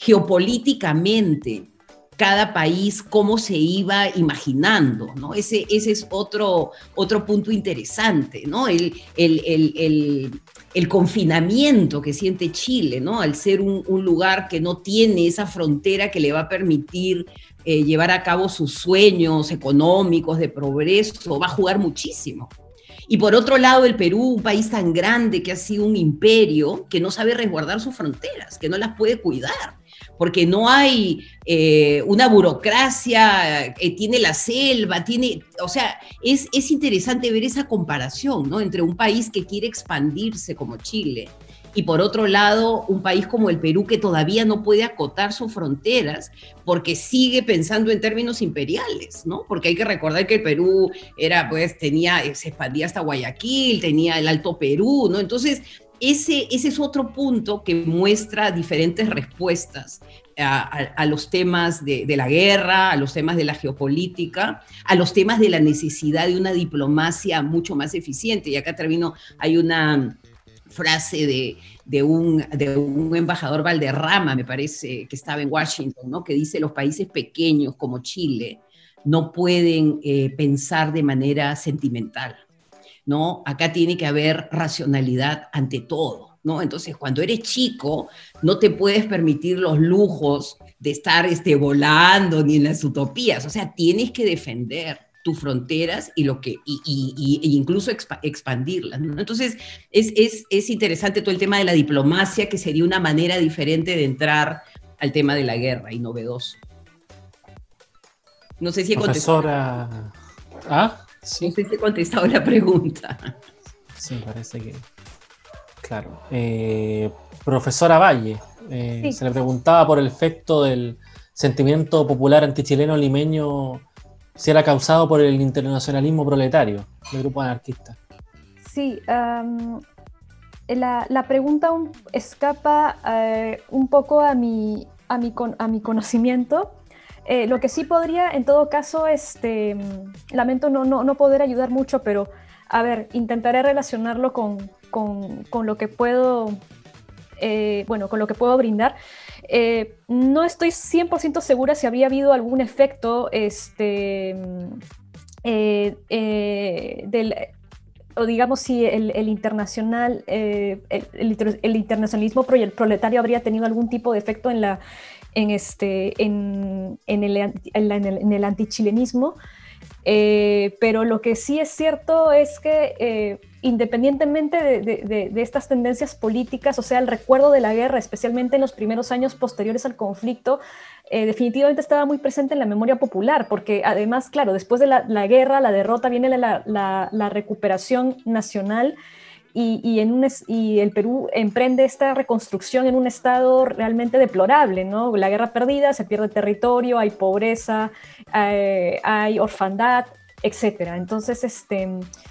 Geopolíticamente, cada país cómo se iba imaginando, ¿no? Ese, ese es otro, otro punto interesante, ¿no? El, el, el, el, el confinamiento que siente Chile, ¿no? Al ser un, un lugar que no tiene esa frontera que le va a permitir eh, llevar a cabo sus sueños económicos de progreso, va a jugar muchísimo. Y por otro lado, el Perú, un país tan grande que ha sido un imperio, que no sabe resguardar sus fronteras, que no las puede cuidar, porque no hay eh, una burocracia, eh, tiene la selva, tiene, o sea, es, es interesante ver esa comparación, ¿no? Entre un país que quiere expandirse como Chile y por otro lado un país como el Perú que todavía no puede acotar sus fronteras porque sigue pensando en términos imperiales, ¿no? Porque hay que recordar que el Perú era, pues, tenía, se expandía hasta Guayaquil, tenía el Alto Perú, ¿no? Entonces, Ese, ese es otro punto que muestra diferentes respuestas a, a, a los temas de, de la guerra, a los temas de la geopolítica, a los temas de la necesidad de una diplomacia mucho más eficiente. Y acá termino, hay una frase de, de, un, de un embajador Valderrama, me parece, que estaba en Washington, ¿no? Que dice: los países pequeños como Chile no pueden eh, pensar de manera sentimental, ¿no? Acá tiene que haber racionalidad ante todo, ¿no? Entonces, cuando eres chico, no te puedes permitir los lujos de estar este, volando ni en las utopías, o sea, tienes que defender tus fronteras y lo que, y, y, y, e incluso expa expandirlas, ¿no? Entonces, es, es, es interesante todo el tema de la diplomacia, que sería una manera diferente de entrar al tema de la guerra, y novedoso. No sé si he contestado. Profesora... ¿Ah? Sí. No sé si he contestado la pregunta. Sí, parece que... Claro. Eh, profesora Valle, eh, sí. Se le preguntaba por el efecto del sentimiento popular antichileno limeño, si era causado por el internacionalismo proletario del grupo anarquista. Sí, um, la, la pregunta un, escapa uh, un poco a mi, a mi, con, a mi conocimiento. Eh, lo que sí podría, en todo caso, este, lamento no, no, no poder ayudar mucho, pero a ver, intentaré relacionarlo con, con, con lo que puedo, eh, bueno, con lo que puedo brindar. Eh, no estoy cien por ciento segura si había habido algún efecto este, eh, eh, del, o digamos si el, el internacional, eh, el, el, el internacionalismo proletario habría tenido algún tipo de efecto en la En, este, en, en, el, en, la, en, el, en el antichilenismo, eh, pero lo que sí es cierto es que eh, independientemente de, de, de estas tendencias políticas, o sea, el recuerdo de la guerra, especialmente en los primeros años posteriores al conflicto, eh, definitivamente estaba muy presente en la memoria popular, porque además, claro, después de la, la guerra, la derrota, viene la, la, la recuperación nacional. y, y, en un, y el Perú emprende esta reconstrucción en un estado realmente deplorable, ¿no? La guerra perdida, se pierde territorio, hay pobreza, hay, hay orfandad, etcétera. Entonces, este,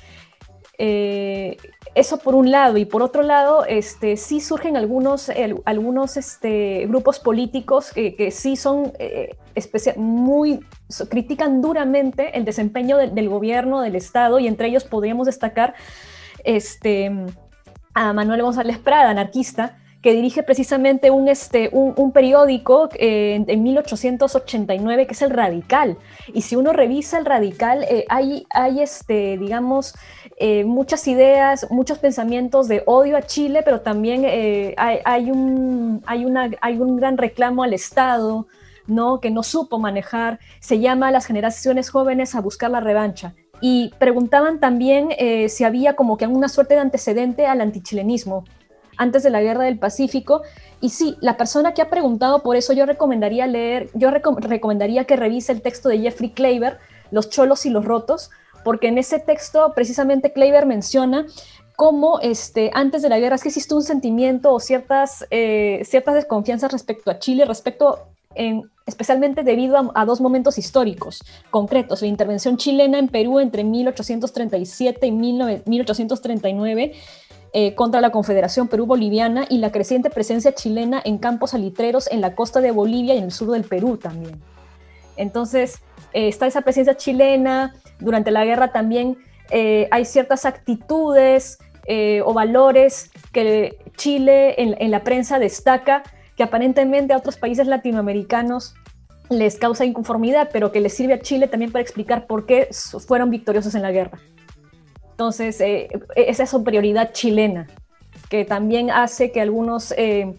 eh, eso por un lado, y por otro lado, este, sí surgen algunos, el, algunos este, grupos políticos que, que sí son eh, especial, muy, critican duramente el desempeño de, del gobierno, del Estado, y entre ellos podríamos destacar este, a Manuel González Prada, anarquista, que dirige precisamente un, este, un, un periódico eh, en, en mil ochocientos ochenta y nueve, que es El Radical. Y si uno revisa El Radical, eh, hay, hay este, digamos, eh, muchas ideas, muchos pensamientos de odio a Chile, pero también eh, hay, hay, un, hay, una, hay un gran reclamo al Estado, ¿no? Que no supo manejar. Se llama a las generaciones jóvenes a buscar la revancha. Y preguntaban también eh, si había como que una suerte de antecedente al antichilenismo antes de la Guerra del Pacífico, y sí, la persona que ha preguntado por eso yo recomendaría leer, yo recom recomendaría que revise el texto de Jeffrey Klaver, Los cholos y los rotos, porque en ese texto precisamente Klaver menciona cómo este, antes de la guerra es que existe un sentimiento o ciertas, eh, ciertas desconfianzas respecto a Chile, respecto en, especialmente debido a, a dos momentos históricos concretos, la intervención chilena en Perú entre mil ochocientos treinta y siete y mil ochocientos treinta y nueve, Eh, contra la Confederación Perú-Boliviana, y la creciente presencia chilena en campos salitreros en la costa de Bolivia y en el sur del Perú también. Entonces, eh, está esa presencia chilena. Durante la guerra también eh, hay ciertas actitudes eh, o valores que Chile en, en la prensa destaca, que aparentemente a otros países latinoamericanos les causa inconformidad, pero que les sirve a Chile también para explicar por qué fueron victoriosos en la guerra. Entonces, eh, esa superioridad chilena, que también hace que algunos eh,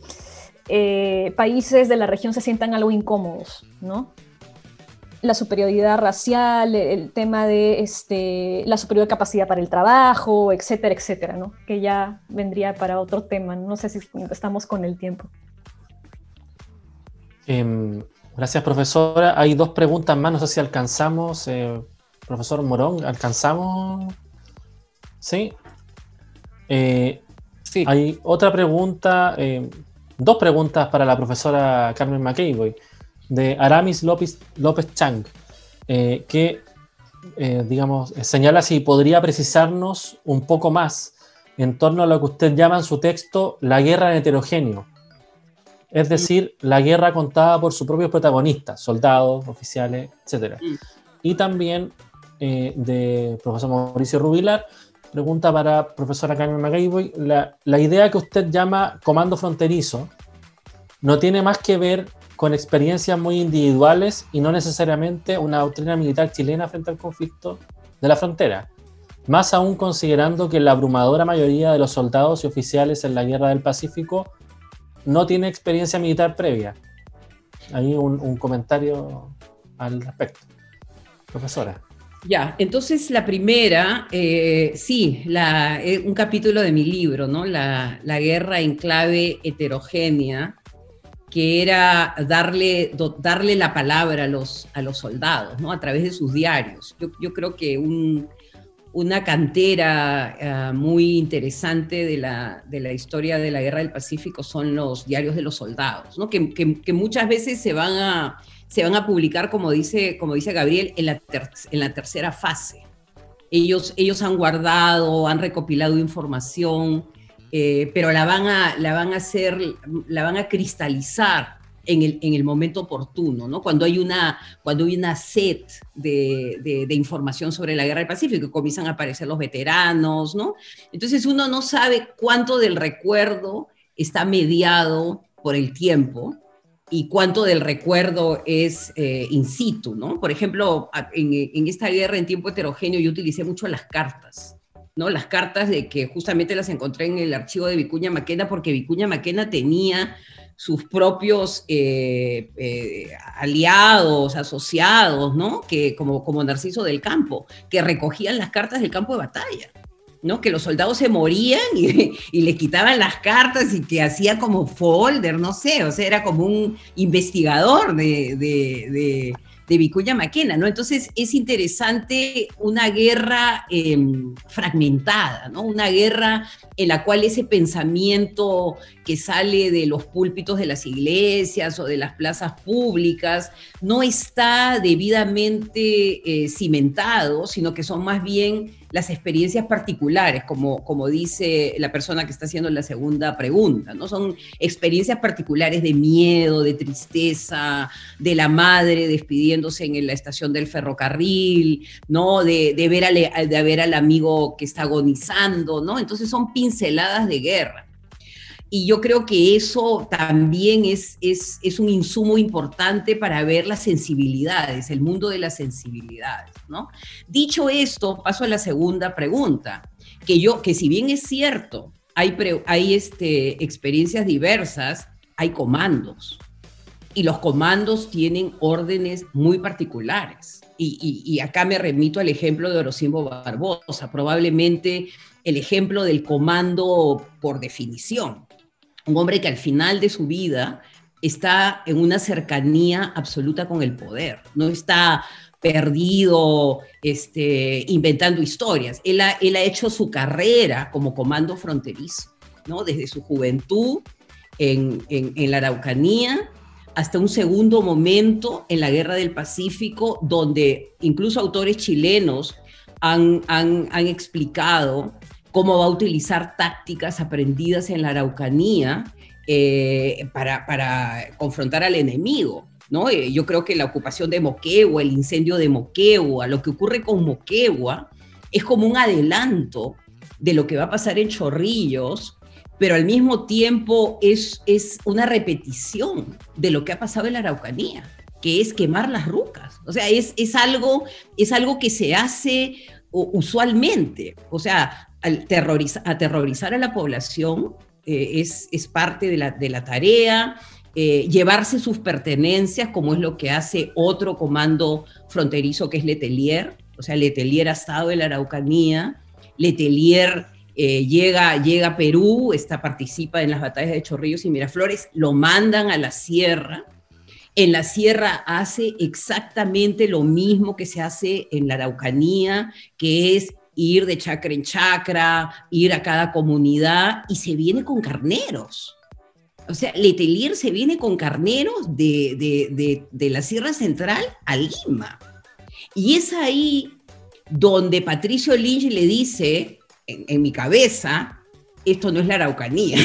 eh, países de la región se sientan algo incómodos, ¿no? La superioridad racial, el tema de este, la superior capacidad para el trabajo, etcétera, etcétera, ¿no? Que ya vendría para otro tema. No sé si estamos con el tiempo. Eh, gracias, profesora. Hay dos preguntas más, no sé si alcanzamos. Eh, profesor Morón, ¿alcanzamos? Sí. Eh, sí. Hay otra pregunta, eh, dos preguntas para la profesora Carmen McEvoy, de Aramis López, López Chang, eh, que, eh, digamos, señala si podría precisarnos un poco más en torno a lo que usted llama en su texto la guerra en heterogéneo. Es decir, la guerra contada por sus propios protagonistas, soldados, oficiales, etcétera. Y también eh, de profesor Mauricio Rubilar, pregunta para profesora Carmen McEvoy, la, la idea que usted llama comando fronterizo no tiene más que ver con experiencias muy individuales y no necesariamente una doctrina militar chilena frente al conflicto de la frontera, más aún considerando que la abrumadora mayoría de los soldados y oficiales en la Guerra del Pacífico no tiene experiencia militar previa. Hay un, un comentario al respecto. Profesora. Ya, entonces la primera, eh, sí, la, eh, un capítulo de mi libro, ¿no? La, la guerra en clave heterogénea, que era darle, do, darle la palabra a los, a los soldados, ¿no? A través de sus diarios. Yo, yo creo que un, una cantera uh, muy interesante de la, de la historia de la Guerra del Pacífico son los diarios de los soldados, ¿no? Que, que, que muchas veces se van a... se van a publicar, como dice, como dice Gabriel, en la, ter en la tercera fase. Ellos, ellos han guardado, han recopilado información, eh, pero la van a, la van a hacer, la van a cristalizar en el, en el momento oportuno, ¿no? Cuando hay una, cuando hay una sed de, de, de información sobre la Guerra del Pacífico, comienzan a aparecer los veteranos, ¿no? Entonces uno no sabe cuánto del recuerdo está mediado por el tiempo, y cuánto del recuerdo es eh, in situ, ¿no? Por ejemplo, en, en esta guerra en tiempo heterogéneo yo utilicé mucho las cartas, ¿no? Las cartas de que justamente las encontré en el archivo de Vicuña Maquena, porque Vicuña Maquena tenía sus propios eh, eh, aliados, asociados, ¿no? Que, como, como Narciso del Campo, que recogían las cartas del campo de batalla, ¿no? Que los soldados se morían y, y le quitaban las cartas y que hacía como folder, no sé, o sea, era como un investigador de, de, de, de Vicuña Maquena, ¿no? Entonces es interesante una guerra eh, fragmentada, ¿no? Una guerra en la cual ese pensamiento que sale de los púlpitos de las iglesias o de las plazas públicas no está debidamente eh, cimentado, sino que son más bien las experiencias particulares, como, como dice la persona que está haciendo la segunda pregunta, ¿no? Son experiencias particulares de miedo, de tristeza, de la madre despidiéndose en la estación del ferrocarril, ¿no? De, de, ver, al, de ver al amigo que está agonizando, ¿no? Entonces son pinceladas de guerra. Y yo creo que eso también es, es, es un insumo importante para ver las sensibilidades, el mundo de las sensibilidades, ¿no? Dicho esto, paso a la segunda pregunta, que yo, que si bien es cierto, hay, pre, hay este, experiencias diversas, hay comandos, y los comandos tienen órdenes muy particulares. Y, y, y acá me remito al ejemplo de Orocimbo Barbosa, probablemente el ejemplo del comando por definición. Un hombre que al final de su vida está en una cercanía absoluta con el poder, no está perdido este, inventando historias. Él ha, él ha hecho su carrera como comando fronterizo, ¿no? Desde su juventud en, en, en la Araucanía hasta un segundo momento en la Guerra del Pacífico, donde incluso autores chilenos han, han, han explicado cómo va a utilizar tácticas aprendidas en la Araucanía eh, para, para confrontar al enemigo, ¿no? Eh, yo creo que la ocupación de Moquegua, el incendio de Moquegua, lo que ocurre con Moquegua es como un adelanto de lo que va a pasar en Chorrillos, pero al mismo tiempo es, es una repetición de lo que ha pasado en la Araucanía, que es quemar las rucas. O sea, es, es, algo, es algo que se hace usualmente, o sea, Aterrorizar, aterrorizar a la población eh, es, es parte de la, de la tarea, eh, llevarse sus pertenencias, como es lo que hace otro comando fronterizo que es Letelier. O sea, Letelier ha estado en la Araucanía, Letelier eh, llega, llega a Perú, está, participa en las batallas de Chorrillos y Miraflores, lo mandan a la sierra. En la sierra hace exactamente lo mismo que se hace en la Araucanía, que es ir de chacra en chacra, ir a cada comunidad, y se viene con carneros. O sea, Letelier se viene con carneros de, de, de, de la Sierra Central a Lima. Y es ahí donde Patricio Lynch le dice, en, en mi cabeza, esto no es la Araucanía.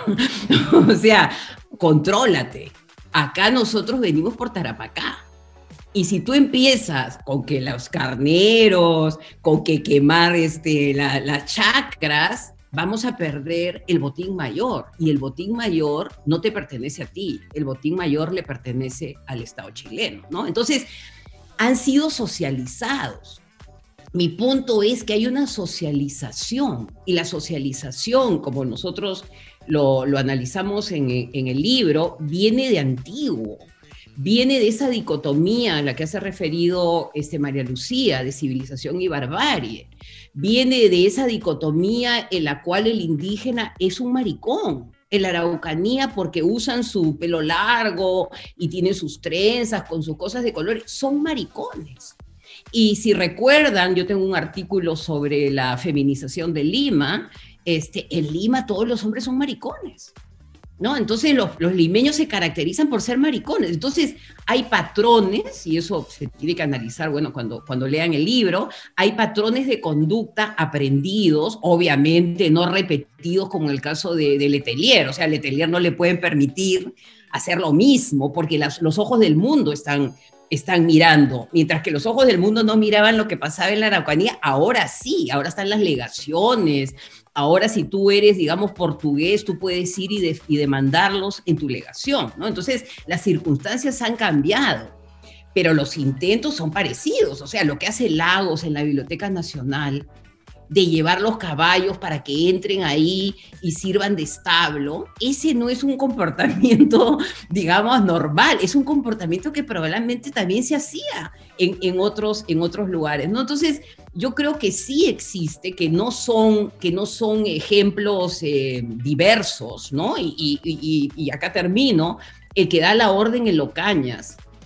O sea, contrólate. Acá nosotros venimos por Tarapacá. Y si tú empiezas con que los carneros, con que quemar este, la, las chacras, vamos a perder el botín mayor. Y el botín mayor no te pertenece a ti, el botín mayor le pertenece al Estado chileno, ¿no? Entonces, han sido socializados. Mi punto es que hay una socialización, y la socialización, como nosotros lo, lo analizamos en, en el libro, viene de antiguo. Viene de esa dicotomía a la que hace referido este, María Lucía, de civilización y barbarie. Viene de esa dicotomía en la cual el indígena es un maricón. En la Araucanía, porque usan su pelo largo y tienen sus trenzas con sus cosas de colores, son maricones. Y si recuerdan, yo tengo un artículo sobre la feminización de Lima. Este, en Lima todos los hombres son maricones, ¿no? Entonces los, los limeños se caracterizan por ser maricones. Entonces hay patrones, y eso se tiene que analizar, bueno, cuando, cuando lean el libro, hay patrones de conducta aprendidos, obviamente no repetidos como en el caso de, de Letelier. O sea, a Letelier no le pueden permitir hacer lo mismo porque las, los ojos del mundo están, están mirando, mientras que los ojos del mundo no miraban lo que pasaba en la Araucanía. Ahora sí, ahora están las legaciones. Ahora, si tú eres, digamos, portugués, tú puedes ir y, de, y demandarlos en tu legación, ¿no? Entonces, las circunstancias han cambiado, pero los intentos son parecidos. O sea, lo que hace Lagos en la Biblioteca Nacional, de llevar los caballos para que entren ahí y sirvan de establo, ese no es un comportamiento, digamos, normal. Es un comportamiento que probablemente también se hacía en, en, otros, en otros lugares, ¿no? Entonces, yo creo que sí existe, que no son, que no son ejemplos eh, diversos, ¿no? Y, y, y, y acá termino, el que da la orden en Locañas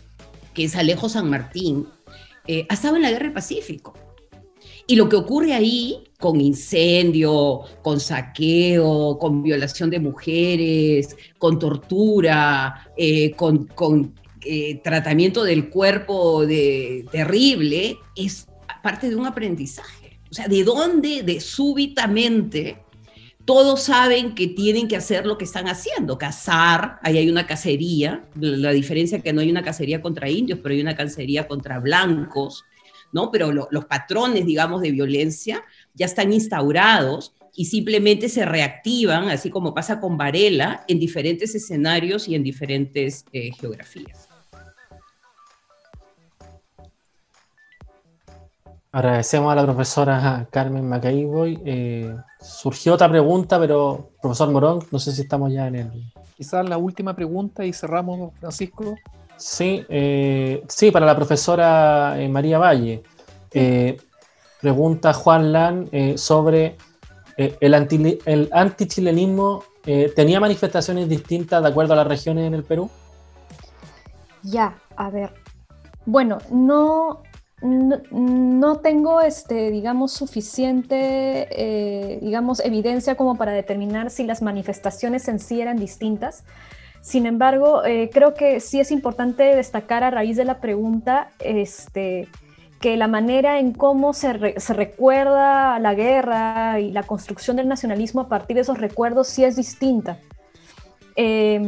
que es Alejo San Martín, eh, ha estado en la Guerra del Pacífico. Y lo que ocurre ahí, con incendio, con saqueo, con violación de mujeres, con tortura, eh, con, con eh, tratamiento del cuerpo de, terrible, es parte de un aprendizaje. O sea, ¿de dónde, de súbitamente, todos saben que tienen que hacer lo que están haciendo? Cazar, ahí hay una cacería, la diferencia es que no hay una cacería contra indios, pero hay una cacería contra blancos, ¿no? Pero lo, los patrones, digamos, de violencia ya están instaurados y simplemente se reactivan, así como pasa con Varela, en diferentes escenarios y en diferentes eh, geografías. Agradecemos a la profesora Carmen Macaiboy. Eh, surgió otra pregunta, pero profesor Morón, no sé si estamos ya en el... Quizás la última pregunta y cerramos, Francisco. Sí, eh, sí, para la profesora eh, María Valle. Eh, pregunta Juan Lan eh, sobre eh, el, anti, el antichilenismo. Eh, ¿Tenía manifestaciones distintas de acuerdo a las regiones en el Perú? Ya, a ver. Bueno, no... No, no tengo, este, digamos, suficiente, eh, digamos, evidencia como para determinar si las manifestaciones en sí eran distintas. Sin embargo, eh, creo que sí es importante destacar a raíz de la pregunta este, que la manera en cómo se, re, se recuerda la guerra y la construcción del nacionalismo a partir de esos recuerdos sí es distinta. Eh,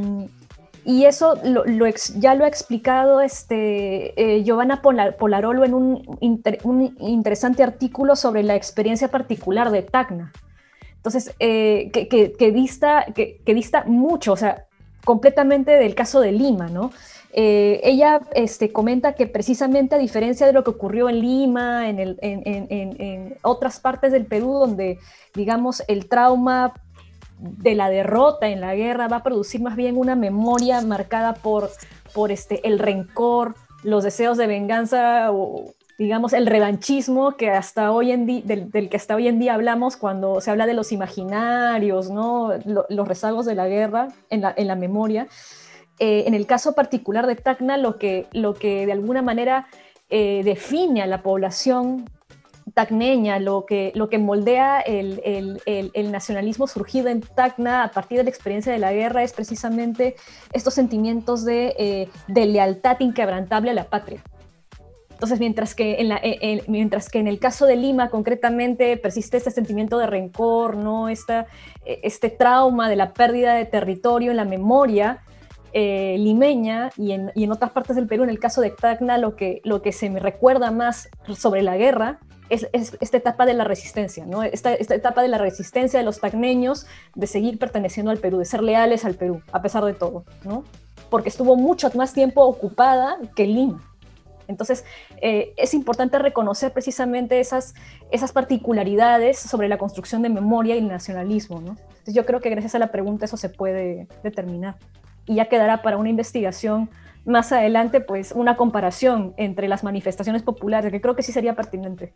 Y eso lo, lo ex, ya lo ha explicado este, eh, Giovanna Polar, Polarolo en un, inter, un interesante artículo sobre la experiencia particular de Tacna. Entonces, eh, que, que, que, dista, que, que dista mucho, o sea, completamente del caso de Lima, ¿no? Eh, ella este, comenta que precisamente a diferencia de lo que ocurrió en Lima, en, el, en, en, en, en otras partes del Perú, donde, digamos, el trauma de la derrota en la guerra va a producir más bien una memoria marcada por, por este, el rencor, los deseos de venganza o, digamos, el revanchismo que hasta hoy en día, del, del que hasta hoy en día hablamos cuando se habla de los imaginarios, ¿no? Lo, los rezagos de la guerra en la, en la memoria. Eh, en el caso particular de Tacna, lo que, lo que de alguna manera eh, define a la población tacneña, lo que, lo que moldea el, el, el, el nacionalismo surgido en Tacna a partir de la experiencia de la guerra es precisamente estos sentimientos de, eh, de lealtad inquebrantable a la patria. Entonces, mientras que, en la, en, mientras que en el caso de Lima concretamente persiste este sentimiento de rencor, ¿no? Esta, este trauma de la pérdida de territorio en la memoria eh, limeña y en, y en otras partes del Perú, en el caso de Tacna, lo que, lo que se me recuerda más sobre la guerra Es, es esta etapa de la resistencia, ¿no? Esta, esta etapa de la resistencia de los tacneños de seguir perteneciendo al Perú, de ser leales al Perú, a pesar de todo, ¿no? Porque estuvo mucho más tiempo ocupada que Lima. Entonces, eh, es importante reconocer precisamente esas, esas particularidades sobre la construcción de memoria y el nacionalismo, ¿no? Entonces, yo creo que gracias a la pregunta eso se puede determinar. Y ya quedará para una investigación más adelante, pues, una comparación entre las manifestaciones populares, que creo que sí sería pertinente.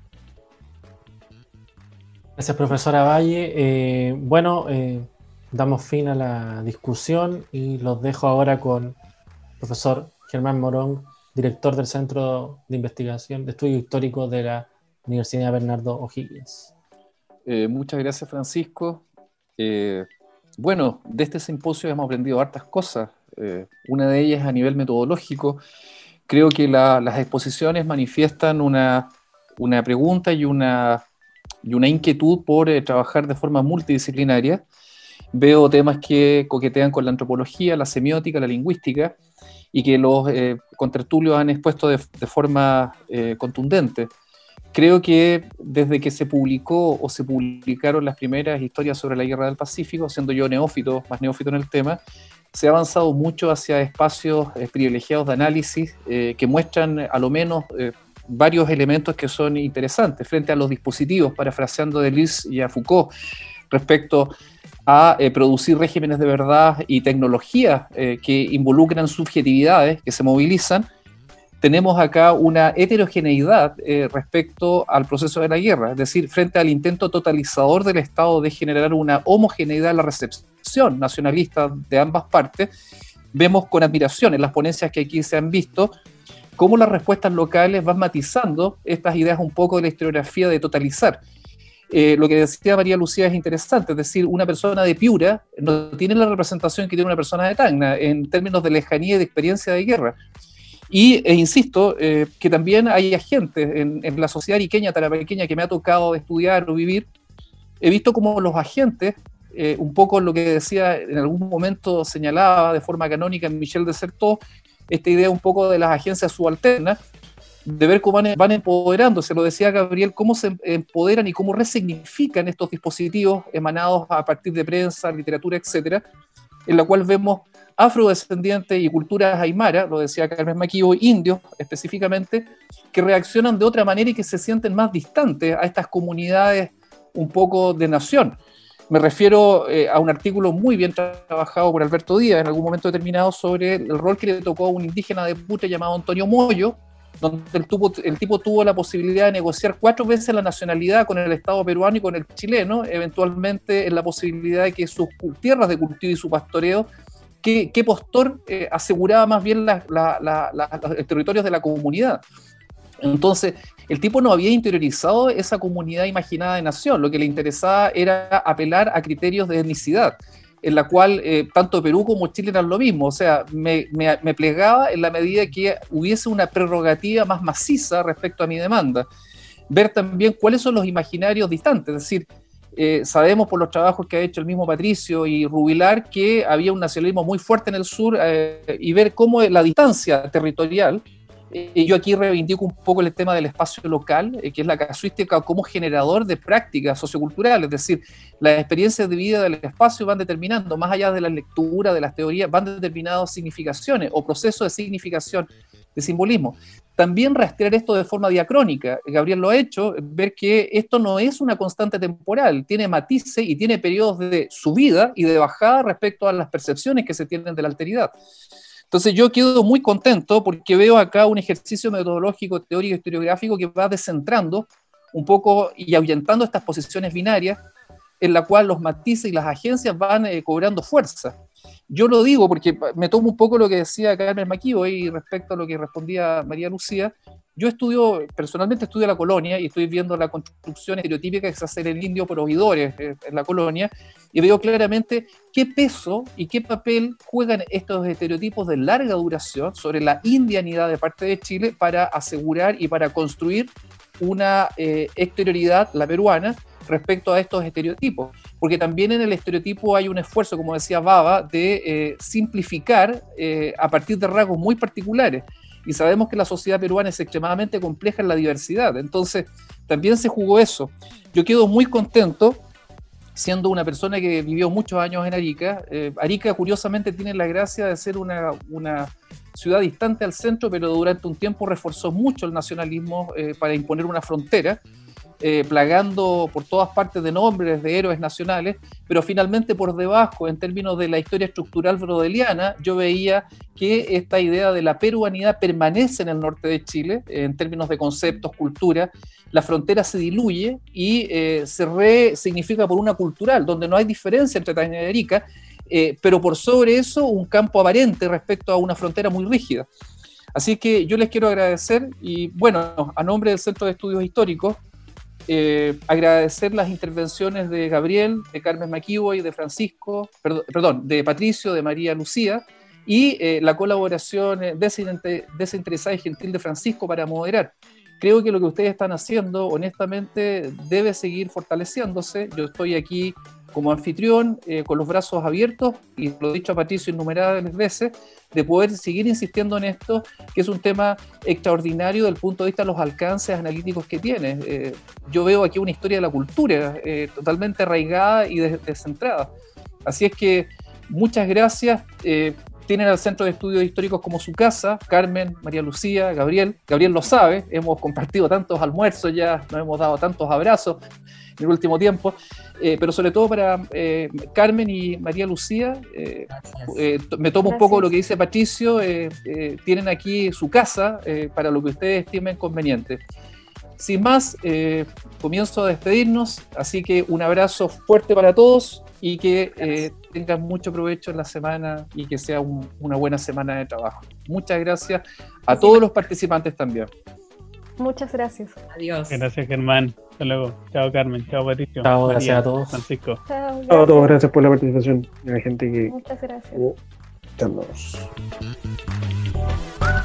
Gracias, profesora Valle. Eh, bueno, eh, damos fin a la discusión y los dejo ahora con el profesor Germán Morón, director del Centro de Investigación de Estudios Históricos de la Universidad Bernardo O'Higgins. Eh, muchas gracias, Francisco. Eh, bueno, de este simposio hemos aprendido hartas cosas. Eh, una de ellas a nivel metodológico. Creo que la, las exposiciones manifiestan una, una pregunta y una, y una inquietud por eh, trabajar de forma multidisciplinaria. Veo temas que coquetean con la antropología, la semiótica, la lingüística, y que los eh, contertulios han expuesto de, de forma eh, contundente. Creo que desde que se publicó o se publicaron las primeras historias sobre la Guerra del Pacífico, siendo yo neófito, más neófito en el tema, se ha avanzado mucho hacia espacios eh, privilegiados de análisis eh, que muestran a lo menos eh, varios elementos que son interesantes frente a los dispositivos, parafraseando a Deleuze y a Foucault, respecto a eh, producir regímenes de verdad y tecnologías eh, que involucran subjetividades, que se movilizan. Tenemos acá una heterogeneidad eh, respecto al proceso de la guerra, es decir, frente al intento totalizador del Estado de generar una homogeneidad en la recepción nacionalista de ambas partes, vemos con admiración en las ponencias que aquí se han visto, cómo las respuestas locales van matizando estas ideas un poco de la historiografía de totalizar. Eh, lo que decía María Lucía es interesante, es decir, una persona de Piura no tiene la representación que tiene una persona de Tacna en términos de lejanía y de experiencia de guerra. Y e insisto, eh, que también hay agentes en, en la sociedad ariqueña, tarapaqueña, que me ha tocado estudiar o vivir. He visto como los agentes, eh, un poco lo que decía en algún momento, señalaba de forma canónica Michel de Certeau, esta idea un poco de las agencias subalternas, de ver cómo van, van empoderándose, lo decía Gabriel, cómo se empoderan y cómo resignifican estos dispositivos emanados a partir de prensa, literatura, etcétera, en la cual vemos afrodescendientes y culturas aymara, lo decía Carmen Maquivo, indios específicamente, que reaccionan de otra manera y que se sienten más distantes a estas comunidades un poco de nación. Me refiero eh, a un artículo muy bien trabajado por Alberto Díaz en algún momento determinado sobre el rol que le tocó a un indígena de Putre llamado Antonio Moyo, donde el, tuvo, el tipo tuvo la posibilidad de negociar cuatro veces la nacionalidad con el Estado peruano y con el chileno, eventualmente en la posibilidad de que sus tierras de cultivo y su pastoreo, qué, qué postor eh, aseguraba más bien la, la, la, la, los territorios de la comunidad. Entonces, el tipo no había interiorizado esa comunidad imaginada de nación, lo que le interesaba era apelar a criterios de etnicidad, en la cual eh, tanto Perú como Chile eran lo mismo, o sea, me, me, me plegaba en la medida que hubiese una prerrogativa más maciza respecto a mi demanda. Ver también cuáles son los imaginarios distantes, es decir, eh, sabemos por los trabajos que ha hecho el mismo Patricio y Rubilar que había un nacionalismo muy fuerte en el sur, eh, y ver cómo la distancia territorial. Eh, yo aquí reivindico un poco el tema del espacio local, eh, que es la casuística como generador de prácticas socioculturales, es decir, las experiencias de vida del espacio van determinando, más allá de la lectura, de las teorías, van determinando significaciones o procesos de significación, de simbolismo. También rastrear esto de forma diacrónica, Gabriel lo ha hecho, ver que esto no es una constante temporal, tiene matices y tiene periodos de subida y de bajada respecto a las percepciones que se tienen de la alteridad. Entonces yo quedo muy contento porque veo acá un ejercicio metodológico, teórico, historiográfico que va descentrando un poco y ahuyentando estas posiciones binarias en la cual los matices y las agencias van eh, cobrando fuerza. Yo lo digo porque me tomo un poco lo que decía Carmen Maquivo y respecto a lo que respondía María Lucía. Yo estudio, personalmente estudio la colonia y estoy viendo la construcción estereotípica que se hace en el indio por oidores eh, en la colonia y veo claramente qué peso y qué papel juegan estos estereotipos de larga duración sobre la indianidad de parte de Chile para asegurar y para construir una eh, exterioridad, la peruana, respecto a estos estereotipos, porque también en el estereotipo hay un esfuerzo, como decía Baba, de eh, simplificar eh, a partir de rasgos muy particulares, y sabemos que la sociedad peruana es extremadamente compleja en la diversidad, entonces también se jugó eso. Yo quedo muy contento, siendo una persona que vivió muchos años en Arica. eh, Arica curiosamente tiene la gracia de ser una, una ciudad distante al centro, pero durante un tiempo reforzó mucho el nacionalismo eh, para imponer una frontera, Eh, plagando por todas partes de nombres de héroes nacionales, pero finalmente por debajo, en términos de la historia estructural brodeliana, yo veía que esta idea de la peruanidad permanece en el norte de Chile, eh, en términos de conceptos, cultura, la frontera se diluye y eh, se resignifica por una cultural, donde no hay diferencia entre Tacna y Arica, eh, pero por sobre eso un campo aparente respecto a una frontera muy rígida. Así que yo les quiero agradecer y, bueno, a nombre del Centro de Estudios Históricos, Eh, agradecer las intervenciones de Gabriel, de Carmen Maquivo y de Francisco, perdón, perdón de Patricio, de María Lucía, y eh, la colaboración desinteresada y gentil de Francisco para moderar. Creo que lo que ustedes están haciendo, honestamente, debe seguir fortaleciéndose. Yo estoy aquí como anfitrión, eh, con los brazos abiertos, y lo he dicho a Patricio innumerables veces, de poder seguir insistiendo en esto, que es un tema extraordinario desde el punto de vista de los alcances analíticos que tiene. Eh, yo veo aquí una historia de la cultura eh, totalmente arraigada y descentrada. Así es que muchas gracias. Eh, tienen al Centro de Estudios Históricos como su casa, Carmen, María Lucía, Gabriel. Gabriel lo sabe, hemos compartido tantos almuerzos ya, nos hemos dado tantos abrazos en el último tiempo, eh, pero sobre todo para eh, Carmen y María Lucía, eh, eh, me tomo Gracias. un poco lo que dice Patricio, eh, eh, tienen aquí su casa eh, para lo que ustedes estimen conveniente. Sin más, eh, comienzo a despedirnos, así que un abrazo fuerte para todos y que eh, tengan mucho provecho en la semana y que sea un, una buena semana de trabajo. Muchas gracias a todos los participantes también. Muchas gracias. Adiós. Gracias, Germán. Hasta luego. Chao, Carmen. Chao, Patricio. Chao, María, gracias a todos. Francisco. Chao, Chao a gracias. todos, gracias por la participación de la gente que Muchas gracias. estuvo escuchándonos.